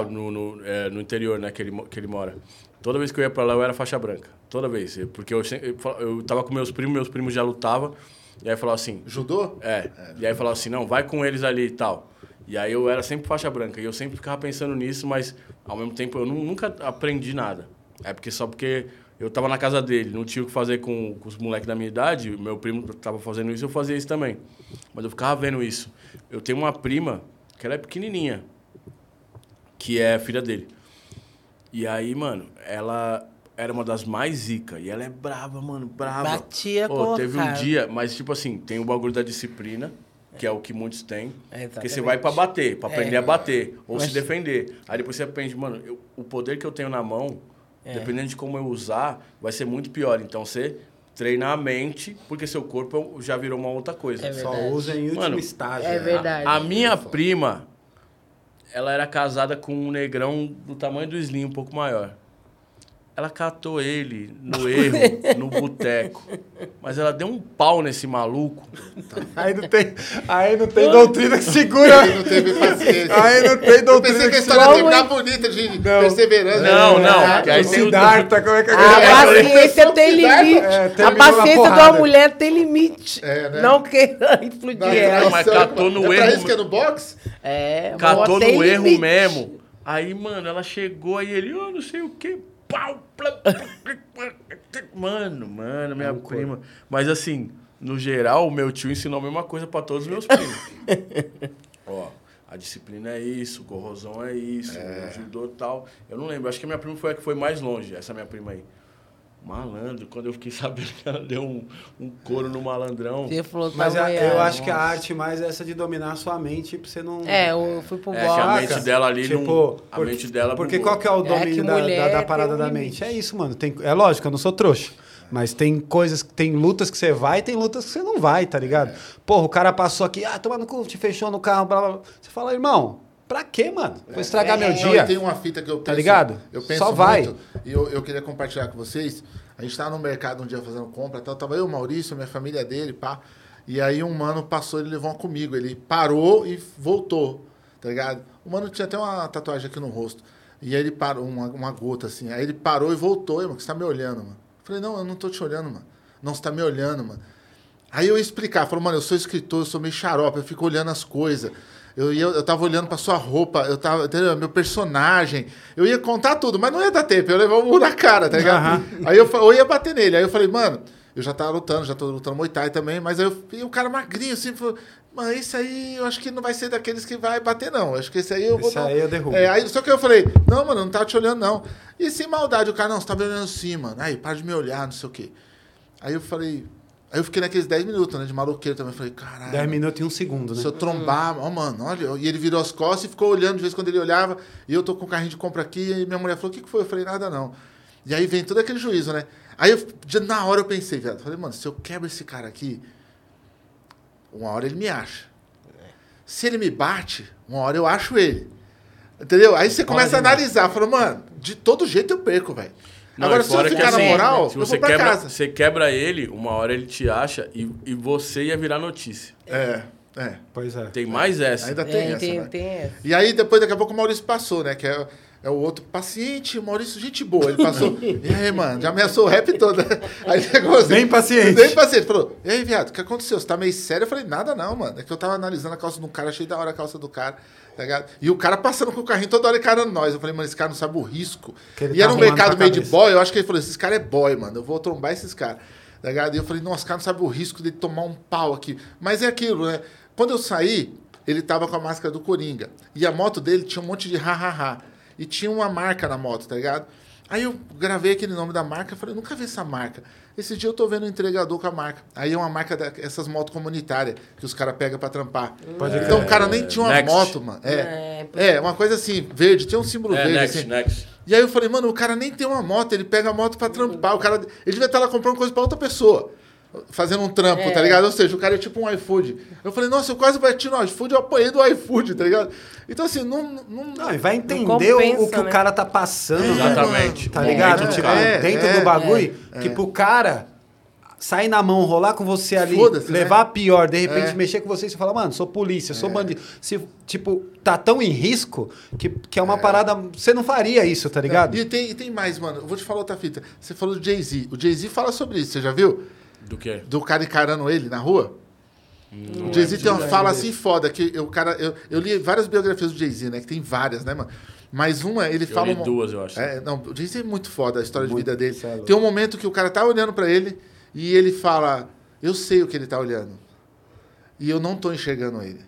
no interior, né, que ele mora, toda vez que eu ia pra lá, eu era faixa branca. Toda vez. Porque eu tava com meus primos já lutavam. E aí falava assim... Judô? E aí falava assim, não, vai com eles ali e tal. E aí eu era sempre faixa branca. E eu sempre ficava pensando nisso, mas ao mesmo tempo eu nunca aprendi nada. Porque eu tava na casa dele, não tinha o que fazer com os moleques da minha idade, meu primo tava fazendo isso, eu fazia isso também. Mas eu ficava vendo isso. Eu tenho uma prima, que ela é pequenininha, que é filha dele. E aí, mano, ela era uma das mais zica. E ela é brava, mano, brava. Batia com teve um dia, mas tipo assim, tem o bagulho da disciplina, que é o que muitos têm. Porque você vai pra bater, pra aprender a bater, ou se defender. Aí depois você aprende, mano, o poder que eu tenho na mão, dependendo de como eu usar, vai ser muito pior. Então você treina a mente, porque seu corpo já virou uma outra coisa. Só usa em último estágio. É verdade. A minha prima, ela era casada com um negrão do tamanho do Slim, um pouco maior. Ela catou ele no erro, no boteco. Mas ela deu um pau nesse maluco. Aí não tem doutrina que segura. Aí não teve paciência. Aí não tem doutrina. Eu pensei que a história ia terminar bonita de perseverança. Não. Que aí Siddhartha, como é que A paciência tem limite. A paciência de uma mulher tem limite. Não queira implodir ela. Mas catou no erro. É pra isso que é no boxe? Catou no erro mesmo. Aí, mano, ela chegou aí ele, não sei o quê. Pau, mano, minha prima. Mas assim, no geral, o meu tio ensinou a mesma coisa pra todos os meus primos. Ó, a disciplina é isso, o corrosão é isso, o judô e tal. Eu não lembro, acho que a minha prima foi a que foi mais longe, essa minha prima aí. Malandro, quando eu fiquei sabendo que ela deu um couro no malandrão. Mas eu acho que a arte mais é essa de dominar a sua mente pra você não... eu fui pro boxe. Que a mente dela ali tipo, a mente dela porque qual que é o domínio da parada da mente? É isso, mano. É lógico, eu não sou trouxa. Mas tem coisas, tem lutas que você vai e tem lutas que você não vai, tá ligado? Porra, o cara passou aqui, toma no cu, te fechou no carro, blá, blá, blá. Você fala, irmão, pra quê, mano? Vou estragar meu dia. Tem uma fita que eu penso... Tá ligado? Eu penso só vai. muito, e eu queria compartilhar com vocês. A gente tava no mercado um dia fazendo compra, tava eu, o Maurício, minha família dele, pá. E aí um mano passou, ele levou uma comigo. Ele parou e voltou, tá ligado? O mano tinha até uma tatuagem aqui no rosto. E aí ele parou, uma gota assim. Aí ele parou e voltou. Mano, você tá me olhando, mano. Eu falei, não, eu não tô te olhando, mano. Não, você tá me olhando, mano. Aí eu ia explicar, falou, mano, eu sou escritor, eu sou meio xarope, eu fico olhando as coisas. Eu tava olhando pra sua roupa, entendeu? Meu personagem. Eu ia contar tudo, mas não ia dar tempo. Eu ia levar um murro na cara, tá ligado? Aí eu ia bater nele. Aí eu falei, mano, eu já tava lutando, já tô lutando Muay Thai também, mas aí e o cara magrinho assim, falou, mano, esse aí eu acho que não vai ser daqueles que vai bater, não. Acho que esse aí eu vou... Esse aí eu derrubo. Aí, só que eu falei, não, mano, eu não tava te olhando, não. E sem maldade, o cara, não, você tá me olhando assim, mano. Aí, para de me olhar, não sei o quê. Aí eu falei... Aí eu fiquei naqueles 10 minutos, né, de maloqueiro também. Falei, caralho. 10 minutos e 1 segundo, né? Se eu trombar, mano, olha. E ele virou as costas e ficou olhando de vez quando ele olhava. E eu tô com o carrinho de compra aqui. E minha mulher falou, o que foi? Eu falei, nada não. E aí vem todo aquele juízo, né? Aí na hora eu pensei, viado. Falei, mano, se eu quebro esse cara aqui, uma hora ele me acha. Se ele me bate, uma hora eu acho ele. Entendeu? Aí você começa a analisar. Fala, mano, de todo jeito eu perco, velho. Não, agora, se eu ficar na moral, se eu você vou pra casa. Você quebra ele, uma hora ele te acha e você ia virar notícia. Pois é. Tem mais essa. Ainda tem essa, tem, né? tem essa. E aí, depois, daqui a pouco, o Maurício passou, né? Que é o outro paciente, o Maurício, gente boa. Ele passou, e aí, mano, já ameaçou o rap todo. Aí chegou assim, bem paciente. Bem paciente. Falou, e aí, viado, o que aconteceu? Você tá meio sério? Eu falei, nada não, mano. É que eu tava analisando a calça de um cara, achei da hora a calça do cara. Tá ligado? E o cara passando com o carrinho toda hora encarando nós. Eu falei, mano, esse cara não sabe o risco. E era um mercado meio de boy, eu acho que ele falou, esses caras é boy, mano. Eu vou trombar esses caras. Tá ligado? E eu falei, nossa, esse cara não sabe o risco de tomar um pau aqui. Mas é aquilo, né? Quando eu saí, ele tava com a máscara do Coringa. E a moto dele tinha um monte de ha-ha-ha. E tinha uma marca na moto, tá ligado? Aí eu gravei aquele nome da marca, falei, nunca vi essa marca. Esse dia eu tô vendo um entregador com a marca. Aí é uma marca dessas motos comunitárias que os caras pegam pra trampar. Então o cara nem tinha uma moto, mano. Uma coisa assim, verde, tinha um símbolo verde. Next. E aí eu falei, mano, o cara nem tem uma moto, ele pega a moto pra trampar. O cara, ele devia estar lá comprando coisa pra outra pessoa. Fazendo um trampo, tá ligado? Ou seja, o cara é tipo um iFood. Eu falei, nossa, eu quase bati no iFood, eu apanhei do iFood, tá ligado? Então, assim, não e vai entender o que o cara tá passando. Exatamente. Tá ligado? Tipo, dentro do bagulho, que pro cara sair na mão, rolar com você ali, levar a pior, de repente mexer com você e você fala, mano, sou polícia, sou bandido. Se, tipo, tá tão em risco que é uma parada... Você não faria isso, tá ligado? E tem mais, mano. Eu vou te falar outra fita. Você falou do Jay-Z. O Jay-Z fala sobre isso, você já viu? Do quê? Do cara encarando ele na rua. O Jay-Z tem uma fala assim foda, que eu li várias biografias do Jay-Z, né? Que tem várias, né, mano? Mas ele fala... li 2, eu acho. Não, o Jay-Z é muito foda, a história de vida dele. sério. Tem um momento que o cara tá olhando pra ele e ele fala, eu sei o que ele tá olhando. E eu não tô enxergando ele.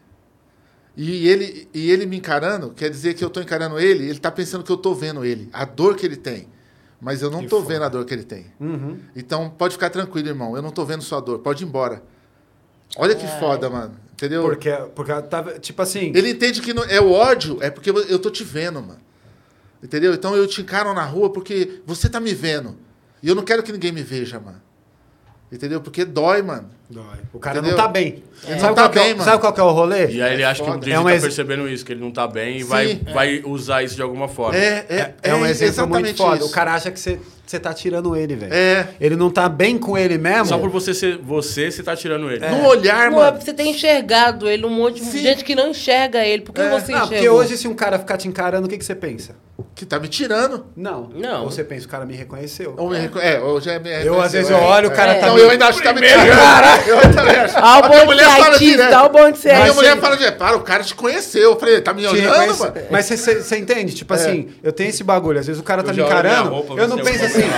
E ele me encarando, quer dizer que eu tô encarando ele tá pensando que eu tô vendo ele, a dor que ele tem. Mas eu não tô vendo a dor que ele tem. Uhum. Então, pode ficar tranquilo, irmão. Eu não tô vendo sua dor. Pode ir embora. Olha que foda, mano. Entendeu? Porque tava, tipo assim... Ele entende que é o ódio, é porque eu tô te vendo, mano. Entendeu? Então eu te encaro na rua porque você tá me vendo. E eu não quero que ninguém me veja, mano. Entendeu? Porque dói, mano. Dói. O cara Entendeu? não tá bem. Ele não tá bem, mano. Sabe qual que é o rolê? E aí ele acha que o Jay-Z tá percebendo isso, que ele não tá bem e vai usar isso de alguma forma. É um exemplo muito foda. Isso. O cara acha que você tá tirando ele, velho. É. Ele não tá bem com ele mesmo. Só por você tá tirando ele. No olhar, Não, é mano. porque você tem enxergado ele, um monte de gente que não enxerga ele. Por que você Não, enxergou? porque hoje se um cara ficar te encarando, o que você pensa? Que tá me tirando. Não. Não. Ou você pensa, o cara me reconheceu. Ou já me Eu, às vezes, eu olho, o cara tá... Não, eu ainda acho que tá me tirando. Eu também acho. Ah, o A minha bom de mulher ser fala artista, direto. o bom de ser A minha artista. mulher fala direto. Para, o cara te conheceu. Eu falei, tá me olhando, mano? Mas você entende? Tipo assim, eu tenho esse bagulho. Às vezes o cara tá me encarando, eu não penso assim...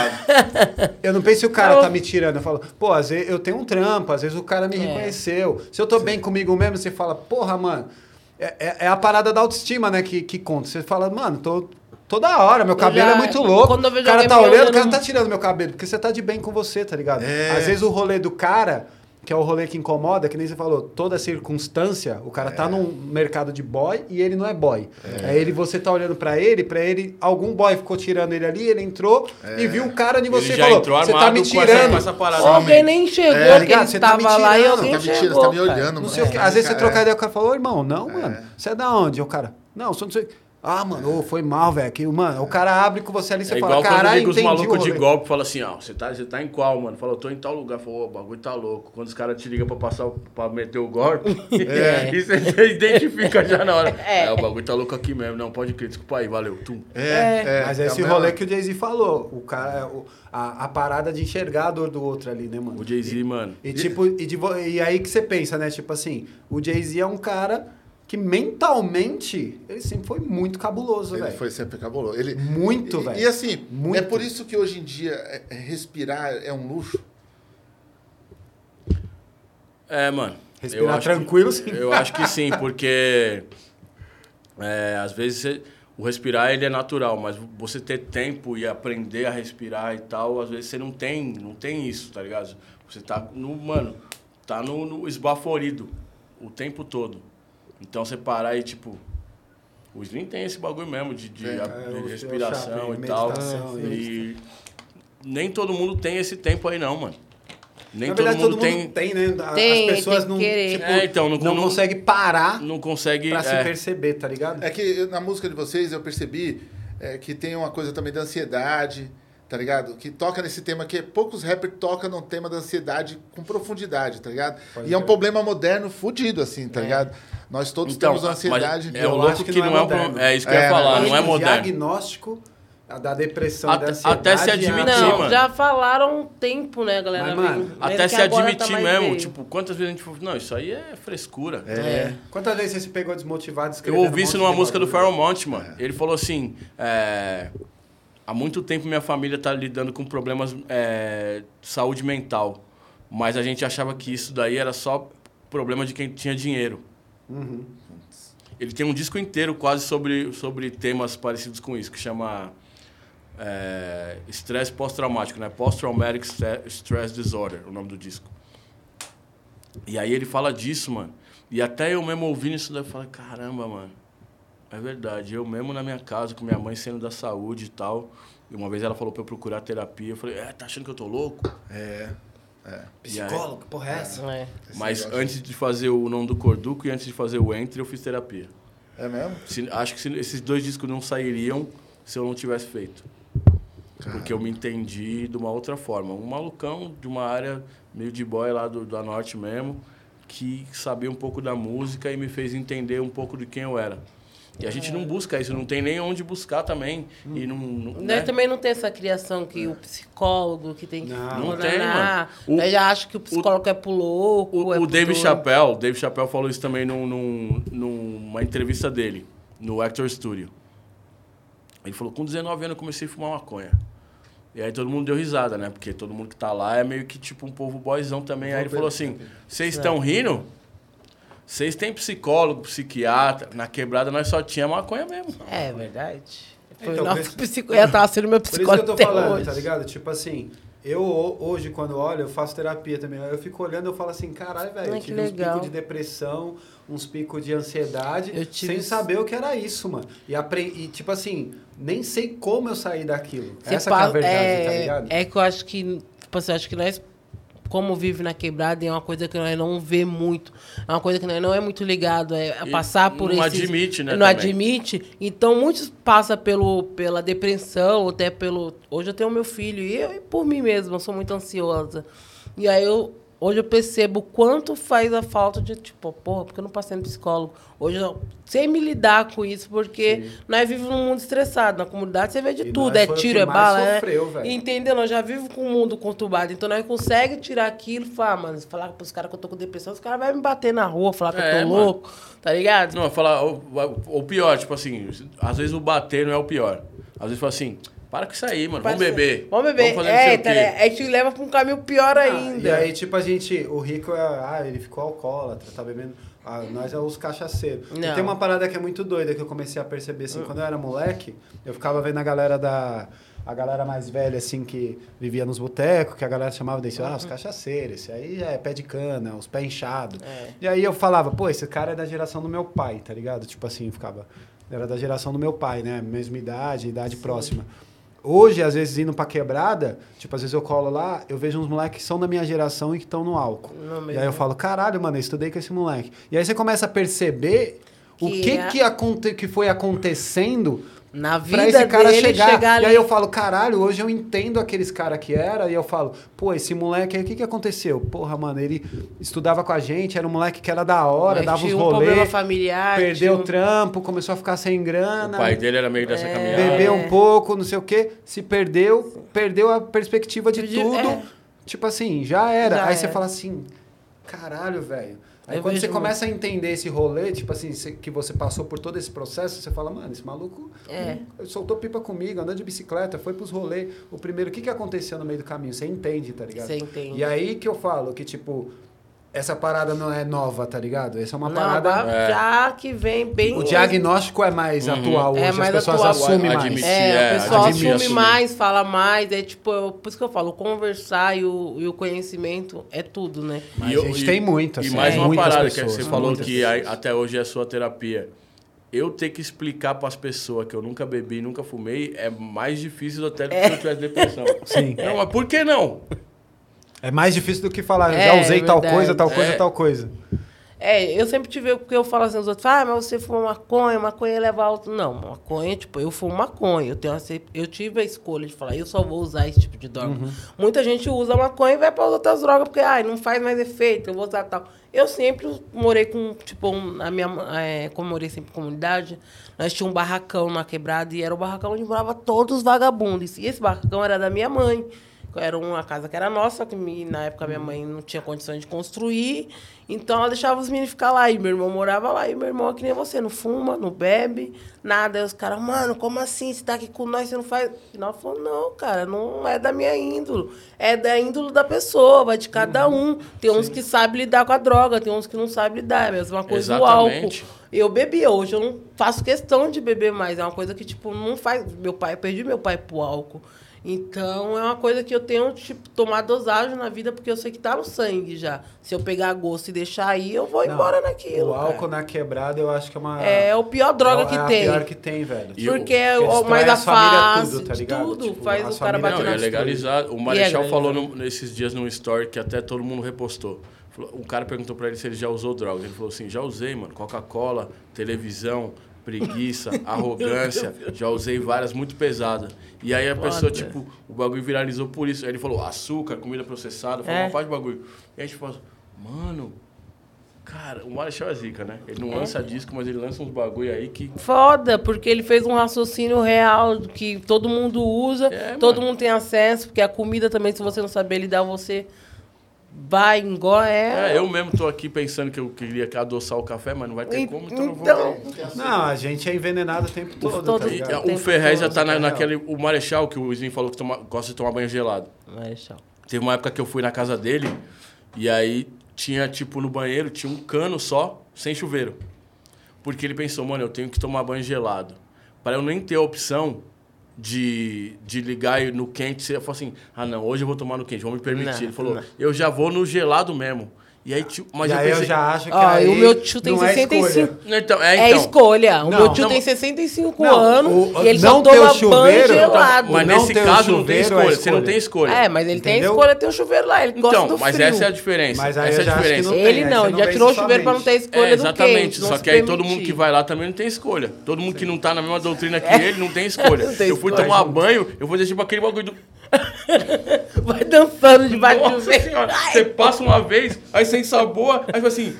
Eu não penso se o cara tá me tirando. Eu falo, pô, às vezes eu tenho um trampo, às vezes o cara me reconheceu. Se eu tô bem comigo mesmo, você fala, porra, mano... É a parada da autoestima, né, que conta. Você fala, mano, tô da hora, meu cabelo é muito louco. Quando eu vejo o cara alguém tá me olhando, o olhando- cara não tá tirando meu cabelo, porque você tá de bem com você, tá ligado? Às vezes o rolê do cara, que é o rolê que incomoda, que nem você falou, toda circunstância, o cara tá num mercado de boy e ele não é boy. Aí você tá olhando pra ele, algum boy ficou tirando ele ali, ele entrou e viu o cara de você Ele e já falou, entrou você tá armado me com tirando. essa parada. Ou alguém nem enxergou que ele ligado? Você tá me tava lá e tirando. alguém Tá me tirando, enxergou. você tá me cara. olhando, Não mano. sei o que. Às vezes você troca ideia, o cara falou, irmão, não, mano, você é da onde? O cara, não, só não sei... Ah, mano, foi mal, velho. Mano, o cara abre com você ali e você fala, Igual quando caralho, liga os entendi o malucos de rolê. golpe, fala assim, ó, você tá em qual, mano? Fala, eu tô em tal lugar. Fala, ô, o bagulho tá louco. Quando os caras te ligam pra meter o golpe, e você identifica já na hora. O bagulho tá louco aqui mesmo. Não, pode crer, desculpa aí, valeu. Tum. Mas é esse rolê que o Jay-Z falou. O cara, a parada de enxergar a dor do outro ali, né, mano? O Jay-Z, mano. E tipo, e aí que você pensa, né? Tipo assim, o Jay-Z é um cara que mentalmente ele sempre foi muito cabuloso, velho. Ele foi sempre cabuloso. Muito, velho. E assim, Muito. é por isso que hoje em dia respirar é um luxo. Mano. Respirar tranquilo, sim. Eu acho que sim, porque às vezes o respirar ele é natural, mas você ter tempo e aprender a respirar e tal, às vezes você não tem isso, tá ligado? Você tá no esbaforido o tempo todo. Então você parar e tipo... O Slim tem esse bagulho mesmo de respiração e tal. E nem todo mundo tem esse tempo aí não, mano. Nem Na verdade, todo mundo tem, né? Tem, As pessoas tem não, que querer. tipo, então, não conseguem parar não consegue pra se perceber, tá ligado? É que na música de vocês eu percebi que tem uma coisa também da ansiedade, tá ligado? Que toca nesse tema que poucos rappers tocam no tema da ansiedade com profundidade, tá ligado? E é um problema moderno fudido, assim, tá ligado? Nós todos temos ansiedade. É o louco que não é moderno. é isso que eu ia falar, não é O moderno. diagnóstico da depressão, da ansiedade... Até se admitir, Não, mano. já falaram um tempo, né, galera? Mas, mano, Até que se agora admitir tá mais mesmo, veio. tipo, quantas vezes a gente falou, não, isso aí é frescura. Quantas vezes você se pegou desmotivado Eu escrevendo ouvi isso um monte numa de música do bagulho? Pharrell mano. Ele falou assim, há muito tempo minha família tá lidando com problemas de saúde mental, mas a gente achava que isso daí era só problema de quem tinha dinheiro. Uhum. Ele tem um disco inteiro quase sobre temas parecidos com isso, que chama estresse pós-traumático, né? Post-Traumatic Stress Disorder, o nome do disco. E aí ele fala disso, mano. E até eu mesmo ouvindo isso daí, eu falei, caramba, mano. É verdade. Eu mesmo na minha casa, com minha mãe sendo da saúde e tal. E uma vez ela falou pra eu procurar terapia. Eu falei, tá achando que eu tô louco? Psicólogo, que porra é essa? Mas antes de fazer o Nome do Corduco e antes de fazer o Entre, eu fiz terapia. É mesmo? Acho que esses dois discos não sairiam se eu não tivesse feito. Porque eu me entendi de uma outra forma. Um malucão de uma área meio de boy lá da norte mesmo, que sabia um pouco da música e me fez entender um pouco de quem eu era. E a gente não busca isso, não tem nem onde buscar também. E né? Também não tem essa criação que o psicólogo que tem que... Não tem, mano. Eu já acho que o psicólogo é pro louco, O Dave Chappelle falou isso também numa entrevista dele, no Actor Studio. Ele falou, com 19 anos eu comecei a fumar maconha. E aí todo mundo deu risada, né? Porque todo mundo que tá lá é meio que tipo um povo boyzão também. Aí ele falou assim, vocês estão rindo? Vocês têm psicólogo, psiquiatra. Na quebrada nós só tinha maconha mesmo. É verdade. Foi Então, nosso psicólogo, tava sendo meu Por isso que psicólogo eu tô até falando, hoje. tá ligado? Tipo assim, eu hoje, quando olho, eu faço terapia também. Eu fico olhando, eu falo assim, caralho, velho, eu Ai, que tive uns legal. picos de depressão, uns picos de ansiedade, Eu tive sem isso. saber o que era isso, mano. E tipo assim, nem sei como eu saí daquilo. Você Essa que é a verdade, tá é, ligado? é que eu acho que, tipo assim, acho que nós, como vive na quebrada, é uma coisa que nós não vê muito. É uma coisa que nós não é muito ligado. É E passar por não esses... admite, né, Não também. admite. Então, muitos passam pela depressão, até pelo... Hoje eu tenho meu filho, e por mim mesma, eu sou muito ansiosa. E aí, hoje eu percebo o quanto faz a falta de, tipo, porra, porque eu não passei no psicólogo? Hoje eu sei me lidar com isso, porque nós vivemos num mundo estressado. Na comunidade você vê de E tudo, nós é foi o tiro, que é mais bala, sofreu, né? velho. Entendeu? Nós já vivemos com um mundo conturbado. Então nós conseguimos tirar aquilo e falar, mano, falar pros caras que eu tô com depressão, os caras vão me bater na rua, falar que eu tô mano. louco, tá ligado? Não, falar o pior, tipo assim, às vezes o bater não é o pior. Às vezes fala assim, para com isso aí, mano, vamos beber. Vamos beber. Vamos fazer não sei o Tá, quê. a gente leva pra um caminho pior ainda. E aí, tipo, o rico ele ficou alcoólatra, tá bebendo. Nós é os cachaceiros. E Não. tem uma parada que é muito doida que eu comecei a perceber, assim, quando eu era moleque, eu ficava vendo a galera mais velha, assim, que vivia nos botecos, que a galera chamava desse, os cachaceiros, esse aí é pé de cana, os pés inchados. E aí eu falava, pô, esse cara é da geração do meu pai, tá ligado? Tipo assim, era da geração do meu pai, né? Mesma idade próxima. Hoje, às vezes, indo pra quebrada, tipo, às vezes eu colo lá, eu vejo uns moleques que são da minha geração e que estão no álcool. E aí eu falo, caralho, mano, eu estudei com esse moleque. E aí você começa a perceber o que foi acontecendo na vida pra esse cara dele chegar ali. E aí eu falo, caralho, hoje eu entendo aqueles caras que era, e eu falo, pô, esse moleque aí, o que aconteceu? Porra, mano, ele estudava com a gente, era um moleque que era da hora, Mas dava uns tinha um rolês, problema familiar, perdeu tinha o trampo, começou a ficar sem grana. O pai dele era meio dessa caminhada. Bebeu um pouco, não sei o quê, se perdeu a perspectiva de tudo. Tipo assim, já era. Já aí você era. fala assim, caralho, velho. Aí Eu quando você vejo começa a entender esse rolê, tipo assim, que você passou por todo esse processo, você fala, mano, esse maluco soltou pipa comigo, andou de bicicleta, foi pros rolês. O primeiro, o que aconteceu no meio do caminho? Você entende, tá ligado? Você entende. E aí que eu falo que, tipo, essa parada não é nova, tá ligado? Essa é uma Não, parada... já que vem bem... O diagnóstico é mais atual hoje, É mais as pessoas atual. assumem mais. Admitir, o pessoal admitir, assume assumir. mais, fala mais. É tipo, por isso que eu falo, conversar e o conhecimento é tudo, né? Mas a gente tem muito, assim, E mais uma muitas parada pessoas, que você falou muitas que pessoas. até hoje é a sua terapia. Eu ter que explicar para as pessoas que eu nunca bebi, nunca fumei, é mais difícil até do que se eu tivesse depressão. Sim. Não, mas por que não? É mais difícil do que falar, já usei tal verdade. coisa, tal coisa. Eu sempre tive, porque eu falo assim, os outros falam, mas você fuma maconha leva alto. Não, maconha, tipo, eu fumo maconha. Eu tive a escolha de falar, eu só vou usar esse tipo de droga. Muita gente usa maconha e vai para outras drogas, porque, não faz mais efeito, eu vou usar tal. Eu sempre morei com, tipo, como eu morei sempre em comunidade, nós tínhamos um barracão na quebrada, e era o barracão onde moravam todos os vagabundos. E esse barracão era da minha mãe. Era uma casa que era nossa, que na época minha mãe não tinha condições de construir. Então ela deixava os meninos ficar lá. E meu irmão morava lá. E meu irmão é que nem você, não fuma, não bebe, nada. Aí os caras, mano, como assim? Você tá aqui com nós, você não faz... E nós falamos, não, cara, não é da minha índole. É da índole da pessoa, vai de cada um. Tem uns que sabem lidar com a droga, tem uns que não sabem lidar. É a mesma coisa do álcool. Eu bebia, hoje eu não faço questão de beber mais. É uma coisa que, tipo, não faz... Eu perdi meu pai pro álcool. Então, é uma coisa que eu tenho, tipo, tomar dosagem na vida, porque eu sei que tá no sangue já. Se eu pegar gosto e deixar aí, eu vou embora naquilo. O álcool na quebrada, eu acho que é uma... É o pior droga que tem. É a pior que tem, velho. Porque é o mais a face, tudo, tá ligado? tudo Tipo, faz o cara bater Não, na é legalizado. O Marechal falou legalizado. nesses dias num story que até todo mundo repostou. O cara perguntou pra ele se ele já usou drogas. Ele falou assim, já usei, mano. Coca-Cola, televisão, preguiça, arrogância. Já usei várias muito pesadas. E aí a pessoa, tipo, o bagulho viralizou por isso. Aí ele falou, açúcar, comida processada, falou uma parte de bagulho. E aí a gente falou, mano, cara, o Marechal é zica, né? Ele não lança disco, mas ele lança uns bagulho aí que... Foda, porque ele fez um raciocínio real que todo mundo usa, todo mundo tem acesso, porque a comida também, se você não saber lidar, você vai, engole. Eu mesmo tô aqui pensando que eu queria adoçar o café, mas não vai ter como, então não vou. Não, a gente é envenenado o tempo todo. Tá ligado? O Ferrez já tá naquele... O Marechal, que o Slim falou que gosta de tomar banho gelado. Marechal. Teve uma época que eu fui na casa dele, e aí tinha, tipo, no banheiro, tinha um cano só, sem chuveiro. Porque ele pensou, mano, eu tenho que tomar banho gelado. Para eu nem ter a opção de ligar no quente, você falou assim, não, hoje eu vou tomar no quente, vou me permitir. Ele falou, eu já vou no gelado mesmo. E aí, mas eu já acho que aí o meu tio tem 65. É escolha. O meu tio tem 65 anos e ele só toma banho gelado. Mas nesse caso não tem escolha. Você não tem escolha. Mas ele tem escolha, tem o chuveiro lá. Ele gosta do frio. Mas essa é a diferença. Mas aí essa é a diferença. Ele não, ele já tirou o chuveiro pra não ter escolha do quente. Exatamente. Só que aí todo mundo que vai lá também não tem escolha. Todo mundo que não tá na mesma doutrina que ele não tem escolha. Eu fui tomar banho, eu vou dizer tipo aquele bagulho do... Vai dançando debaixo do chuveiro. Você passa uma vez, aí sem sabor, aí vai assim...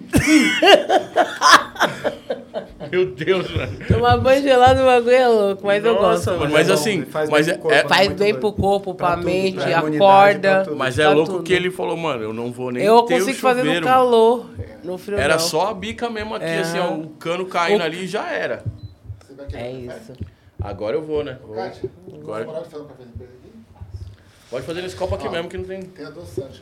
Meu Deus, mano. Tomar banho gelado, o bagulho é louco, mas eu gosto. Mano, mas assim... Faz bem pro corpo, pra mente, acorda. Mas é louco que ele falou, mano, eu não vou nem ter eu o chuveiro. consigo fazer no calor, no frio Era não. só a bica mesmo aqui, assim, ó, o cano caindo ali e já era. É isso. Agora eu vou, né? Kátia, agora... Pode fazer nesse copo aqui mesmo, que não tem... Tem adoçante.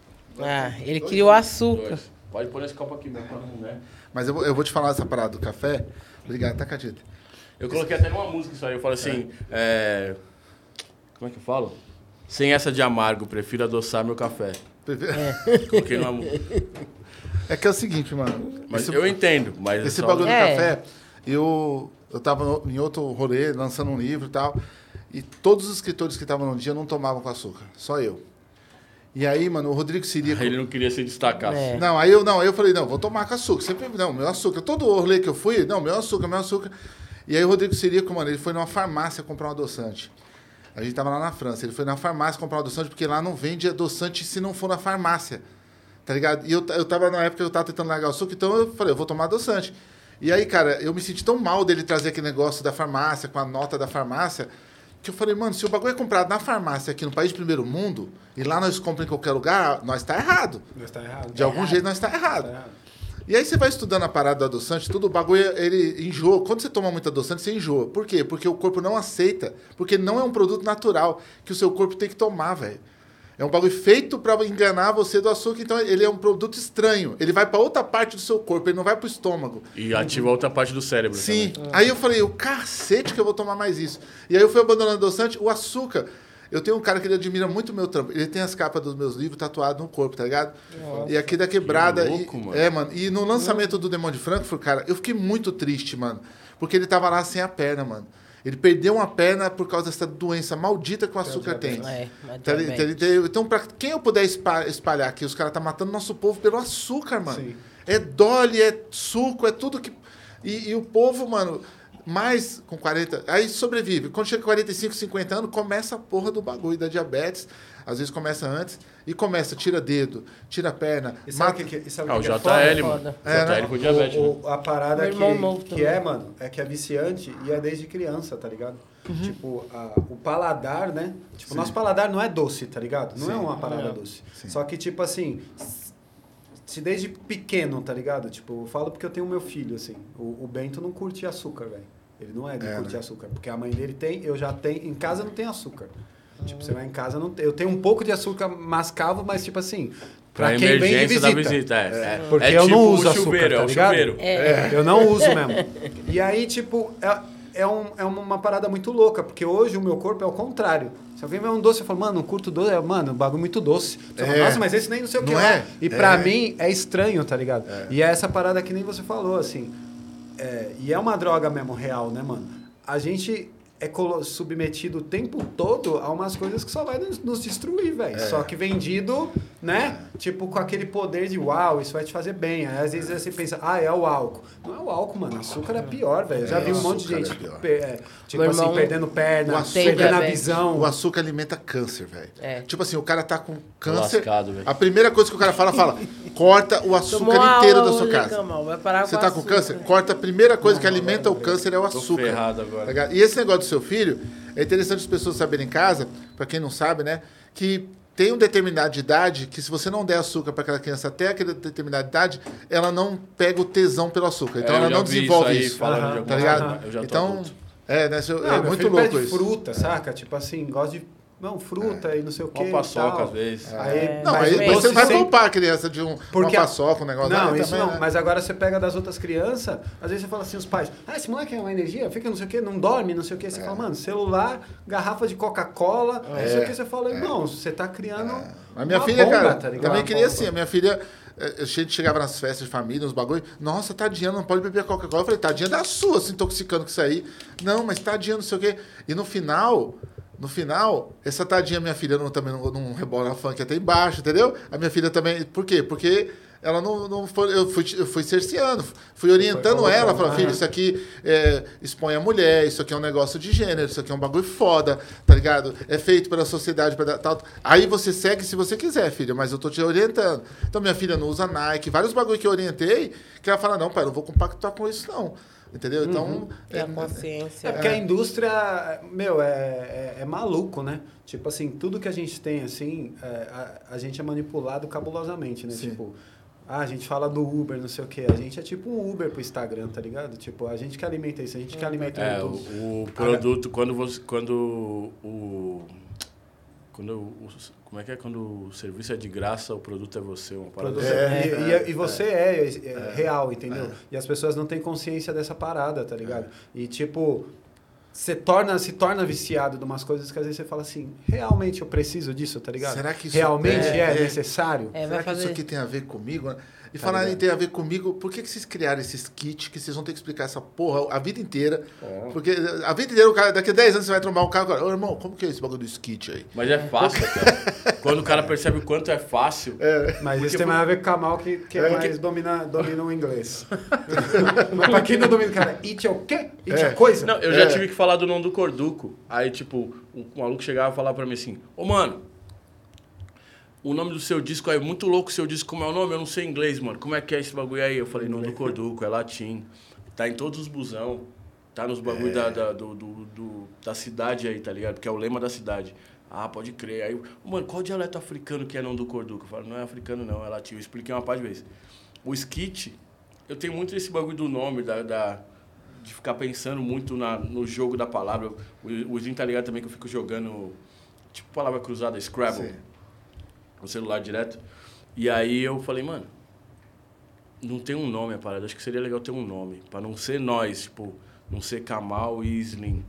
Ele queria o açúcar. Pode pôr nesse copo aqui mesmo, pra não, né? Mas eu vou te falar essa parada do café. Obrigado, tá, Catita? Eu coloquei até numa música isso aí. Eu falo assim, como é que eu falo? Sem essa de amargo, prefiro adoçar meu café. Coloquei numa música. É que é o seguinte, mano. Mas eu entendo. Mas esse bagulho do café, eu tava em outro rolê, lançando um livro e tal. E todos os escritores que estavam no dia não tomavam com açúcar. Só eu. E aí, mano, o Rodrigo Sirico... Ele não queria se destacar. Não, aí eu falei, não, vou tomar com açúcar. Sempre, não, meu açúcar. Todo rolê que eu fui, não, meu açúcar. E aí o Rodrigo Sirico, mano, ele foi numa farmácia comprar um adoçante. A gente tava lá na França. Ele foi na farmácia comprar um adoçante, porque lá não vende adoçante se não for na farmácia. Tá ligado? E eu tava na época que eu tava tentando largar o açúcar, então eu falei, eu vou tomar adoçante. E aí, cara, eu me senti tão mal dele trazer aquele negócio da farmácia, com a nota da farmácia... que eu falei, mano, se o bagulho é comprado na farmácia aqui no país de primeiro mundo, e lá nós compramos em qualquer lugar, nós tá errado. De algum jeito nós tá errado. E aí você vai estudando a parada do adoçante, tudo o bagulho, ele enjoa. Quando você toma muito adoçante, você enjoa. Por quê? Porque o corpo não aceita. Porque não é um produto natural que o seu corpo tem que tomar, velho. É um bagulho feito para enganar você do açúcar, então ele é um produto estranho. Ele vai para outra parte do seu corpo, ele não vai pro estômago. E ativa outra parte do cérebro. Sim. Também. Aí eu falei, o cacete que eu vou tomar mais isso. E aí eu fui abandonando o adoçante, o açúcar. Eu tenho um cara que ele admira muito o meu trampo. Ele tem as capas dos meus livros tatuadas no corpo, tá ligado? Nossa, e aqui da Quebrada. Que louco, mano. Mano. E no lançamento do Demônio de Frankfurt, cara, eu fiquei muito triste, mano. Porque ele tava lá sem a perna, mano. Ele perdeu uma perna por causa dessa doença maldita que o açúcar tem. Então, pra quem eu puder espalhar aqui, os caras tá matando nosso povo pelo açúcar, mano. Sim. É dole, é suco, é tudo que... E o povo, mano, mais com 40... Aí sobrevive. Quando chega com 45, 50 anos, começa a porra do bagulho da diabetes. Às vezes começa antes. E começa, tira dedo, tira perna. E sabe o que é o JL, mano. JL com diabetes. A parada que é, mano, é que é viciante e é desde criança, tá ligado? Uhum. Tipo, o paladar, né? Tipo, o nosso paladar não é doce, tá ligado? Não é uma parada doce. Sim. Só que, tipo assim, se desde pequeno, tá ligado? Tipo, eu falo porque eu tenho meu filho, assim. O Bento não curte açúcar, velho. Ele não é de curtir açúcar. Porque a mãe dele tem, eu já tenho. Em casa não tem açúcar. Tipo, você vai em casa, não tem. Eu tenho um pouco de açúcar mascavo, mas tipo assim, pra quem vem de visita. Da visita porque é eu tipo não uso o chuveiro, açúcar, tá ligado? Eu não uso mesmo. E aí, tipo, é uma parada muito louca, porque hoje o meu corpo é o contrário. Se alguém vê um doce, eu falo, mano, não curto doce, mano, um bagulho muito doce. Falo, nossa, mas esse nem não sei o que é. E pra mim é estranho, tá ligado? E é essa parada que nem você falou, assim. E é uma droga mesmo real, né, mano? A gente é submetido o tempo todo a umas coisas que só vai nos destruir, velho. Só que vendido, né? Tipo, com aquele poder de uau, isso vai te fazer bem. Aí, às vezes você pensa, é o álcool. Não é o álcool, mano. Açúcar é pior, velho. Eu já vi um monte de gente, tipo assim, irmão, perdendo perna, perdendo a visão. O açúcar alimenta câncer, velho. Tipo assim, o cara tá com câncer. Lascado, a primeira coisa que o cara fala, corta o açúcar inteiro da sua casa. Você tá com câncer? Corta a primeira coisa que alimenta o câncer é o açúcar. Tô ferrado agora. Tá? E esse negócio do seu filho, é interessante as pessoas saberem em casa, pra quem não sabe, né? Que tem uma determinada idade que se você não der açúcar para aquela criança até aquela determinada idade, ela não pega o tesão pelo açúcar. Então ela não desenvolve isso. Tá ligado? Então, é muito louco isso. Fruta, saca? Tipo assim, gosta de... Não, fruta e não sei o quê. Uma paçoca, às vezes. Aí você vai poupar a criança de uma paçoca, um negócio. Não, isso também, não. né? Mas agora você pega das outras crianças, às vezes você fala assim, os pais, esse moleque é uma energia, fica não sei o quê, não dorme, não sei o quê. Você fala, mano, celular, garrafa de Coca-Cola, não sei o quê. Você fala, irmão, você tá criando A minha filha, bomba, cara, tá ligado? também queria assim. A minha filha, a gente chegava nas festas de família, nos bagulho, nossa, tadinha, não pode beber Coca-Cola. Eu falei, tadinha da sua, se intoxicando com isso aí. Não, mas tadinha, não sei o quê. E no final, essa tadinha, minha filha também não rebola funk até embaixo, entendeu? A minha filha também... Por quê? Porque ela não foi... Eu fui cerceando, fui orientando ela. Falei, filho, isso aqui expõe a mulher, isso aqui é um negócio de gênero, isso aqui é um bagulho foda, tá ligado? É feito pela sociedade, tal. Aí você segue se você quiser, filha, mas eu tô te orientando. Então, minha filha não usa Nike, vários bagulho que eu orientei, que ela fala, não, pai, eu não vou compactuar com isso, não. Entendeu? Então... É a consciência. Porque a indústria, é maluco, né? Tipo assim, tudo que a gente tem, assim, a gente é manipulado cabulosamente, né? Sim. Tipo, a gente fala do Uber, não sei o quê. A gente é tipo um Uber pro Instagram, tá ligado? Tipo, a gente que alimenta isso, a gente que alimenta o produto, como é que é quando o serviço é de graça, o produto é você, uma parada e você é real, entendeu? E as pessoas não têm consciência dessa parada, tá ligado? E tipo, se torna viciado de umas coisas que às vezes você fala assim, realmente eu preciso disso, tá ligado? Será que isso realmente é necessário? Será que isso aqui tem a ver comigo? E falar em ter a ver comigo, por que vocês criaram esses kits que vocês vão ter que explicar essa porra a vida inteira? Porque a vida inteira, o cara, daqui a 10 anos você vai trombar um cara agora. Ô, irmão, como que é esse bagulho do skit aí? Mas é fácil, cara. Quando o cara percebe o quanto é fácil... Mas isso tem mais a ver com o Kamal, que mais domina o inglês. Mas pra quem não domina, cara, it é o quê? It é coisa? Não, eu já tive que falar do nome do Corduco. Aí, tipo, um maluco chegava e falava pra mim assim, ô, mano, o nome do seu disco é muito louco, o seu disco, como é o nome? Eu não sei inglês, mano. Como é que é esse bagulho aí? Eu falei, nome do Corduco, é latim. Tá em todos os busão. Tá nos bagulho da cidade aí, tá ligado? Porque é o lema da cidade. Ah, pode crer. Aí, mano, qual dialeto africano que é nome do Corduco? Eu falo, não é africano não, é latim. Eu expliquei uma par de vezes. O skit, eu tenho muito esse bagulho do nome, de ficar pensando muito no jogo da palavra. O Zinho tá ligado também que eu fico jogando, tipo, palavra cruzada, Scrabble. Sim. No celular direto. E aí eu falei, mano, não tem um nome a parada. Acho que seria legal ter um nome. Pra não ser nós, tipo, não ser Kamal e Slim.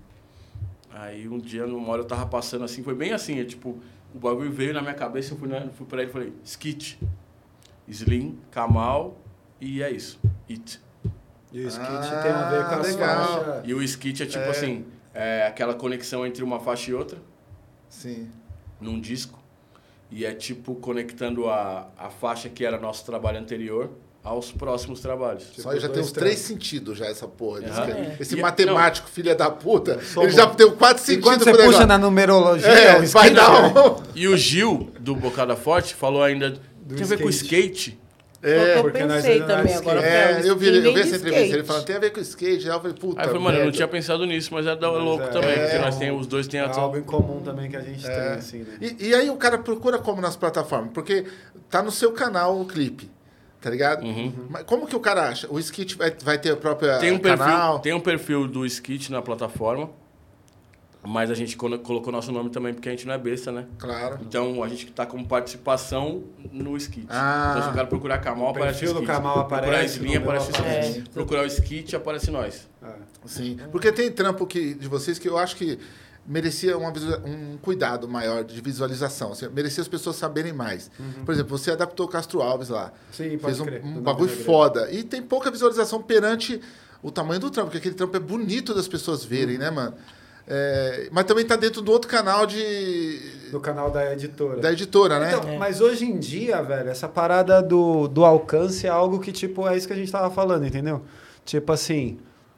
Aí um dia, numa hora eu tava passando assim, foi bem assim, tipo, o bagulho veio na minha cabeça, eu fui pra ele e falei, Skit, Slim, Kamal e é isso, It. E o skit tem a ver com a faixa. E o skit é tipo assim, aquela conexão entre uma faixa e outra. Sim. Num disco. E é tipo conectando a faixa que era nosso trabalho anterior aos próximos trabalhos. Só já tem uns 3 sentidos já essa porra. Esse matemático, filha da puta, ele já tem 4 sentidos. Quando você puxa na numerologia, vai dar E o Gil, do Bocada Forte, falou ainda, tem a ver com skate. Eu pensei também agora. Eu vi essa entrevista, ele falando, tem a ver com skate. Aí eu falei, puta. Aí eu falei, mano, eu não tinha pensado nisso, mas é louco também, porque os dois têm algo em comum também que a gente tem, assim, né? E aí o cara procura como nas plataformas? Porque tá no seu canal o clipe, tá ligado? Mas como que o cara acha? O skit vai ter a própria canal? Tem um perfil do skit na plataforma. Mas a gente colocou nosso nome também, porque a gente não é besta, né? Claro. Então, a gente tá como participação no skit. Então, se o cara procurar Kamal, aparece o skit. O Kamal procurar aparece. Slim, aparece o skit. Procurar o skit, aparece nós. Sim. Porque tem trampo de vocês que eu acho que merecia um cuidado maior de visualização. Assim, merecia as pessoas saberem mais. Por exemplo, você adaptou o Castro Alves lá. Sim, fez um bagulho foda. E tem pouca visualização perante o tamanho do trampo, porque aquele trampo é bonito das pessoas verem, né, mano? Mas também tá dentro do outro canal do canal da editora. Da editora, né? Então, mas hoje em dia, velho, essa parada do alcance é algo que, tipo, é isso que a gente tava falando, entendeu? Tipo assim,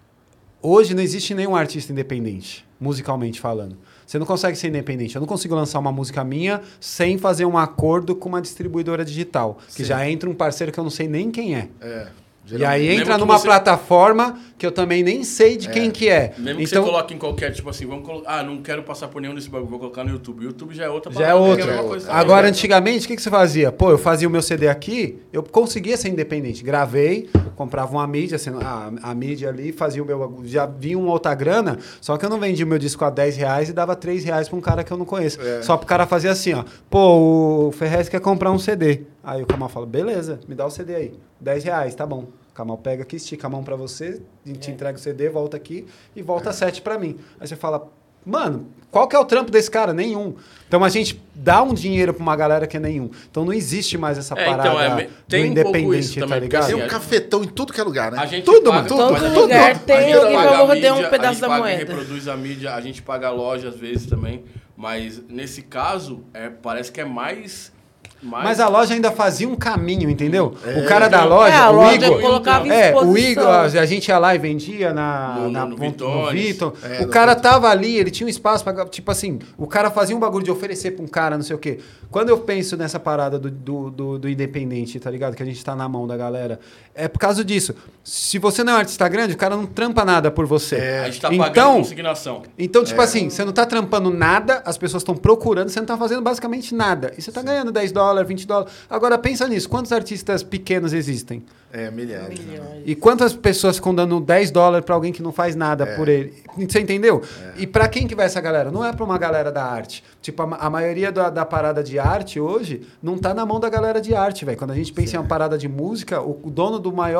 hoje não existe nenhum artista independente, musicalmente falando. Você não consegue ser independente. Eu não consigo lançar uma música minha sem fazer um acordo com uma distribuidora digital. Que já entra um parceiro que eu não sei nem quem é. E aí entra numa plataforma que eu também nem sei de quem que é. Mesmo que então, você coloque em qualquer, tipo assim, vamos colocar... não quero passar por nenhum desse bagulho, vou colocar no YouTube. O YouTube já é outra parada. Já é outra. Agora, antigamente, o que você fazia? Pô, eu fazia o meu CD aqui, eu conseguia ser independente. Gravei, comprava uma mídia, assim, a mídia ali, fazia o meu... Já vinha uma outra grana, só que eu não vendia o meu disco a R$10 e dava R$3 pra um cara que eu não conheço. Só pro cara fazer assim, ó. Pô, o Ferrez quer comprar um CD. Aí o Kamal fala, beleza, me dá o CD aí. R$10, tá bom. O Kamal pega aqui, estica a mão pra você, te entrega o CD, volta aqui e volta 7 pra mim. Aí você fala, mano, qual que é o trampo desse cara? Nenhum. Então a gente dá um dinheiro pra uma galera que é nenhum. Então não existe mais essa parada tem do independente, tá ligado? Tem um cafetão em tudo que é lugar, né? A gente tudo, paga, mano. Todo lugar tem alguém pra morder um pedaço da moeda. A gente reproduz a mídia, a gente paga a loja às vezes também. Mas nesse caso, parece que é mais... Mas a loja ainda fazia um caminho, entendeu? O cara da loja, o Igor... colocava em exposição. O Igor, a gente ia lá e vendia no Viton. O cara tava ali, ele tinha um espaço pra... Tipo assim, o cara fazia um bagulho de oferecer pra um cara, não sei o quê. Quando eu penso nessa parada do independente, tá ligado? Que a gente tá na mão da galera. É por causa disso. Se você não é um artista grande, o cara não trampa nada por você. A gente tá pagando consignação. Então, tipo assim, você não tá trampando nada, as pessoas estão procurando, você não tá fazendo basicamente nada. E você tá ganhando $10, $20. Agora, pensa nisso. Quantos artistas pequenos existem? Milhares. E quantas pessoas ficam dando $10 pra alguém que não faz nada por ele? Você entendeu? E pra quem que vai essa galera? Não é pra uma galera da arte. Tipo, a maioria da parada de arte hoje não tá na mão da galera de arte, velho. Quando a gente pensa em uma parada de música, o dono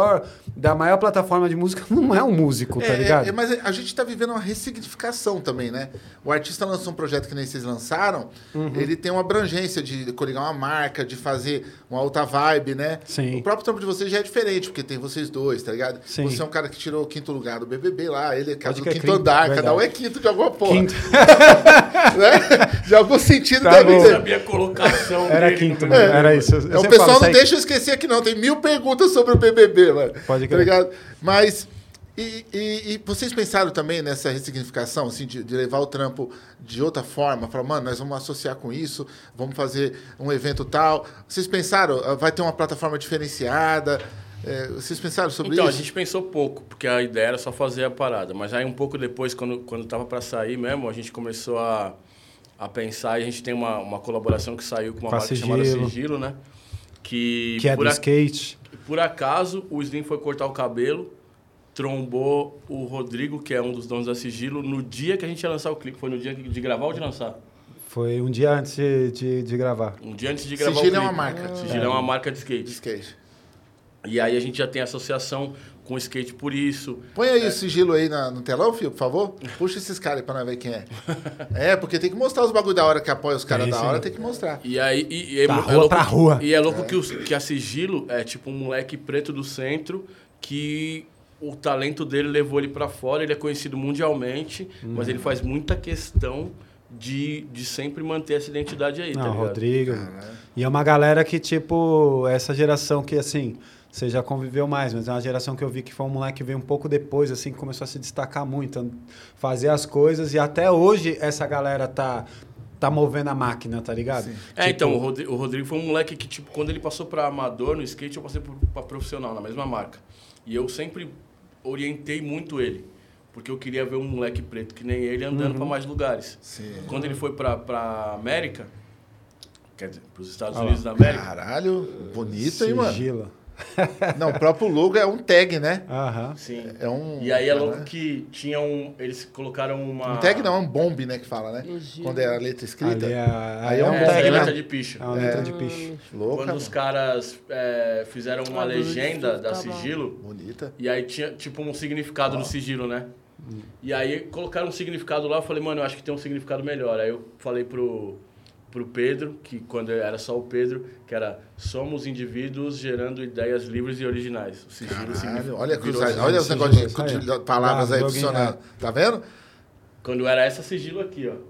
da maior plataforma de música não é um músico, tá ligado? Mas a gente tá vivendo uma ressignificação também, né? O artista lançou um projeto que nem vocês lançaram, ele tem uma abrangência de coligar uma marca, de fazer uma outra vibe, né? Sim. O próprio trampo de vocês já é diferente, porque tem vocês dois, tá ligado? Sim. Você é um cara que tirou o 5º lugar do BBB lá, ele é casa do 5º andar, verdade. Cada um é 5º de alguma porra. Né? De algum sentido deve ter. Sabia a colocação era dele, 5º, mano. Era isso. O pessoal não deixa eu esquecer aqui não, tem 1000 perguntas sobre o BBB, mano. Pode crer. Tá ligado? Mas... E vocês pensaram também nessa ressignificação, assim, de levar o trampo de outra forma? Falar, mano, nós vamos associar com isso, vamos fazer um evento tal. Vocês pensaram, vai ter uma plataforma diferenciada? Vocês pensaram sobre isso? Então, a gente pensou pouco, porque a ideia era só fazer a parada. Mas aí um pouco depois, quando tava para sair mesmo, a gente começou a pensar, e a gente tem uma colaboração que saiu com uma marca chamada Sigilo, né? Que é do skate. Por acaso, o Slim foi cortar o cabelo, trombou o Rodrigo, que é um dos donos da Sigilo, no dia que a gente ia lançar o clipe. Foi no dia de gravar ou de lançar? Foi um dia antes de gravar. Um dia antes de gravar Sigilo o clipe. É uma marca. Sigilo é uma marca de skate. De skate. E aí a gente já tem associação com o skate por isso. Põe aí o Sigilo aí no telão, filho, por favor. Puxa esses caras aí pra nós ver quem é. Porque tem que mostrar os bagulho da hora que apoia os caras da hora, tem que mostrar. E aí... rua pra rua. E é louco que a Sigilo é tipo um moleque preto do centro que... O talento dele levou ele pra fora, ele é conhecido mundialmente, mas ele faz muita questão de sempre manter essa identidade aí, tá ligado? Rodrigo. E é uma galera que, tipo, essa geração que, assim, você já conviveu mais, mas é uma geração que eu vi que foi um moleque que veio um pouco depois, assim, que começou a se destacar muito, fazer as coisas, e até hoje essa galera tá movendo a máquina, tá ligado? Tipo... então, o Rodrigo foi um moleque que, tipo, quando ele passou pra amador no skate, eu passei pra profissional, na mesma marca. E eu sempre... orientei muito ele, porque eu queria ver um moleque preto que nem ele andando para mais lugares. Sim. Quando ele foi para América, quer dizer, para os Estados Unidos da América. Caralho, bonito, Sigilo. Hein, mano? Não, o próprio logo é um tag, né? Sim. É um... E aí é louco que tinha eles colocaram uma... Um tag não, é um bomb, né, que fala, né? Quando é a letra escrita. Aí é um tag, é letra de picho. É uma letra de picho. Louca, quando os caras fizeram uma legenda da Sigilo... Bonita. E aí tinha, tipo, um significado no Sigilo, né? E aí colocaram um significado lá, eu falei, mano, eu acho que tem um significado melhor. Aí eu falei pro Pedro, que quando era só o Pedro, que era somos indivíduos gerando ideias livres e originais. O Sigilo significa... Olha os negócios de palavras aí funcionando. Tá vendo? Quando era essa Sigilo aqui, ó.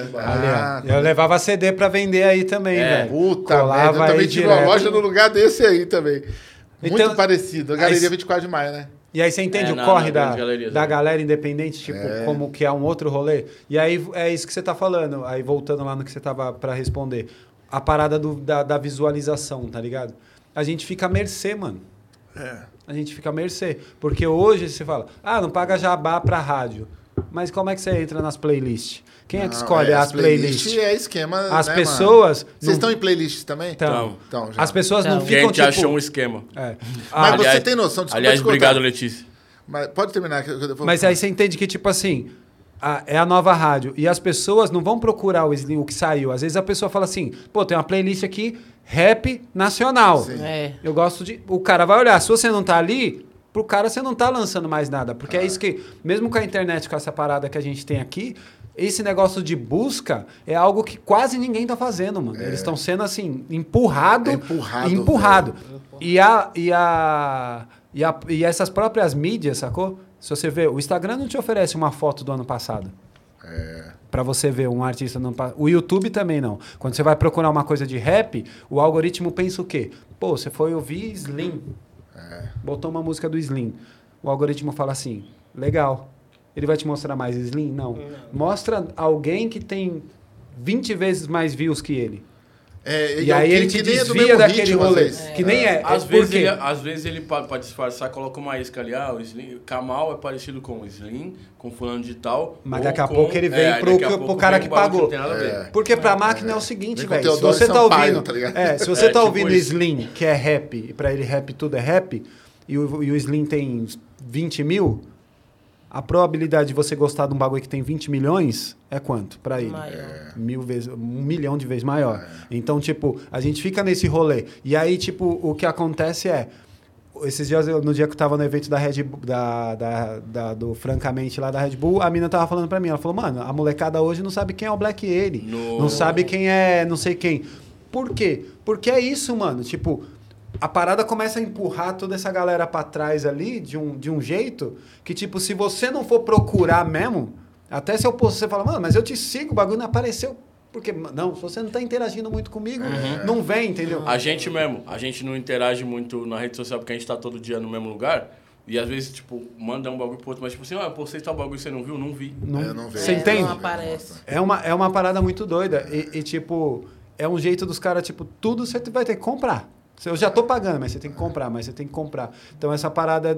Eu levava CD pra vender aí também, velho. Puta merda, eu também tive uma loja no lugar desse aí também. Muito parecido. A Galeria 24 de Maio, né? E aí você entende o corre da galera independente, tipo, como que é um outro rolê? E aí é isso que você tá falando, aí voltando lá no que você tava pra responder. A parada da visualização, tá ligado? A gente fica à mercê, mano. a gente fica à mercê. Porque hoje você fala, não paga jabá pra rádio. Mas como é que você entra nas playlists? Quem é que escolhe as playlists? É esquema, as né, pessoas... Vocês estão em playlists também? Então, já. As pessoas não Quem ficam, te achou um esquema. Mas aliás, você tem noção... Aliás, obrigado, Letícia. Mas pode terminar. Mas aí você entende que, tipo assim, é a nova rádio. E as pessoas não vão procurar o que saiu. Às vezes a pessoa fala assim, pô, tem uma playlist aqui, rap nacional. Eu gosto de... O cara vai olhar, se você não tá ali... Pro cara você não tá lançando mais nada. Porque é isso que, mesmo com a internet, com essa parada que a gente tem aqui, esse negócio de busca é algo que quase ninguém tá fazendo, mano. Eles estão sendo, assim, empurrado. E essas próprias mídias, sacou? Se você vê, o Instagram não te oferece uma foto do ano passado. Pra você ver um artista no ano passado. O YouTube também não. Quando você vai procurar uma coisa de rap, o algoritmo pensa o quê? Pô, você foi ouvir Slim. Botou uma música do Slim. O algoritmo fala assim, legal. Ele vai te mostrar mais Slim? Não. Mostra alguém que tem 20 vezes mais views que ele. E aí ele te desvia daquele rolê. Que nem é. Às vezes ele para disfarçar, coloca uma isca ali. O Slim, Kamal é parecido com o Slim, com fulano de tal. Mas daqui a pouco ele vem pro cara que pagou. Porque pra máquina é o seguinte, velho. Se você tá ouvindo. Se você tá ouvindo Slim, que é rap, e pra ele rap tudo é rap, e o Slim tem 20 mil, a probabilidade de você gostar de um bagulho que tem 20 milhões é quanto pra ele? 1 milhão de vezes maior. Então, tipo, a gente fica nesse rolê. E aí, tipo, o que acontece é... Esses dias, no dia que eu tava no evento da Red Bull, do Francamente lá da Red Bull, a mina tava falando pra mim, ela falou, mano, a molecada hoje não sabe quem é o Black Alien. Não sabe quem é não sei quem. Por quê? Porque é isso, mano. Tipo... A parada começa a empurrar toda essa galera pra trás ali, de um jeito, que, tipo, se você não for procurar mesmo, até se eu posso, você fala, mano, mas eu te sigo, o bagulho não apareceu. Porque, não, se você não tá interagindo muito comigo, não vem, entendeu? A gente não interage muito na rede social, porque a gente tá todo dia no mesmo lugar. E às vezes, tipo, manda um bagulho pro outro, mas tipo assim, postei tal bagulho que você não viu? Não vi. Não vi. Você entende? Não aparece. É uma parada muito doida. E, tipo, é um jeito dos caras, tipo, tudo você vai ter que comprar. Eu já tô pagando, mas você tem que comprar, Então, essa parada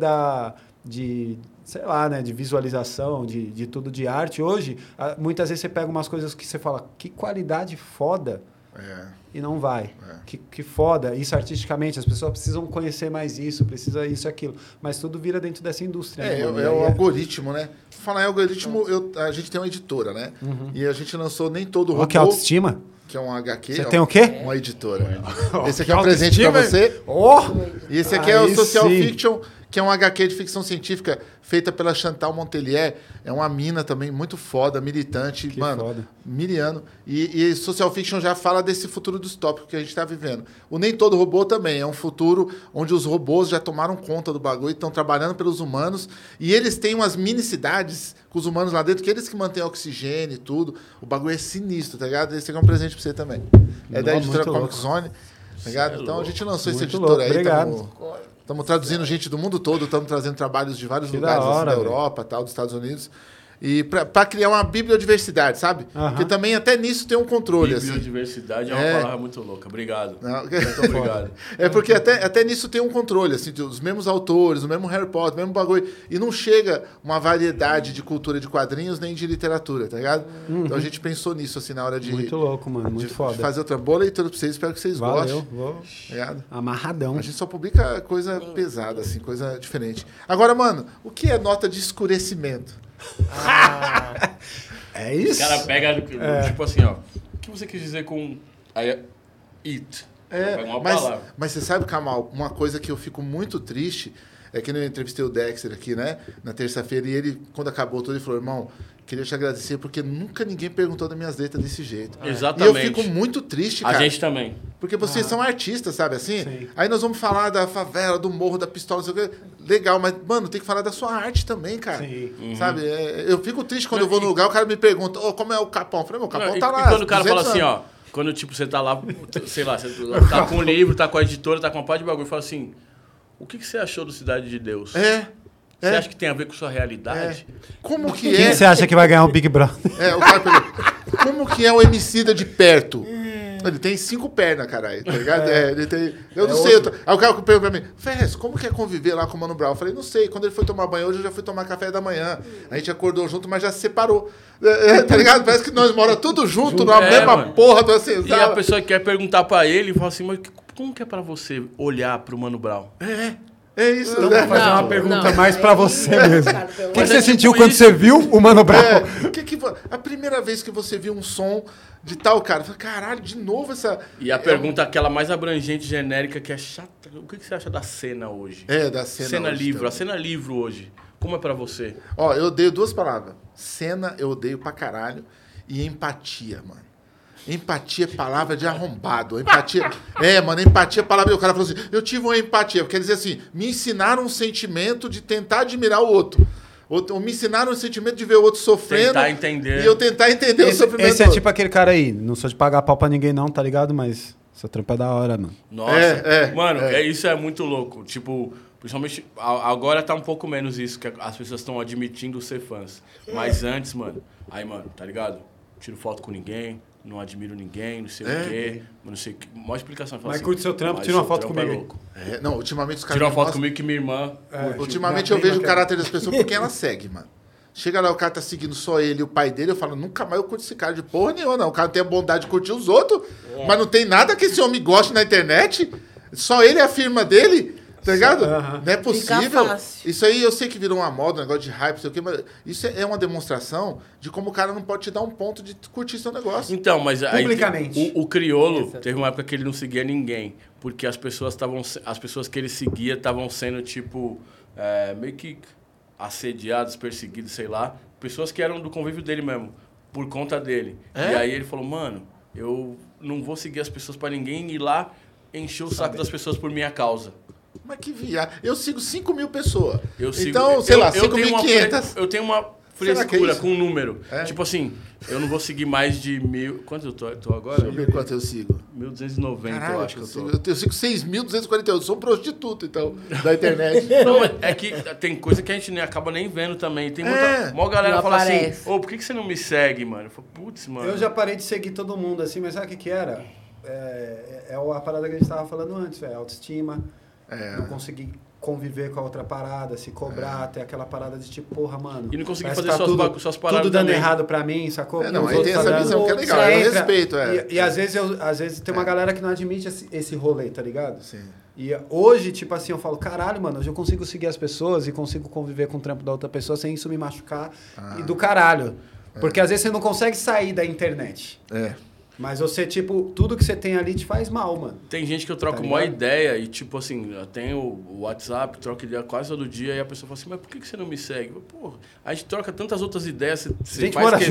de visualização, de tudo de arte. Hoje, muitas vezes você pega umas coisas que você fala, que qualidade foda, e não vai. Que foda, isso artisticamente, as pessoas precisam conhecer mais isso, precisa isso e aquilo. Mas tudo vira dentro dessa indústria. É o algoritmo, né? Falar em algoritmo, a gente tem uma editora, né? E a gente lançou Nem Todo Robô. Que autoestima? Que é um HQ. Você tem o quê? Uma editora. Esse aqui é um presente pra você. E esse aqui é o Social Fiction, que é um HQ de ficção científica feita pela Chantal Montelier. É uma mina também muito foda, militante. Que mano, foda. miliano. E Social Fiction já fala desse futuro distópico que a gente está vivendo. O Nem Todo Robô também é um futuro onde os robôs já tomaram conta do bagulho, estão trabalhando pelos humanos. E eles têm umas mini cidades com os humanos lá dentro, que eles que mantêm oxigênio e tudo. O bagulho é sinistro, tá ligado? Esse aqui é um presente pra você também. É da editora Comic Zone, tá ligado? Então a gente lançou essa editora aí. Obrigado. Estamos traduzindo gente do mundo todo, estamos trazendo trabalhos de vários lugares da Europa, tal, dos Estados Unidos. E para criar uma bibliodiversidade, sabe? Porque também até nisso tem um controle. Bibliodiversidade é uma palavra muito louca. Obrigado. Muito obrigado. É porque até nisso tem um controle, assim, os mesmos autores, o mesmo Harry Potter, o mesmo bagulho. E não chega uma variedade de cultura de quadrinhos nem de literatura, tá ligado? Então a gente pensou nisso, assim, na hora de... Muito louco, mano. Muito foda. De fazer outra boa leitura pra vocês. Espero que vocês gostem. Vou. Ligado? Amarradão. A gente só publica coisa pesada, assim, coisa diferente. Agora, mano, o que é nota de escurecimento? É isso? O cara pega, tipo assim, ó. O que você quis dizer com it? Mas você sabe, Kamal, uma coisa que eu fico muito triste é que eu entrevistei o Dexter aqui, né? Na terça-feira, e ele, quando acabou tudo, ele falou, irmão, queria te agradecer porque nunca ninguém perguntou das minhas letras desse jeito. Exatamente. E eu fico muito triste, cara. A gente também. Porque vocês são artistas, sabe assim? Sim. Aí nós vamos falar da favela, do morro, da pistola, não sei o quê. Legal, mas, mano, tem que falar da sua arte também, cara. Sim. Sabe? Eu fico triste quando eu vou no lugar, o cara me pergunta, como é o Capão? Eu falei, meu, o Capão tá lá. E quando o cara fala assim, ó, quando, tipo, você tá lá, sei lá, você tá com um livro, tá com a editora, tá com uma parte de bagulho, e fala assim, o que você achou do Cidade de Deus? Você acha que tem a ver com sua realidade? Como que Quem você acha que vai ganhar o Big Brother? O cara pergunta, como que é o Emicida de perto? Ele tem 5 pernas, caralho, tá ligado? Ele tem... Eu não sei. Aí o cara perguntou pra mim, Ferrez, como que é conviver lá com o Mano Brown? Eu falei, não sei. Quando ele foi tomar banho hoje, eu já fui tomar café da manhã. A gente acordou junto, mas já se separou. Tá ligado? Parece que nós moramos tudo junto na mesma porra do E a pessoa quer perguntar pra ele e fala assim, mas como que é pra você olhar pro Mano Brown? É isso. Então, vou fazer uma pergunta mais pra você mesmo. O que você sentiu quando você viu o Mano Brown? A primeira vez que você viu um som de tal cara, eu falei, caralho, de novo essa... E a pergunta, aquela mais abrangente, genérica, que é chata. O que você acha da cena hoje? Da cena Cena hoje livro. também. A cena livro hoje. Como é pra você? Ó, eu odeio 2 palavras. Cena, eu odeio pra caralho. E empatia, mano. Empatia é palavra de arrombado. Empatia... empatia é palavra... O cara falou assim, eu tive uma empatia. Quer dizer assim, me ensinaram um sentimento de tentar admirar o outro. Ou me ensinaram um sentimento de ver o outro sofrendo. Tentar entender. E eu tentar entender o sofrimento. Esse é tipo aquele cara aí. Não sou de pagar pau pra ninguém não, tá ligado? Mas seu trampo é da hora, mano. Nossa. Mano, isso é muito louco. Tipo, principalmente... Agora tá um pouco menos isso, que as pessoas estão admitindo ser fãs. Mas antes, mano... Aí, mano, tá ligado? Tiro foto com ninguém... Não admiro ninguém, não sei o quê. Não sei o quê. Uma explicação. Mas curte seu trampo, tira uma foto comigo. Não, ultimamente os caras... Tira uma foto comigo que minha irmã... Ultimamente eu vejo o caráter das pessoas por quem ela segue, mano. Chega lá, o cara tá seguindo só ele e o pai dele, eu falo, nunca mais eu curto esse cara de porra nenhuma, não. O cara tem a bondade de curtir os outros, mas não tem nada que esse homem goste na internet. Só ele é a firma dele. Tá ligado? Não é possível. Isso aí eu sei que virou uma moda, um negócio de hype, sei o quê, mas isso é uma demonstração de como o cara não pode te dar um ponto de curtir seu negócio. Então, mas publicamente. Aí, o Criolo teve uma época que ele não seguia ninguém, porque as pessoas que ele seguia estavam sendo, tipo, meio que assediadas, perseguidas, sei lá. Pessoas que eram do convívio dele mesmo, por conta dele. E aí ele falou, mano, eu não vou seguir as pessoas pra ninguém ir lá encher o saco das pessoas por minha causa. Mas que viagem. Eu sigo 5 mil pessoas. Então, sei lá, 5.500. Eu tenho uma frescura com um número. Tipo assim, eu não vou seguir mais de 1.000... Quanto eu tô agora? Deixa eu ver quanto eu sigo. 1.290, eu acho que eu tô. Eu sigo 6.248. Eu sou um prostituto, então, da internet. Não, mas é que tem coisa que a gente acaba nem vendo também. Tem muita galera fala assim, por que você não me segue, mano? Eu falo, putz, mano. Eu já parei de seguir todo mundo assim, mas sabe o que era? É a parada que a gente tava falando antes, autoestima. Não conseguir conviver com a outra parada, se cobrar, ter aquela parada de tipo, porra, mano... E não conseguir fazer suas paradas tudo dando também. errado pra mim, sacou? Não, aí tem essa visão que é legal, eu respeito. E às vezes tem uma galera que não admite esse rolê, tá ligado? Sim. E hoje, tipo assim, eu falo, caralho, mano, hoje eu consigo seguir as pessoas e consigo conviver com o trampo da outra pessoa sem isso me machucar e do caralho. Porque às vezes você não consegue sair da internet. Mas você, tipo, tudo que você tem ali te faz mal, mano. Tem gente que eu troco uma ideia e, tipo assim, eu tenho o WhatsApp, troco ideia quase todo dia e a pessoa fala assim, mas por que você não me segue? Porra, a gente troca tantas outras ideias, você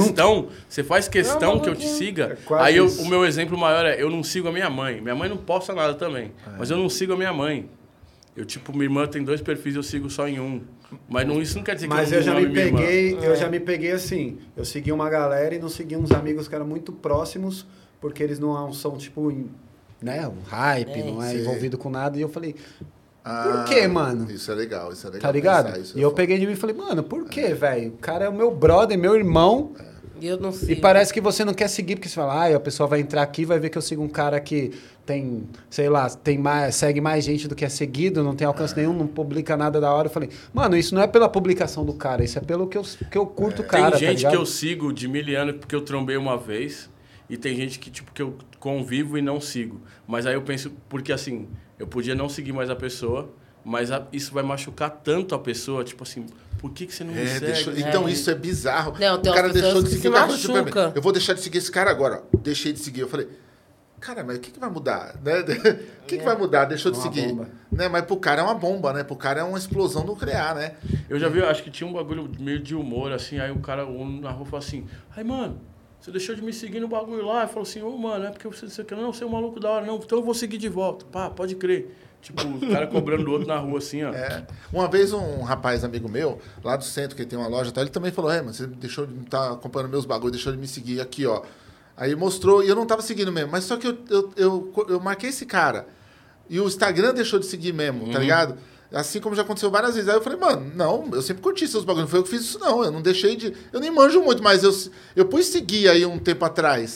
faz questão que eu te siga. Aí o meu exemplo maior eu não sigo a minha mãe. Minha mãe não posta nada também, mas eu não sigo a minha mãe. Eu, tipo, minha irmã tem 2 perfis, eu sigo só em um. Mas isso não quer dizer que eu não amo minha irmã. Eu já me peguei assim, eu segui uma galera e não segui uns amigos que eram muito próximos, porque eles não são, tipo, né, um hype, não é envolvido com nada, e eu falei, por quê, mano? Isso é legal. Tá ligado? E eu peguei de mim e falei, mano, por quê, velho? O cara é o meu brother, meu irmão... Eu não sigo. E parece que você não quer seguir, porque você fala, a pessoa vai entrar aqui e vai ver que eu sigo um cara que tem, sei lá, segue mais gente do que é seguido, não tem alcance nenhum, não publica nada da hora. Eu falei, mano, isso não é pela publicação do cara, isso é pelo que eu curto o cara, tem gente tá que eu sigo de miliano porque eu trombei uma vez, e tem gente que, tipo, que eu convivo e não sigo. Mas aí eu penso, porque assim, eu podia não seguir mais a pessoa, mas isso vai machucar tanto a pessoa, tipo assim... Por que você não me segue? Então, isso é bizarro. Não, o cara deixou de seguir. Machuca. Eu vou deixar de seguir esse cara agora. Deixei de seguir. Eu falei, cara, mas o que vai mudar? Né? O que vai mudar? Deixou de seguir. Né? Mas pro cara é uma bomba, né? Pro cara é uma explosão nuclear, né? Eu já vi, acho que tinha um bagulho meio de humor, assim, aí o cara na rua falou assim, ai, mano, você deixou de me seguir no bagulho lá. Eu falou assim, mano, é porque você quer, não, você é um maluco da hora, não, então eu vou seguir de volta. Pá, pode crer. Tipo, o cara cobrando do outro na rua, assim, ó. Uma vez um rapaz amigo meu, lá do centro, que tem uma loja, ele também falou, mano, você deixou de estar acompanhando meus bagulhos, deixou de me seguir aqui, ó. Aí mostrou, e eu não tava seguindo mesmo, mas só que eu marquei esse cara, e o Instagram deixou de seguir mesmo, tá ligado? Assim como já aconteceu várias vezes. Aí eu falei, mano, não, eu sempre curti seus bagulhos, não foi eu que fiz isso não, eu não deixei de... Eu nem manjo muito, mas eu pus seguir aí um tempo atrás.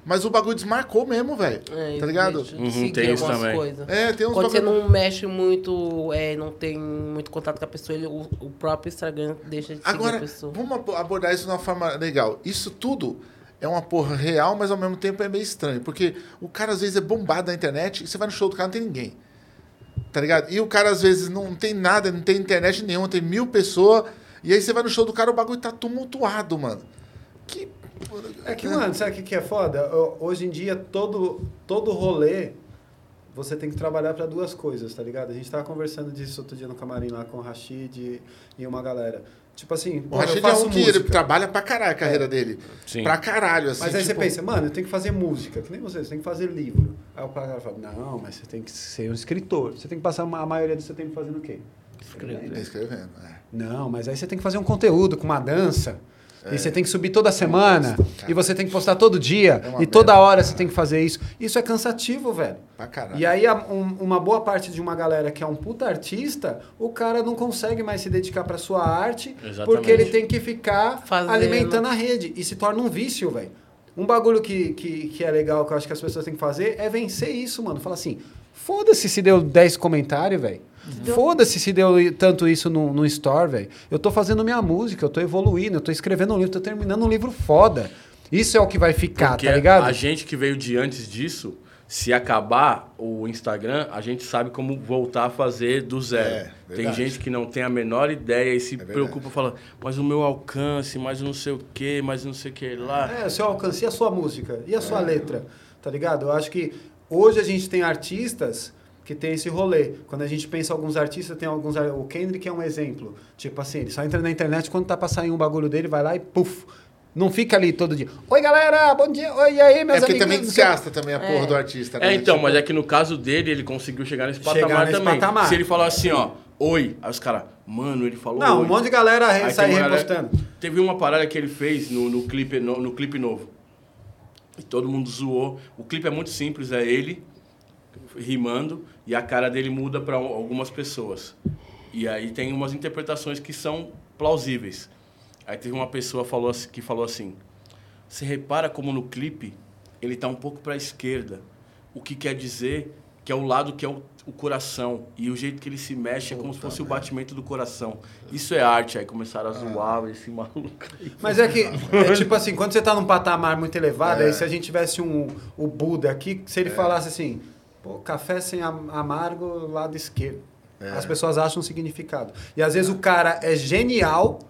Mas o bagulho desmarcou mesmo, velho. Tá ligado? Tem isso também. Coisas. Tem uns Quando você não mexe muito, não tem muito contato com a pessoa, o próprio Instagram deixa de seguir a pessoa. Agora, vamos abordar isso de uma forma legal. Isso tudo é uma porra real, mas ao mesmo tempo é meio estranho. Porque o cara, às vezes, é bombado na internet e você vai no show do cara, não tem ninguém. Tá ligado? E o cara, às vezes, não tem nada, não tem internet nenhuma, tem 1000 pessoas. E aí você vai no show do cara, o bagulho tá tumultuado, mano. Mano, sabe o que é foda? Hoje em dia, todo rolê, você tem que trabalhar pra 2 coisas, tá ligado? A gente tava conversando disso outro dia no camarim lá com o Rashid e uma galera. Tipo assim, o Rashid é um que ele trabalha pra caralho a carreira dele. Sim. Pra caralho, assim. Mas aí você pensa, mano, eu tenho que fazer música, que nem você tem que fazer livro. Aí o cara fala, não, mas você tem que ser um escritor. Você tem que passar a maioria do seu tempo fazendo o quê? Escrevendo. Não, mas aí você tem que fazer um conteúdo com uma dança. E você tem que subir toda semana. E você tem que postar todo dia. E toda hora você tem que fazer isso. Isso é cansativo, velho. Pra caralho. E aí uma boa parte de uma galera que é um puta artista, o cara não consegue mais se dedicar pra sua arte. Exatamente. Porque ele tem que ficar alimentando a rede. E se torna um vício, velho. Um bagulho que é legal, que eu acho que as pessoas têm que fazer, é vencer isso, mano. Fala assim, foda-se se deu 10 comentários, velho. Foda-se se deu tanto isso no store, velho. Eu tô fazendo minha música, eu tô evoluindo, eu tô escrevendo um livro, tô terminando um livro foda. Isso é o que vai ficar, porque tá ligado? A gente que veio de antes disso, se acabar o Instagram, a gente sabe como voltar a fazer do zero. Tem gente que não tem a menor ideia e se preocupa falando, mas o meu alcance, mas não sei o quê, mas não sei o que lá. O seu alcance e a sua música, e a sua letra, tá ligado? Eu acho que hoje a gente tem artistas que tem esse rolê. Quando a gente pensa em alguns artistas, tem alguns... O Kendrick é um exemplo. Tipo assim, ele só entra na internet, quando tá pra sair um bagulho dele, vai lá e puf. Não fica ali todo dia. Oi, galera, bom dia. Oi, e aí, meus amigos? É porque também desgasta também a porra do artista. Né? Então, mas é que no caso dele, ele conseguiu chegar nesse patamar também. Se ele falar assim, ó, oi, aí os caras, mano, ele falou não, oi. Um monte de galera sai repostando. Teve uma parada que ele fez no clipe novo. E todo mundo zoou. O clipe é muito simples, é ele rimando e a cara dele muda para algumas pessoas. E aí tem umas interpretações que são plausíveis. Aí teve uma pessoa que falou assim, você repara como no clipe ele tá um pouco para a esquerda, o que quer dizer que é o lado que é o coração, e o jeito que ele se mexe é como se fosse o batimento do coração. Isso é arte. Aí começaram a zoar esse maluco. Mas é que, tipo assim, quando você tá num patamar muito elevado, aí se a gente tivesse o Buda aqui, se ele falasse assim, pô, café sem amargo, lado esquerdo. As pessoas acham um significado. E às vezes o cara é genial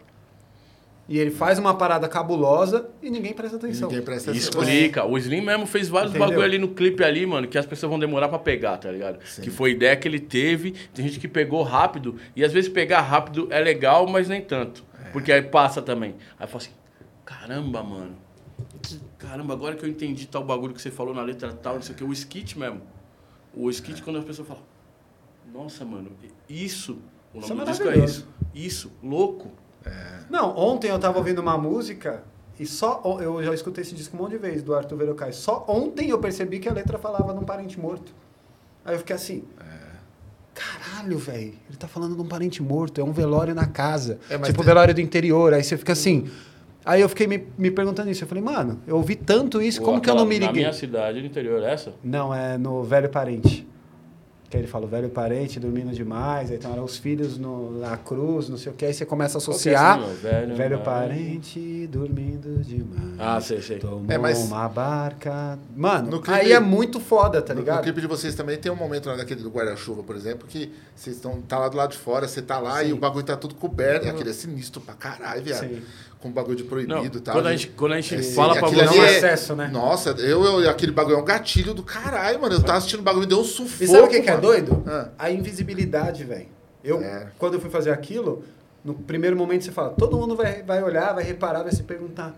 e ele faz uma parada cabulosa e ninguém presta atenção. Explica. O Slim mesmo fez vários bagulho ali no clipe ali, mano, que as pessoas vão demorar pra pegar, tá ligado? Sim. Que foi ideia que ele teve. Tem gente que pegou rápido. E às vezes pegar rápido é legal, mas nem tanto. Porque aí passa também. Aí fala assim, caramba, mano. Caramba, agora que eu entendi tal bagulho que você falou na letra tal, não sei o que. O skit mesmo. O skit, quando as pessoas falam, nossa, mano, isso, o nome do disco é isso. Isso, louco. Não, ontem eu tava ouvindo uma música e eu já escutei esse disco um monte de vezes, do Arthur Verocai. Só ontem eu percebi que a letra falava de um parente morto. Aí eu fiquei assim, caralho, velho, ele tá falando de um parente morto, é um velório na casa, tipo velório do interior. Aí você fica assim... Aí eu fiquei me perguntando isso. Eu falei, mano, eu ouvi tanto isso, como que eu não me liguei? Na minha cidade, no interior, essa? Não, é no Velho Parente. Que aí ele fala, o velho parente dormindo demais, aí tem os filhos na cruz, não sei o que, aí você começa a associar. Velho parente dormindo demais. Ah, sei. Tomou uma barca. Mano, clipe, aí é muito foda, tá ligado? No clipe de vocês também tem um momento lá daquele do guarda-chuva, por exemplo, que vocês tá lá do lado de fora, você tá lá e o bagulho tá tudo coberto. Aquele é sinistro pra caralho, viado. Sim. Com bagulho de proibido e tal. Quando a gente fala pra você... Não é acesso, né? Nossa, aquele bagulho é um gatilho do caralho, mano. Eu tava assistindo o bagulho e deu um sufoco. E sabe o que é doido? A invisibilidade, velho. Quando eu fui fazer aquilo, no primeiro momento você fala, todo mundo vai olhar, vai reparar, vai se perguntar.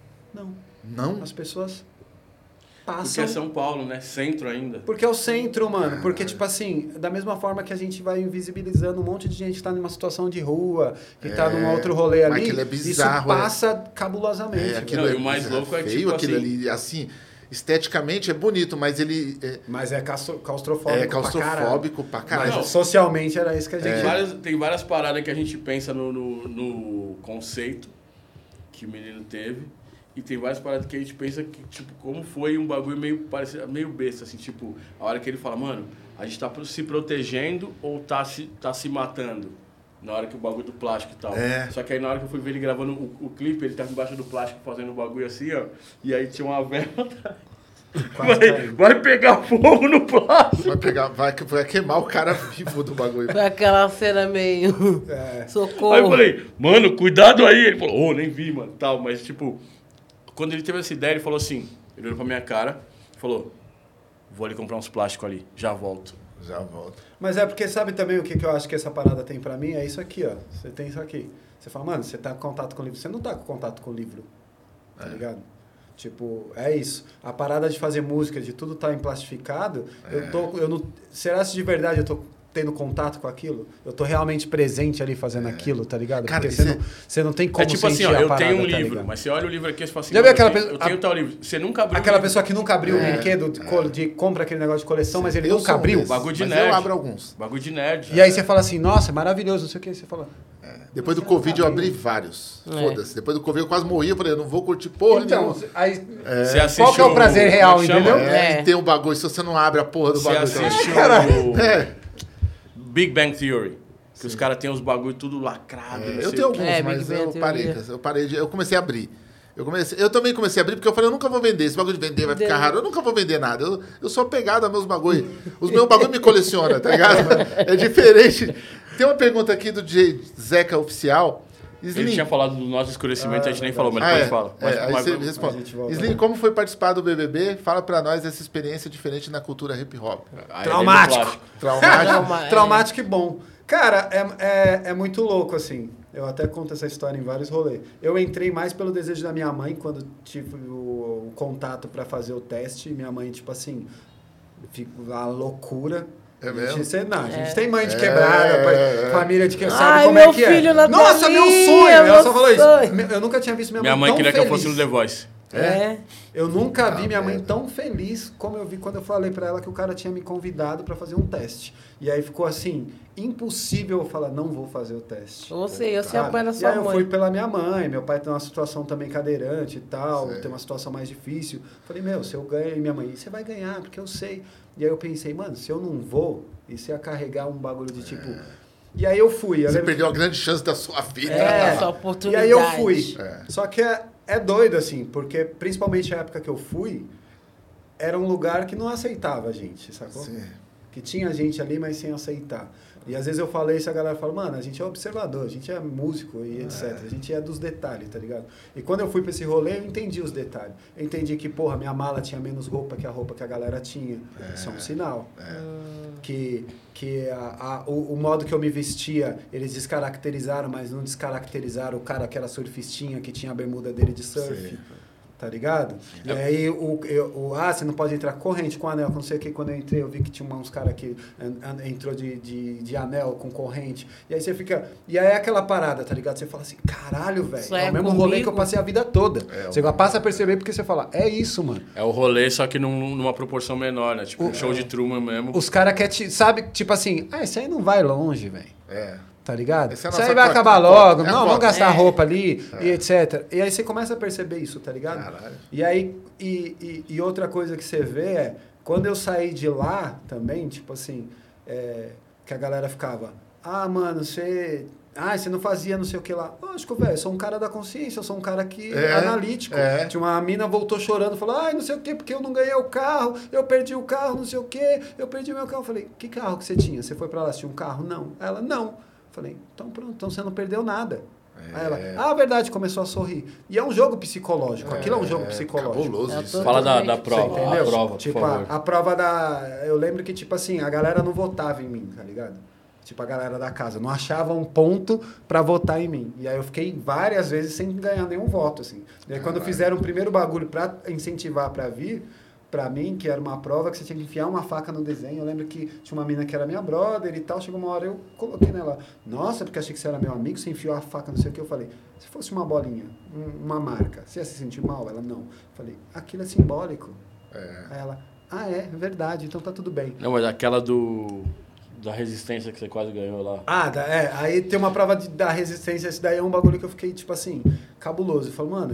Não? As pessoas passam... Porque é São Paulo, né? Centro ainda. Porque é o centro, mano. Porque, tipo assim, da mesma forma que a gente vai invisibilizando um monte de gente que tá numa situação de rua, que tá num outro rolê ali, é bizarro, isso passa cabulosamente. E o mais louco é feio, tipo aquilo assim... ali, assim... Esteticamente é bonito, mas ele... Mas é claustrofóbico. É claustrofóbico pra caralho. Mas socialmente era isso que a gente... Tem várias paradas que a gente pensa no conceito que o menino teve. E tem várias paradas que a gente pensa que, tipo, como foi um bagulho meio besta, assim, tipo, a hora que ele fala, mano, a gente tá se protegendo ou tá se matando? Na hora que o bagulho do plástico e tal. Só que aí na hora que eu fui ver ele gravando o clipe, ele tava embaixo do plástico fazendo o bagulho assim, ó. E aí tinha uma vela atrás. Vai pegar fogo no plástico. Vai queimar o cara vivo do bagulho. Foi aquela cena meio... Socorro. Aí eu falei, mano, cuidado aí. Ele falou, nem vi, mano, tal. Mas, tipo, quando ele teve essa ideia, ele falou assim, ele olhou pra minha cara e falou, vou ali comprar uns plásticos ali, já volto. Mas é porque sabe também o que eu acho que essa parada tem pra mim? É isso aqui, ó. Você tem isso aqui. Você fala, mano, você tá em contato com o livro. Você não tá com contato com o livro, tá ligado? Tipo, é isso. A parada de fazer música, de tudo tá emplastificado, será se de verdade eu tô tendo contato com aquilo? Eu tô realmente presente ali fazendo aquilo, tá ligado? Cara, porque você não tem como é tipo sentir assim, ó, a parada, eu tenho um tá livro, ligado? mas você olha o livro aqui e fala assim, já viu aquela pessoa, eu tenho tal livro. Você nunca abriu aquela pessoa que nunca abriu o brinquedo, de compra aquele negócio de coleção, mas ele nunca abriu. Bagulho de mas nerd. eu abro alguns. Bagulho de nerd. E aí você fala assim, nossa, é maravilhoso, não sei o que. Você fala... Depois do Covid eu abri vários. Foda-se. Depois do Covid eu quase morri. Eu falei, eu não vou curtir porra nenhuma. Aí, qual que é o prazer real, entendeu? E tem um bagulho, se você não abre a porra do bagulho. Você assistiu Big Bang Theory. Que os caras têm os bagulho tudo lacrado. Eu tenho alguns, mas eu parei. Eu comecei a abrir. Eu também comecei a abrir porque eu falei, eu nunca vou vender. Esse bagulho de vender vai ficar raro. Eu nunca vou vender nada. Eu sou apegado a meus bagulho. Os meus bagulho me colecionam, tá ligado? É diferente. Tem uma pergunta aqui do Zeca Oficial. Slim. Ele tinha falado do nosso escurecimento, a gente nem falou, mas depois fala. Aí você responde. Slim, como foi participar do BBB? Fala pra nós essa experiência diferente na cultura hip hop. Traumático e bom. Cara, é muito louco, assim. Eu até conto essa história em vários rolês. Eu entrei mais pelo desejo da minha mãe, quando tive o contato pra fazer o teste. Minha mãe, tipo assim, a loucura. É mesmo? A gente tem mãe de quebrada, família de que sabe como meu é que é. filho na Nossa, meu sonho! Ela só falou isso. Eu nunca tinha visto minha mãe tão queria feliz. que eu fosse no The Voice. Eu nunca vi minha mãe tão feliz como eu vi quando eu falei pra ela que o cara tinha me convidado pra fazer um teste. E aí ficou assim, impossível eu falar, não vou fazer o teste. Eu sei apoio da sua mãe. E aí eu mãe. fui pela minha mãe, meu pai tem uma situação também cadeirante e tal, tem uma situação mais difícil. Falei, se eu ganho, e minha mãe, você vai ganhar, porque eu sei. E aí eu pensei, mano, se eu não vou, isso ia carregar um bagulho de tipo... E aí eu fui. Você perdeu a grande chance da sua vida. Essa oportunidade. E aí eu fui. Só que é doido, assim, porque principalmente a época que eu fui, era um lugar que não aceitava a gente, sacou? Sim. Que tinha gente ali, mas sem aceitar. E às vezes eu falei isso, a galera fala, mano, a gente é observador, a gente é músico e etc. A gente é dos detalhes, tá ligado? E quando eu fui pra esse rolê, eu entendi os detalhes. Eu entendi que, porra, minha mala tinha menos roupa que a galera tinha. Isso é um sinal. Que o modo que eu me vestia, eles descaracterizaram, mas não descaracterizaram o cara que era surfistinha, que tinha a bermuda dele de surf. Sim. Tá ligado? E aí, você não pode entrar corrente com anel, não sei o que. Quando eu entrei, eu vi que tinha uns caras que entrou de anel com corrente. E aí você fica... E aí é aquela parada, tá ligado? Você fala assim, caralho, velho. É o mesmo rolê que eu passei a vida toda. Você passa a perceber porque você fala, é isso, mano. É o rolê, só que numa proporção menor, né? Tipo, um show de Truman mesmo. Os caras querem, sabe, tipo assim, isso aí não vai longe, velho. Tá ligado? Isso aí vai acabar logo, vamos gastar roupa ali, e etc. E aí você começa a perceber isso, tá ligado? Caralho. E aí, e outra coisa que você vê é, quando eu saí de lá também, tipo assim, que a galera ficava, mano, você não fazia não sei o que lá. Lógico, velho, eu sou um cara da consciência, eu sou um cara que analítico. Tinha uma mina, voltou chorando, falou, não sei o que, porque eu não ganhei o carro, eu perdi o carro, não sei o que, eu perdi meu carro. Eu falei, que carro que você tinha? Você foi pra lá, você tinha um carro? Não. Ela, não. Falei, então pronto, então você não perdeu nada. Aí ela, verdade, começou a sorrir. E é um jogo psicológico, aquilo é um jogo psicológico. Cabuloso isso. Fala da prova, entendeu? a prova, tipo, por favor. a prova eu lembro que, tipo assim, a galera não votava em mim, tá ligado? Tipo, a galera da casa não achava um ponto pra votar em mim. E aí eu fiquei várias vezes sem ganhar nenhum voto, assim. E aí quando fizeram o primeiro bagulho pra incentivar pra vir... Pra mim, que era uma prova que você tinha que enfiar uma faca no desenho. Eu lembro que tinha uma mina que era minha brother e tal. Chegou uma hora, eu coloquei nela. Nossa, porque achei que você era meu amigo, você enfiou a faca, não sei o que. Eu falei, se fosse uma bolinha, uma marca, você ia se sentir mal? Ela, não. Eu falei, aquilo é simbólico. Aí ela, é verdade, então tá tudo bem. Não, mas aquela da resistência que você quase ganhou lá. Aí tem uma prova da resistência, esse daí é um bagulho que eu fiquei, tipo assim, cabuloso. Eu falo, mano...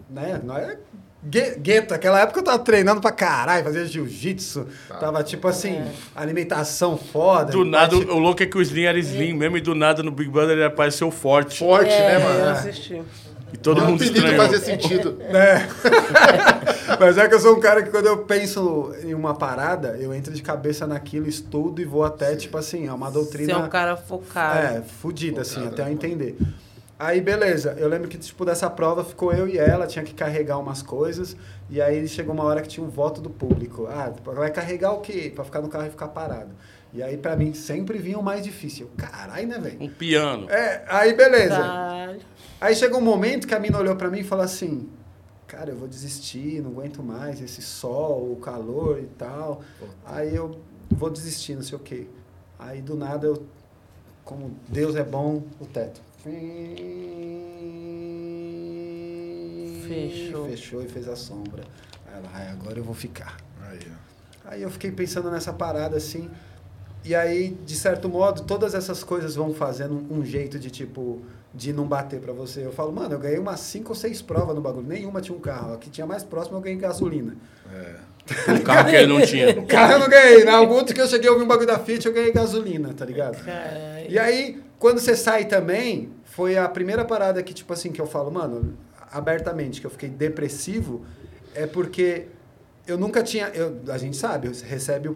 né? Nós é gueto. Naquela época eu tava treinando pra caralho, fazia jiu-jitsu. Tava tipo assim, alimentação foda. Do nada, o louco é que o Slim era Slim mesmo, e do nada no Big Brother ele apareceu forte. Forte, né, mano? Eu assisti. E todo mundo estranhou. fazia sentido. Mas é que eu sou um cara que quando eu penso em uma parada, eu entro de cabeça naquilo, estudo e vou até, tipo assim, é uma doutrina... Você é um cara focado. Fudida, assim, até eu entender. Aí, beleza. Eu lembro que, tipo, dessa prova ficou eu e ela, tinha que carregar umas coisas, e aí chegou uma hora que tinha um voto do público. Ah, vai carregar o quê? Pra ficar no carro e ficar parado. E aí, pra mim, sempre vinha o mais difícil. Caralho, né, velho? Um piano. Aí, beleza. Caralho. Aí chegou um momento que a mina olhou pra mim e falou assim... Cara, eu vou desistir, não aguento mais esse sol, o calor e tal. Aí eu vou desistir, não sei o quê. Aí, do nada, eu... Como Deus é bom, o teto. Fechou e fez a sombra. Aí ela, agora eu vou ficar. Aí eu fiquei pensando nessa parada assim. E aí, de certo modo, todas essas coisas vão fazendo um jeito de tipo, de não bater pra você. Eu falo, mano, eu ganhei umas 5 ou 6 provas no bagulho. Nenhuma tinha um carro. A que tinha mais próximo eu ganhei gasolina. O carro que ele não tinha. O carro eu não ganhei. Na algum outro que eu cheguei a ouvir um bagulho da Fiat, eu ganhei gasolina, tá ligado? Caralho. E aí, quando você sai também, foi a primeira parada que, tipo assim, que eu falo, mano, abertamente, que eu fiquei depressivo, é porque eu nunca tinha... a gente sabe, recebe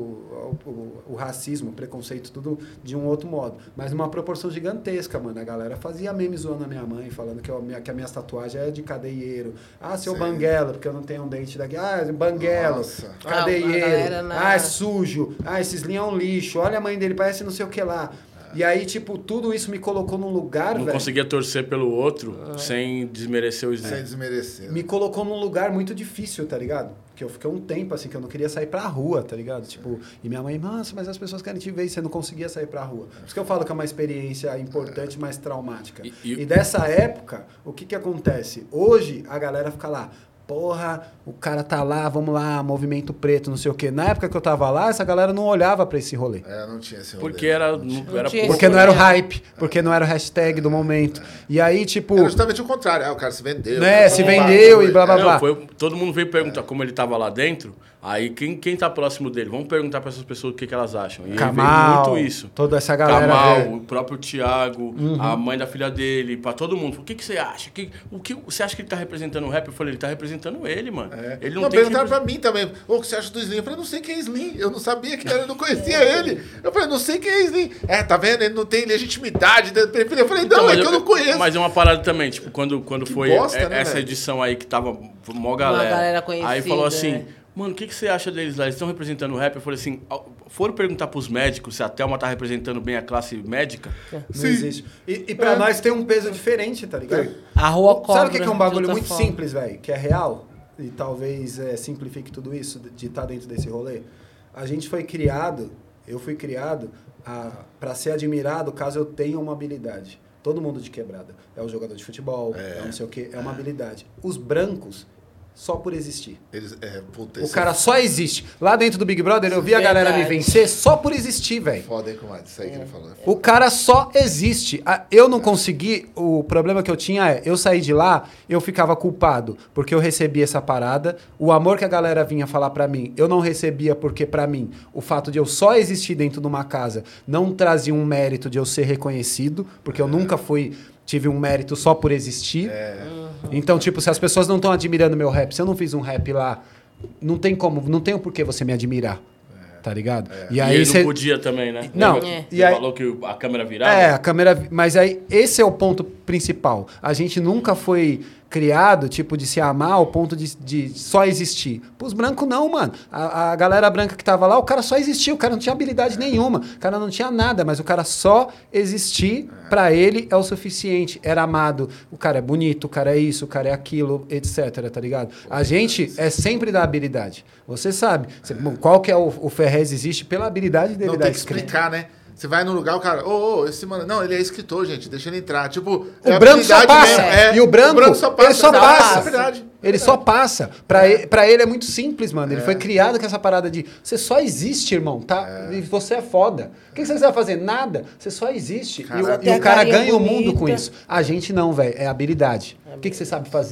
o racismo, o preconceito, tudo de um outro modo. Mas numa proporção gigantesca, mano. A galera fazia meme zoando a minha mãe, falando que a minha tatuagem é de cadeieiro. Ah, seu banguelo, porque eu não tenho um dente daqui. Ah, banguelo, cadeieiro. É sujo. Ah, esse Slim é um lixo. Olha a mãe dele, parece não sei o que lá. E aí, tipo, tudo isso me colocou num lugar, velho... Não conseguia torcer pelo outro sem desmerecer o Slim. Sem desmerecer. Me colocou num lugar muito difícil, tá ligado? Porque eu fiquei um tempo, assim, que eu não queria sair pra rua, tá ligado? Tipo, e minha mãe, nossa, mas as pessoas querem te ver e você não conseguia sair pra rua. Por isso que eu falo que é uma experiência importante, mas traumática. E dessa época, o que acontece? Hoje, a galera fica lá... Porra, o cara tá lá, vamos lá, movimento preto, não sei o quê. Na época que eu tava lá, essa galera não olhava pra esse rolê. Não tinha esse rolê. Porque era pouco. Porque não era o hype, porque não era o hashtag do momento. E aí, tipo... Era justamente o contrário. O cara se vendeu. Né, se vendeu e blá, blá, blá. Todo mundo veio perguntar como ele tava lá dentro. Aí, quem tá próximo dele? Vamos perguntar pra essas pessoas o que elas acham. E Kamal, veio muito isso. Toda essa galera. Kamal, o próprio Thiago, a mãe da filha dele, pra todo mundo. O que você acha? O que você acha que ele tá representando o rap? Eu falei, ele tá representando ele, mano. Ele não tem perguntaram pra mim também. O que você acha do Slim? Eu falei, não sei quem é Slim. Eu não sabia quem era, eu não conhecia ele. Eu falei, não sei quem é Slim. Tá vendo? Ele não tem legitimidade. Eu falei, não, que eu não conheço. Mas é uma parada também, tipo, quando foi bosta, né, essa edição aí que tava mó galera conhecida, aí falou assim... Mano, o que você acha deles lá? Eles estão representando o rap? Eu falei assim, foram perguntar pros médicos se a Thelma tá representando bem a classe médica? Não existe. E pra nós tem um peso diferente, tá ligado? A rua cobra. Sabe o que é um bagulho muito simples, velho? Que é real? E talvez simplifique tudo isso de estar dentro desse rolê. A gente foi criado, eu fui criado pra ser admirado caso eu tenha uma habilidade. Todo mundo de quebrada. É um jogador de futebol, é não sei o quê, é uma habilidade. Os brancos... Só por existir. O cara só existe. Lá dentro do Big Brother, eu vi a galera me vencer só por existir, velho. Foda, hein, comadre? Isso aí que ele falou. O cara só existe. Eu não consegui... O problema que eu tinha eu saí de lá, eu ficava culpado. Porque eu recebia essa parada. O amor que a galera vinha falar pra mim, eu não recebia porque, pra mim, o fato de eu só existir dentro de uma casa não trazia um mérito de eu ser reconhecido. Porque eu nunca tive um mérito só por existir. Então, tipo, se as pessoas não estão admirando meu rap, se eu não fiz um rap lá, não tem o porquê você me admirar. Tá ligado? E aí ele não podia também, né? Não. Você falou que a câmera virava? A câmera... Mas aí, esse é o ponto principal. A gente nunca foi criado, tipo, de se amar ao ponto de só existir. Pros brancos, não, mano. A galera branca que tava lá, o cara só existia. O cara não tinha habilidade nenhuma. O cara não tinha nada, mas o cara só existir, pra ele, é o suficiente. Era amado. O cara é bonito, o cara é isso, o cara é aquilo, etc, tá ligado? A gente é sempre da habilidade. Você sabe. Qual que é o Ferrez existe pela habilidade dele. Não, tem que explicar, né? Você vai no lugar, o cara, esse mano... Não, ele é escritor, gente, deixa ele entrar. Tipo, o branco só passa. E o branco só passa. Ele só passa. É verdade. Ele só passa. Pra ele é muito simples, mano. Ele foi criado com essa parada de... Você só existe, irmão, tá? E você é foda. O que você vai fazer? Nada. Você só existe. E o cara ganha o mundo com isso. A gente não, velho. É habilidade. O que você sabe fazer?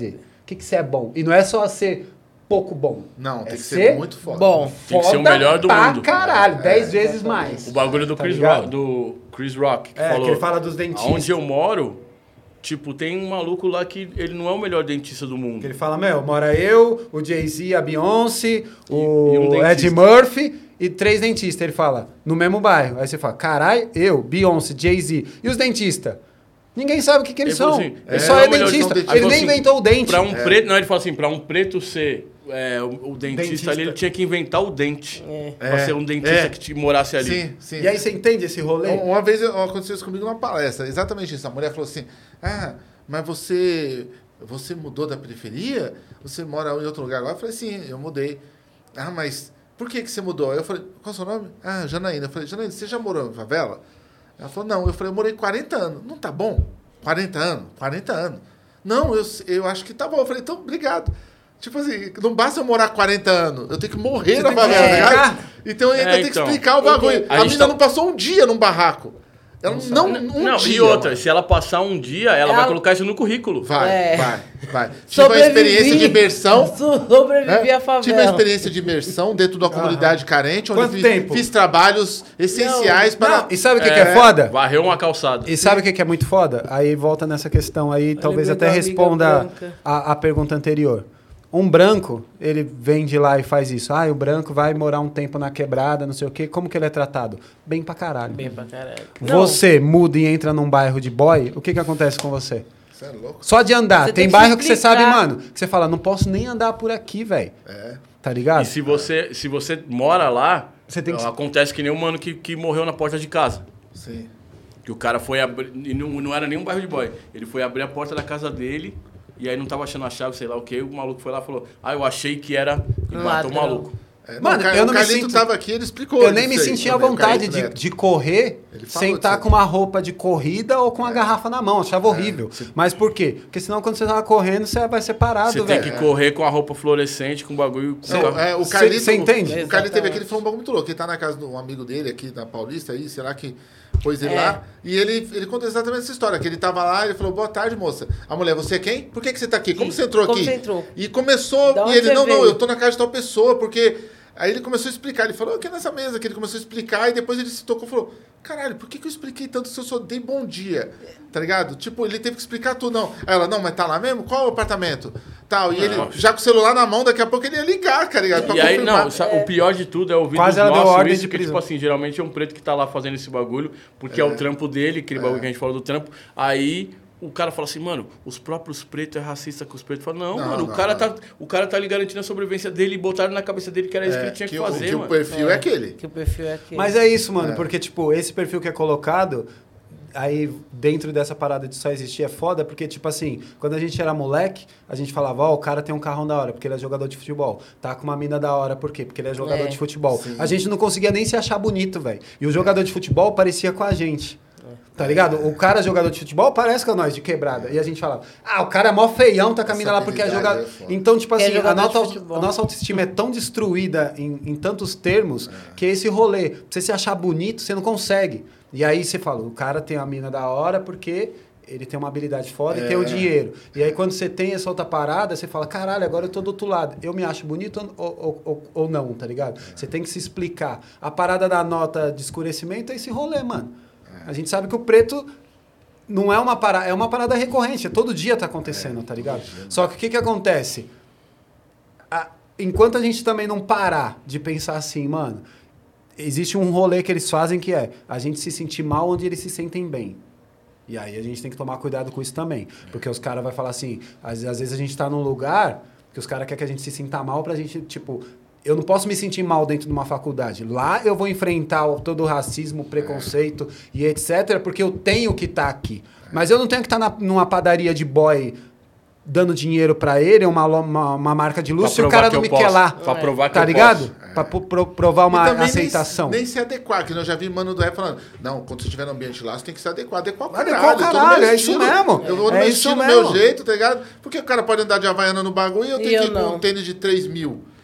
O que você é bom? E não é só ser pouco bom. Não, tem é que ser muito foda. Bom, tem que ser o melhor do mundo. Caralho, 10 vezes mais. O bagulho do, Tá Chris Rock, que falou, que ele fala dos dentistas. Onde eu moro, tipo, tem um maluco lá que ele não é o melhor dentista do mundo. Que ele fala, mora eu, o Jay-Z, a Beyoncé, um Ed Murphy e 3 dentistas. Ele fala, no mesmo bairro. Aí você fala, caralho, eu, Beyoncé, Jay-Z. E os dentistas? Ninguém sabe o que eles são. Assim, ele só é dentista. Ele nem inventou o dente. Pra um preto, não, ele fala assim, pra um preto ser o dentista ali, ele tinha que inventar o dente. Pra ser um dentista que morasse ali. Sim, sim. E aí você entende esse rolê? Uma vez aconteceu isso comigo numa palestra, exatamente isso. A mulher falou assim, mas você mudou da periferia? Você mora em outro lugar agora? Eu falei, sim, eu mudei. Mas por que você mudou? Eu falei, qual é o seu nome? Janaína. Eu falei, Janaína, você já morou em favela? Ela falou, não. Eu falei, eu morei 40 anos. Não tá bom? 40 anos. Não, eu acho que tá bom. Eu falei, então, obrigado. Tipo assim, não basta eu morar 40 anos. Eu tenho que morrer na favela. Então eu ainda tenho que explicar o bagulho. A menina não passou um dia num barraco. Ela não dia. E outra, se ela passar um dia, ela vai colocar isso no currículo. Vai. Tive uma experiência de imersão. Sobrevivi à favela. Tive uma experiência de imersão dentro de uma comunidade carente, onde fiz trabalhos essenciais para... E sabe o que é foda? Varreu uma calçada. E sabe o que é muito foda? Aí volta nessa questão aí, talvez até responda a pergunta anterior. Um branco, ele vem de lá e faz isso. O branco vai morar um tempo na quebrada, não sei o quê. Como que ele é tratado? Bem pra caralho. Você muda e entra num bairro de boy, o que acontece com você? Você é louco. Só de andar. Tem bairro que você sabe, mano, que você fala, não posso nem andar por aqui, velho. Tá ligado? E se você mora lá, acontece que nem um mano que morreu na porta de casa. Sim. Que o cara foi abrir... Não era nem um bairro de boy. Ele foi abrir a porta da casa dele... E aí não tava achando a chave, sei lá o quê. O maluco foi lá e falou, eu achei que era... E matou o maluco. Mano, eu não me sinto... tava aqui, ele explicou. Eu nem me senti à vontade de correr sem estar com uma roupa de corrida ou com uma garrafa na mão. Achava horrível. Mas por quê? Porque senão quando você tava correndo, você vai ser parado, velho. Você tem que correr com a roupa fluorescente, com o bagulho... O Carlito... Você entende? O Carlito teve aqui, ele falou um bagulho muito louco. Ele tá na casa de um amigo dele aqui, da Paulista, aí, sei lá que... Pôs ele lá, e ele conta exatamente essa história, que ele tava lá, ele falou, boa tarde, moça. A mulher, você é quem? Por que você tá aqui? Como você entrou aqui? E começou, e ele, não, eu tô na casa de tal pessoa, porque... Aí ele começou a explicar, ele falou, aqui nessa mesa, que ele começou a explicar, e depois ele se tocou e falou, caralho, por que eu expliquei tanto se eu só dei bom dia? Tá ligado? Tipo, ele teve que explicar tudo, não. Aí ela, não, mas tá lá mesmo? Qual é o apartamento? Tal, e ele, já com o celular na mão, daqui a pouco ele ia ligar, tá ligado? Pra confirmar. Não, o pior de tudo é ouvir dos nossos isso, que tipo assim, geralmente é um preto que tá lá fazendo esse bagulho, porque é o trampo dele, aquele bagulho que a gente falou do trampo, aí... O cara fala assim, mano, os próprios pretos é racista com os pretos. Fala, não, o cara tá lhe garantindo a sobrevivência dele e botaram na cabeça dele que era isso que ele tinha que fazer, mano. Que o perfil é aquele. Mas é isso, mano, porque, tipo, esse perfil que é colocado, aí dentro dessa parada de só existir é foda, porque, tipo assim, quando a gente era moleque, a gente falava, o cara tem um carrão da hora, porque ele é jogador de futebol. Tá com uma mina da hora, por quê? Porque ele é jogador de futebol. Sim. A gente não conseguia nem se achar bonito, velho. E o jogador de futebol parecia com a gente. Tá ligado? O cara jogador de futebol parece com nós, de quebrada. E a gente falava, o cara é mó feião, tá caminhando lá porque é jogador. Então, tipo assim, a nossa autoestima é tão destruída em tantos termos que esse rolê, pra você se achar bonito, você não consegue. E aí você fala, o cara tem a mina da hora porque ele tem uma habilidade foda e tem o dinheiro. E aí quando você tem essa outra parada, você fala, caralho, agora eu tô do outro lado. Eu me acho bonito ou não, tá ligado? Você tem que se explicar. A parada da nota de escurecimento é esse rolê, mano. A gente sabe que o preto não é uma parada, é uma parada recorrente, todo dia tá acontecendo, tá ligado? Só que o que acontece? Enquanto a gente também não parar de pensar assim, mano, existe um rolê que eles fazem que é a gente se sentir mal onde eles se sentem bem. E aí a gente tem que tomar cuidado com isso também. Porque os caras vão falar assim, às vezes a gente tá num lugar que os caras querem que a gente se sinta mal pra gente, tipo... Eu não posso me sentir mal dentro de uma faculdade. Lá eu vou enfrentar todo o racismo, o preconceito e etc. Porque eu tenho que estar aqui. Mas eu não tenho que estar numa padaria de boy dando dinheiro pra ele, uma marca de luxo, se o cara não me quer lá. Pra provar que tá ligado? Pra provar uma aceitação. Nem se adequar, que eu já vi mano do rap falando, não, quando você estiver no ambiente lá, você tem que se adequar. Adequar o caralho, é isso mesmo. Eu vou no meu estilo, no meu jeito, tá ligado? Porque o cara pode andar de Havaiana no bagulho e eu tenho que ir com um tênis de 3 mil.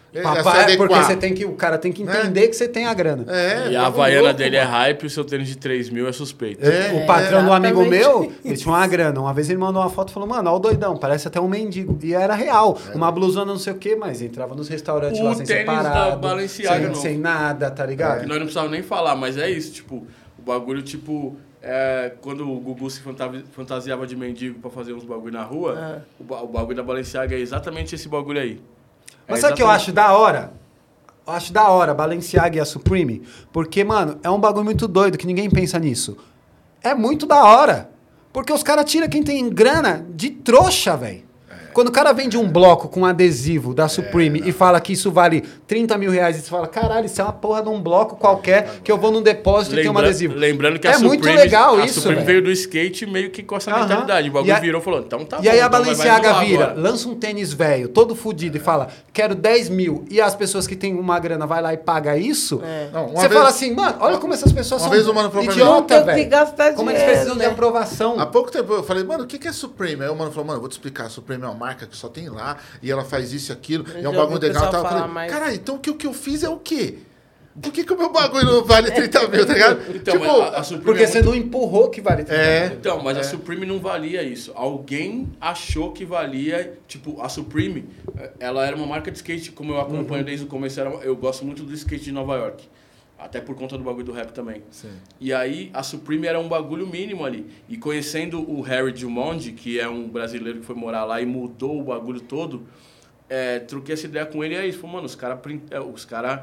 Papai, porque o cara tem que entender que você tem a grana. E a Havaiana dele é hype e o seu tênis de 3 mil é suspeito. O patrão do amigo meu, ele tinha uma grana. Uma vez ele mandou uma foto e falou, mano, olha o doidão, parece até um mendigo. E era real. Uma blusona não sei o quê, mas entrava nos restaurantes lá sem separado. Da Balenciaga, sem nada, tá ligado? Nós não precisávamos nem falar, mas é isso, tipo, o bagulho, tipo... quando o Gugu se fantasiava de mendigo pra fazer uns bagulho na rua, o bagulho da Balenciaga é exatamente esse bagulho aí. Mas sabe o que eu acho da hora? Eu acho da hora, Balenciaga e a Supreme, porque, mano, é um bagulho muito doido que ninguém pensa nisso. É muito da hora. Porque os caras tiram quem tem grana de trouxa, velho. Quando o cara vende um bloco com adesivo da Supreme e fala que isso vale 30 mil reais, e você fala, caralho, isso é uma porra de um bloco qualquer que eu vou num depósito e tem um adesivo. Lembrando que é muito legal a isso, Supreme veio do skate meio que com essa mentalidade. O bagulho virou e falou, então tá bom. E aí a Balenciaga vira, lança um tênis velho, todo fudido, e fala, quero 10 mil. E as pessoas que têm uma grana vai lá e paga isso. Você fala assim, mano, olha como essas pessoas são idiota, velho. Como eles precisam de aprovação. Há pouco tempo eu falei, mano, o que é Supreme? Aí o mano falou, mano, eu vou te explicar. A Supreme é uma marca que só tem lá, e ela faz isso e aquilo, e é um bagulho legal. Eu falei, caralho, então o que eu fiz é o quê? Por que o meu bagulho não vale 30 mil, tá ligado? Então, tipo, a Supreme porque você não empurrou que vale 30 mil. Então, mas a Supreme não valia isso. Alguém achou que valia, tipo, a Supreme, ela era uma marca de skate, como eu acompanho desde o começo, eu gosto muito do skate de Nova York. Até por conta do bagulho do rap também. Sim. E aí, a Supreme era um bagulho mínimo ali. E conhecendo o Harry Drummond, que é um brasileiro que foi morar lá e mudou o bagulho todo, troquei essa ideia com ele e aí, falou, mano, os caras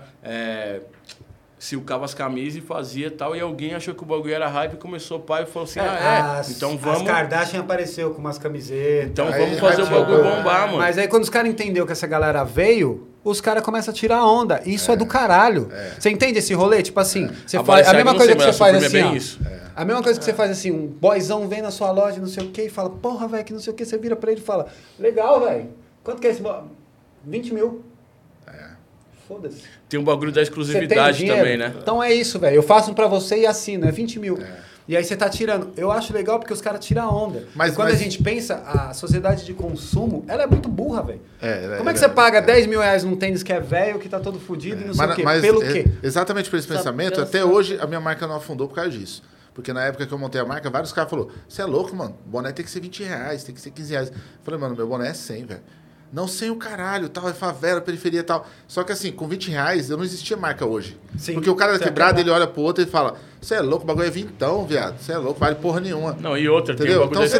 silcava as camisas e fazia tal, e alguém achou que o bagulho era hype e começou pai e falou assim, então vamos... As Kardashian apareceu com umas camisetas. Então vamos fazer o bagulho bombar, mano. Mas aí quando os caras entenderam que essa galera veio, os caras começam a tirar onda. Isso é do caralho. Você entende esse rolê? Tipo assim, você faz a mesma coisa que você faz assim, a mesma coisa que você faz assim, um boyzão vem na sua loja, não sei o que, e fala, porra, velho, que não sei o que, você vira pra ele e fala, legal, velho, quanto que é esse 20 mil. Foda-se. Tem um bagulho da exclusividade também, né? Então é isso, velho. Eu faço pra você e assino, é 20 mil. E aí você tá tirando. Eu acho legal porque os caras tiram onda. Mas quando a gente pensa, a sociedade de consumo, ela é muito burra, velho. Como é que você paga 10 mil reais num tênis que é velho, que tá todo fudido e não sei o quê? Pelo quê? Exatamente por esse pensamento, até hoje a minha marca não afundou por causa disso. Porque na época que eu montei a marca, vários caras falaram, você é louco, mano, o boné tem que ser 20 reais, tem que ser 15 reais. Eu falei, mano, meu boné é 100, velho. Não sei o caralho, tal, é favela, periferia e tal. Só que assim, com 20 reais, eu não existia marca hoje. Sim, porque o cara da quebrada, ele olha pro outro e fala, você é louco, o bagulho é vintão, viado. Você é louco, vale porra nenhuma. Não, e outra, entendeu? Tem então você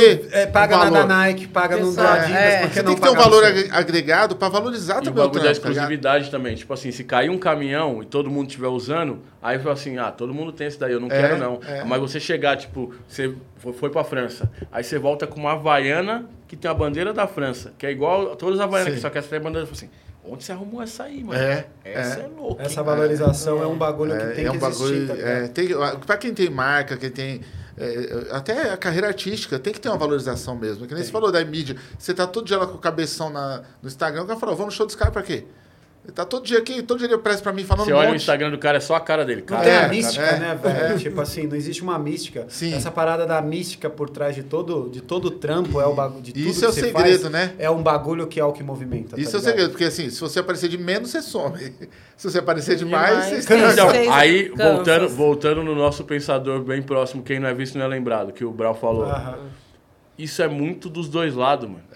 paga na Nike, paga no Adidas, porque não tem que ter um valor agregado pra valorizar também o bagulho da exclusividade também. Tipo assim, se cair um caminhão e todo mundo estiver usando, aí fala assim, todo mundo tem esse daí, eu não quero não. Mas você chegar, tipo, você foi pra França, aí você volta com uma Havaiana que tem a bandeira da França, que é igual a todas as Havaianas, que só quer essa bandeira, assim, onde você arrumou essa aí, mano? Essa é louca. Essa valorização é um bagulho que tem que existir. Pra quem tem marca, quem tem... até a carreira artística tem que ter uma valorização mesmo. Que nem você falou da mídia. Você tá todo dia lá com o cabeção no Instagram, o cara falou, vamos no show dos caras pra quê? Ele tá todo dia aqui, todo dia ele aparece pra mim falando Você olha o Instagram do cara, é só a cara dele. Não tem a mística, né, velho? Tipo assim, não existe uma mística. Sim. Essa parada da mística por trás de todo o trampo, é o bagulho de tudo isso é o segredo, faz, né? É um bagulho que é o que movimenta. Isso é o segredo, porque assim, se você aparecer de menos, você some. Se você aparecer demais, você cansa. Então, aí, voltando no nosso pensador bem próximo, quem não é visto não é lembrado, que o Brau falou. Isso é muito dos dois lados, mano.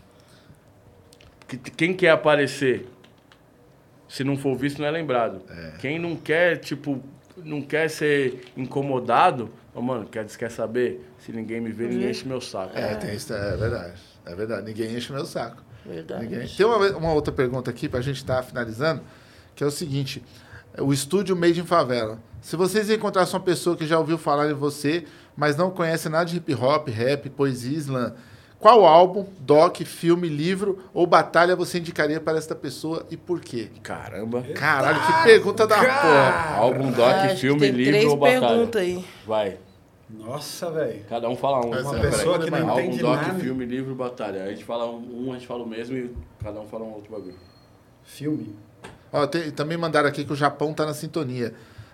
Quem quer aparecer... Se não for visto, não é lembrado. Quem não quer, tipo, não quer ser incomodado, mano, quer saber? Se ninguém me vê, ninguém enche meu saco. Tem isso, é verdade. É verdade, ninguém enche meu saco. Verdade. Tem uma outra pergunta aqui pra gente estar finalizando, que é o seguinte, o estúdio Made in Favela. Se vocês encontrassem uma pessoa que já ouviu falar em você, mas não conhece nada de hip hop, rap, poesia, slam, qual álbum, doc, filme, livro ou batalha você indicaria para esta pessoa e por quê? Caramba. Caralho, que pergunta da porra. Álbum, doc, filme, livro ou batalha? 3 perguntas aí. Vai. Nossa, velho. Cada um fala um. Uma pessoa que não entende álbum, doc, nada. filme, livro, batalha. A gente fala a gente fala o mesmo e cada um fala um outro bagulho. Filme. Ó, também mandaram aqui que o Japão tá na sintonia.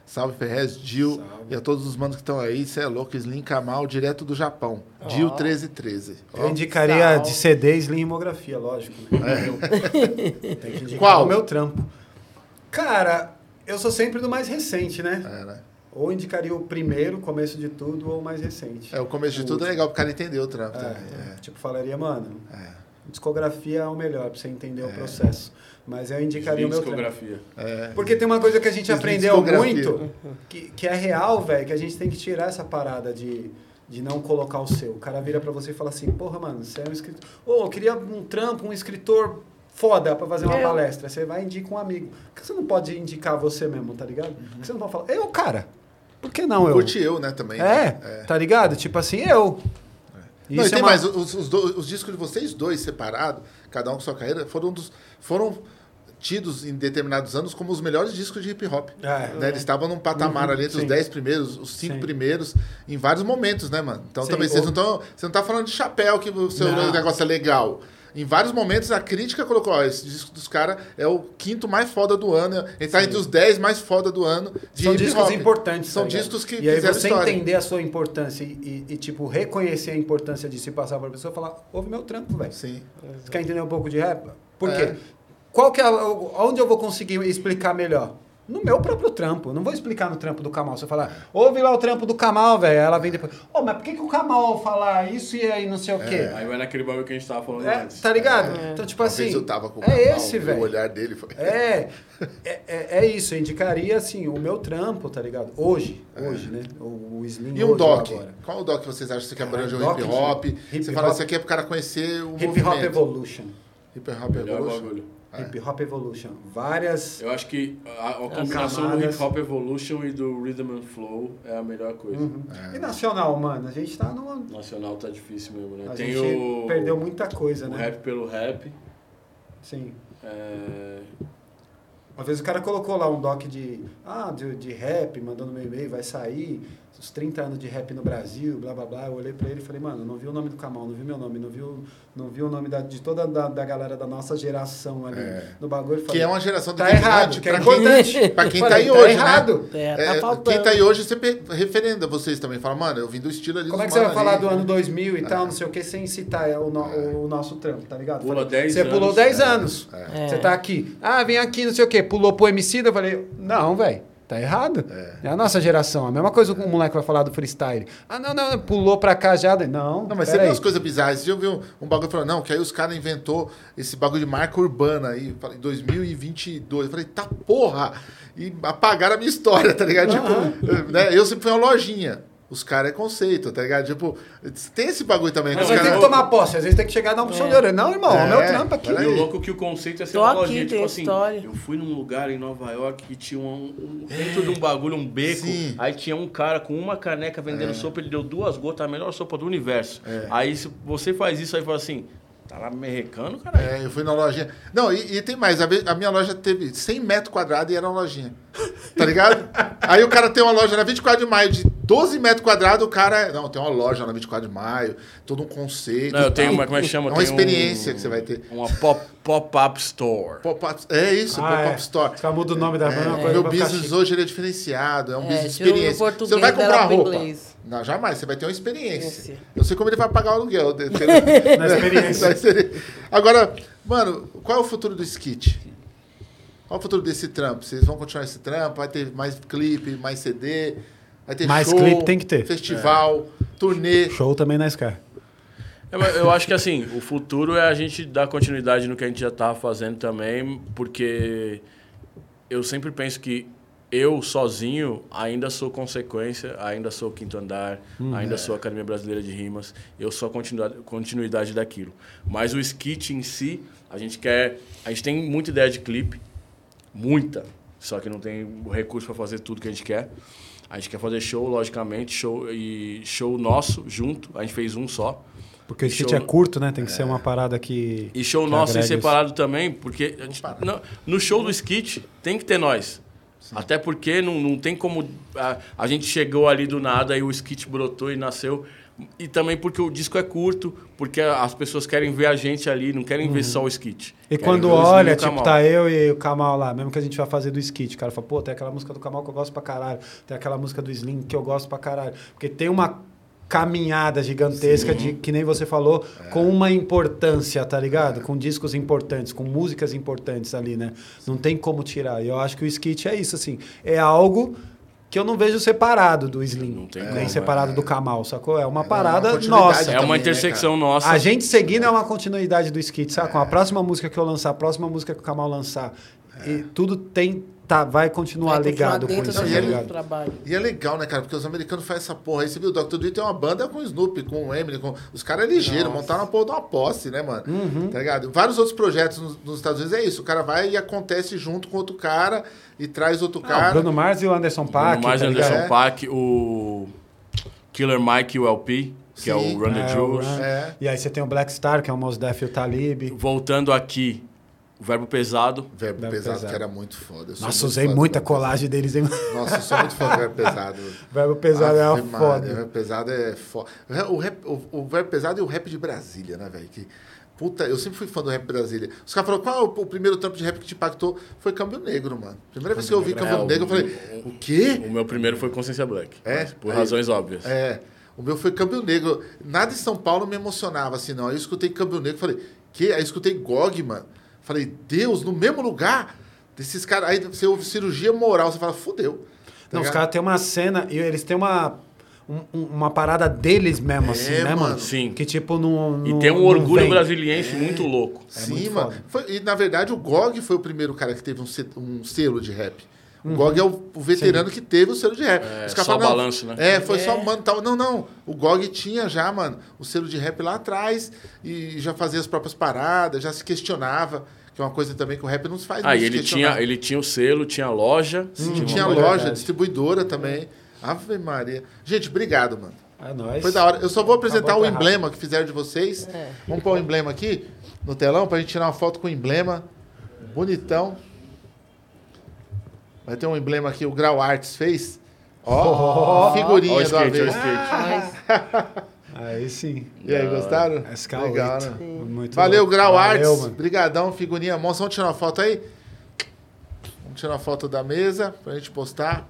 Salve Ferrez, Gil. Salve. E a todos os manos que estão aí. Você é louco, Slim Kamal, direto do Japão. Gil 1313. Eu indicaria de CD Slim Rimografia, lógico. Né? Tem que indicar Qual? o meu trampo. Cara, eu sou sempre do mais recente, né? Né? Ou indicaria o primeiro, começo de tudo, ou o mais recente. O começo de tudo é legal, pro cara entender o trampo também. Tipo, falaria, mano, discografia é o melhor, pra você entender o processo. Mas eu indicaria o meu discografia. Porque tem uma coisa que a gente aprendeu discografia. muito, que é real, velho, que a gente tem que tirar essa parada de não colocar o seu. O cara vira pra você e fala assim, porra, mano, você é um escritor... eu queria um trampo, um escritor foda pra fazer uma palestra. Você vai e indica um amigo. Por que você não pode indicar você mesmo, tá ligado? Por que você não pode falar, cara... Por que não eu? Curte eu, né, também. Tá ligado? Tipo assim, eu. Não, e tem mais, os discos de vocês dois separados, cada um com sua carreira, foram tidos em determinados anos como os melhores discos de hip hop. Né? Eles estavam num patamar ali entre os 10 primeiros, os 5 primeiros, em vários momentos, né, mano? Então também você não tá falando de chapéu que o seu negócio é legal. Em vários momentos a crítica colocou, esse disco dos caras é o 5º mais foda do ano, ele tá entre os 10 mais foda do ano de São hip discos hop. importantes. São discos que e aí fizeram você história. entender a sua importância e tipo, reconhecer a importância de se passar pra pessoa e falar, ouve meu trampo, velho. Sim. Você quer entender um pouco de rap? Por quê? Qual que é onde eu vou conseguir explicar melhor? No meu próprio trampo. Eu não vou explicar no trampo do Kamal. Você falar, ouve lá o trampo do Kamal, velho. Ela vem depois. Mas por que o Kamal fala isso e aí não sei o quê? Aí vai naquele bagulho que a gente tava falando antes. Tá ligado? Então, tipo assim. Eu tava com o Kamal, esse, velho. O olhar dele foi. É isso. Eu indicaria, assim, o meu trampo, tá ligado? Hoje, né? O Slim. E um doc? Qual o doc que vocês acham que abrange o hip hop? Você fala, isso aqui é pro cara conhecer o movimento. Hip Hop Evolution. Hip Hop Evolution. Hip Hop Evolution. Várias. Eu acho que a combinação do Hip Hop Evolution e do Rhythm and Flow é a melhor coisa. E nacional, mano? A gente tá numa. Nacional tá difícil mesmo, né? A gente perdeu muita coisa, né? O rap pelo rap. Sim. Uma vez o cara colocou lá um doc de rap, mandando meu e-mail, vai sair, os 30 anos de rap no Brasil, blá blá blá. Eu olhei pra ele e falei, mano, não vi o nome do Kamal, não vi meu nome, não vi o nome de toda da galera da nossa geração ali no bagulho. Que é uma geração tá errado, que é importante. Pra quem tá aí hoje, errado. Né? Tá faltando. Quem tá aí hoje, você referenda vocês também. Fala, mano, eu vim do estilo ali. Como é que você vai falar do ano 2000 e tal, não sei o que, sem citar o nosso trampo, tá ligado? Você pulou 10 anos. Você tá aqui. Vem aqui, não sei o que, pulou pro Emicida, eu falei, não, velho. Tá errado. É a nossa geração. A mesma coisa que o moleque vai falar do freestyle. Não, pulou pra cá já. Não, mas você viu umas coisas bizarras. Você já viu um bagulho falando, não, que aí os caras inventou esse bagulho de marca urbana aí, em 2022. Eu falei, tá porra! E apagaram a minha história, tá ligado? Tipo, né? Eu sempre fui uma lojinha. Os caras é conceito, tá ligado? Tipo, tem esse bagulho também. Mas tem que tomar posse, às vezes tem que chegar e dar um puxão de orelha. Não, irmão, é o meu trampo aqui. É louco que o conceito é ser uma lojinha. Tipo assim, eu fui num lugar em Nova York que tinha dentro de um bagulho, um beco, aí tinha um cara com uma caneca vendendo sopa, ele deu 2 gotas, a melhor sopa do universo. Aí se você faz isso, aí fala assim, tá lá merrecando, cara? Eu fui na lojinha. Não, e tem mais, a minha loja teve 100 metros quadrados e era uma lojinha. Tá ligado? Aí o cara tem uma loja na 24 de maio de 12 metros quadrados, o cara... Não, tem uma loja na 24 de maio, todo um conceito. Não, eu tenho uma, como é que chama? É uma experiência que você vai ter. Uma pop-up store. É isso, pop-up store. Você muda o nome da banda. Meu business hoje ele é diferenciado, é um business experiência. Você não vai comprar roupa. Não, jamais. Você vai ter uma experiência. Eu sei como ele vai pagar o aluguel. Na experiência. Agora, mano, qual é o futuro do skit? Qual é o futuro desse trampo? Vocês vão continuar esse trampo? Vai ter mais clipe, mais CD? Vai ter mais show? Clipe tem que ter. Festival, turnê? Show também na Sky. Eu acho que assim, o futuro é a gente dar continuidade no que a gente já tá fazendo também, porque eu sempre penso que eu, sozinho, ainda sou consequência, ainda sou Quinto Andar, ainda sou Academia Brasileira de Rimas, eu sou a continuidade daquilo. Mas o skit em si, a gente tem muita ideia de clipe, muita, só que não tem o recurso para fazer tudo que a gente quer. A gente quer fazer show, logicamente, show nosso, junto, a gente fez um só. Porque o skit é curto, né? Tem que ser uma parada que... E show nosso e separado também, porque no show do skit tem que ter nós. Sim. Até porque não tem como... A gente chegou ali do nada e o skit brotou e nasceu. E também porque o disco é curto, porque as pessoas querem ver a gente ali, não querem ver só o skit. E quando olha, tipo, tá eu e o Kamal lá, mesmo que a gente vai fazer do skit, o cara fala, pô, tem aquela música do Kamal que eu gosto pra caralho, tem aquela música do Slim que eu gosto pra caralho. Porque tem uma caminhada gigantesca de, que nem você falou, com uma importância, tá ligado? Com discos importantes, com músicas importantes ali, né? Não tem como tirar. E eu acho que o skit é isso, assim. É algo que eu não vejo separado do Slim, não tem nem separado do Kamal, sacou? É uma parada nossa. É uma intersecção nossa. A gente seguindo é uma continuidade do skit, sabe? Com a próxima música que eu lançar, a próxima música que o Kamal lançar, e tudo tem... vai continuar ligado com isso. E é legal, né, cara? Porque os americanos fazem essa porra. Aí você viu, o Dr. Dre tem uma banda com o Snoopy, com o Eminem, com... Os caras é ligeiro, montaram uma porra de uma posse, né, mano? Tá ligado? Vários outros projetos nos Estados Unidos é isso. O cara vai e acontece junto com outro cara e traz outro cara. O Bruno Mars e o Anderson .Paak. Bruno Mars e o Anderson .Paak, o Killer Mike e o LP, que é o Run the Jewels. E aí você tem o Black Star, que é o Mos Def e o Talib. Voltando aqui, o Verbo Pesado. Verbo pesado, que era muito foda. Nossa, usei muita colagem deles, hein? Nossa, eu sou muito fã do Verbo Pesado. Verbo Pesado é uma foda. O Verbo Pesado é foda. O Verbo Pesado e o rap de Brasília, né, velho? Puta, eu sempre fui fã do rap de Brasília. Os caras falaram, qual é o primeiro trampo de rap que te impactou? Foi Câmbio Negro, mano. Primeira vez que eu ouvi Câmbio Negro, eu falei, o quê? O meu primeiro foi Consciência Black. Por razões óbvias. O meu foi Câmbio Negro. Nada em São Paulo me emocionava, assim, não. Aí eu escutei Câmbio Negro, falei, que? Aí eu escutei GOG, mano. Falei, Deus, no mesmo lugar desses caras. Aí você ouve Cirurgia Moral, você fala, fudeu. Não, os caras têm uma cena, e eles têm uma parada deles mesmo, assim, né, mano? Sim. Que tipo, não. E tem um orgulho brasiliense muito louco. Sim, mano. E na verdade o GOG foi o primeiro cara que teve um selo de rap. O GOG é o veterano que teve o selo de rap. Só o balanço, né? Foi só mano tal. Não. O GOG tinha já, mano, o selo de rap lá atrás e já fazia as próprias paradas, já se questionava. Que é uma coisa também que o rap não se faz muito. Ele tinha o selo, tinha loja. Tinha loja, distribuidora também. Ave Maria. Gente, obrigado, mano. É nóis. Foi da hora. Eu só vou apresentar o emblema que fizeram de vocês. Vamos pôr o emblema aqui no telão pra gente tirar uma foto com o emblema. Bonitão. Vai ter um emblema aqui, o Grau Arts fez. Figurinha do avesso. Aí sim. E aí, gostaram? Legal, né? Muito Valeu, louco. Grau Arts. Brigadão, figurinha monstra. Vamos tirar uma foto aí? Vamos tirar uma foto da mesa pra gente postar.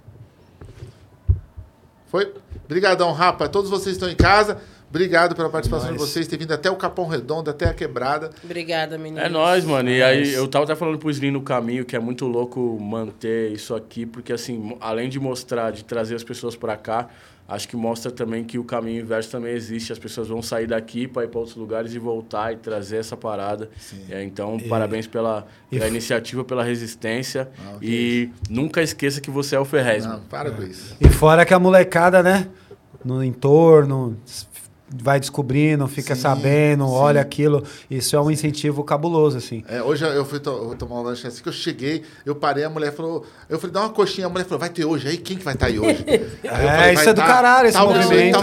Foi? Brigadão, Rapa. Todos vocês estão em casa. Obrigado pela participação de vocês, ter vindo até o Capão Redondo, até a Quebrada. Obrigada, menino. É nóis, mano. E aí, eu tava até falando pro Slim no caminho que é muito louco manter isso aqui, porque assim, além de mostrar, de trazer as pessoas pra cá, acho que mostra também que o caminho inverso também existe. As pessoas vão sair daqui para ir para outros lugares e voltar e trazer essa parada. Então, parabéns pela iniciativa, pela resistência. E nunca esqueça que você é o Ferrez. Não, para com isso. E fora que a molecada, né? No entorno, vai descobrindo, fica sabendo, olha aquilo. Isso é um incentivo cabuloso, assim. Hoje eu fui tomar um lanche assim, que eu cheguei, eu parei, a mulher falou... Eu falei, dá uma coxinha. A mulher falou, vai ter hoje aí? Quem que vai estar aí hoje? Falei, isso é do caralho, esse movimento.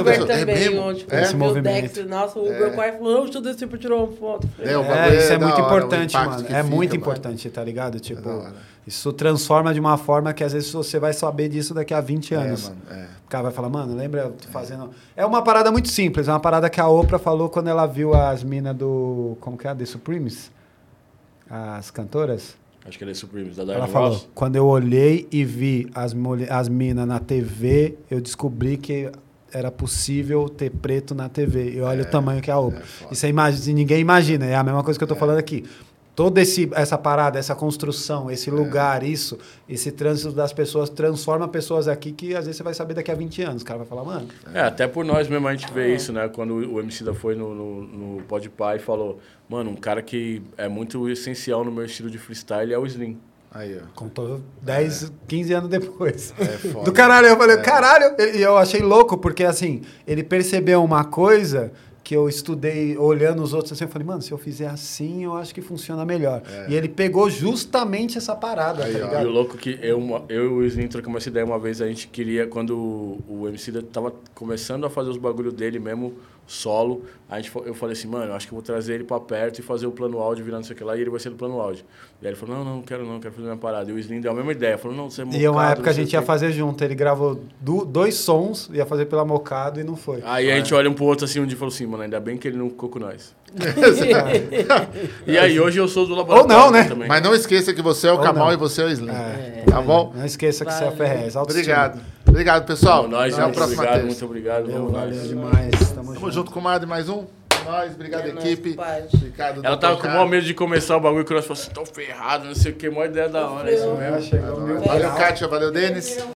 Esse movimento. Nossa, o meu pai falou, não, estuda esse, tirou uma foto. Isso é muito importante, mano. É muito importante, tá ligado? Tipo... Isso transforma de uma forma que às vezes você vai saber disso daqui a 20 anos. O cara vai falar, mano, lembra eu tô fazendo... É uma parada muito simples, é uma parada que a Oprah falou quando ela viu as minas do... Como que é? The Supremes? As cantoras? Acho que é The Supremes, da Diana Ela falou, quando eu olhei e vi as minas na TV, eu descobri que era possível ter preto na TV. E olha o tamanho que é a Oprah. Isso ninguém imagina, é a mesma coisa que eu tô falando aqui. Toda essa parada, essa construção, esse lugar, esse trânsito das pessoas transforma pessoas aqui que às vezes você vai saber daqui a 20 anos. O cara vai falar, mano... até por nós mesmo a gente vê isso, né? Quando o Emicida foi no Podpah e falou, mano, um cara que é muito essencial no meu estilo de freestyle é o Slim. Aí, ó. Contou 10, 15 anos depois. Foda. Do caralho, eu falei, caralho! E eu achei louco, porque assim, ele percebeu uma coisa... que eu estudei olhando os outros assim, eu falei, mano, se eu fizer assim, eu acho que funciona melhor. E ele pegou justamente essa parada, tá ligado? E o louco que eu e o Slim trocamos essa ideia uma vez, a gente queria, quando o Emicida tava começando a fazer os bagulhos dele mesmo, solo. Eu falei assim, mano, eu acho que eu vou trazer ele pra perto e fazer o plano áudio virando isso aqui lá, e ele vai ser do plano áudio. E aí ele falou, não quero fazer minha parada. E o Slim deu a mesma ideia, falou, não, você é mocado. E uma época a gente ia fazer junto, ele gravou 2 sons, ia fazer pela Mocado e não foi. Aí a gente olha um pro outro assim, um dia falou assim, mano, ainda bem que ele não ficou com nós. E aí hoje eu sou do laboratório. Ou não, né? Também. Mas não esqueça que você é o Kamal e você é o Slim. Tá bom? Não esqueça que você é a Ferrez. Obrigado. Obrigado, pessoal. Nós, até a próxima obrigado, terça. muito obrigado. Valeu demais. Tamo junto, comadre, mais um. Nós, obrigado, equipe. Obrigado, ela tava com o maior medo de começar o bagulho, que nós falamos assim, tô ferrado, não sei o que, maior ideia da hora. Isso mesmo. Valeu, Kátia, valeu, Denis.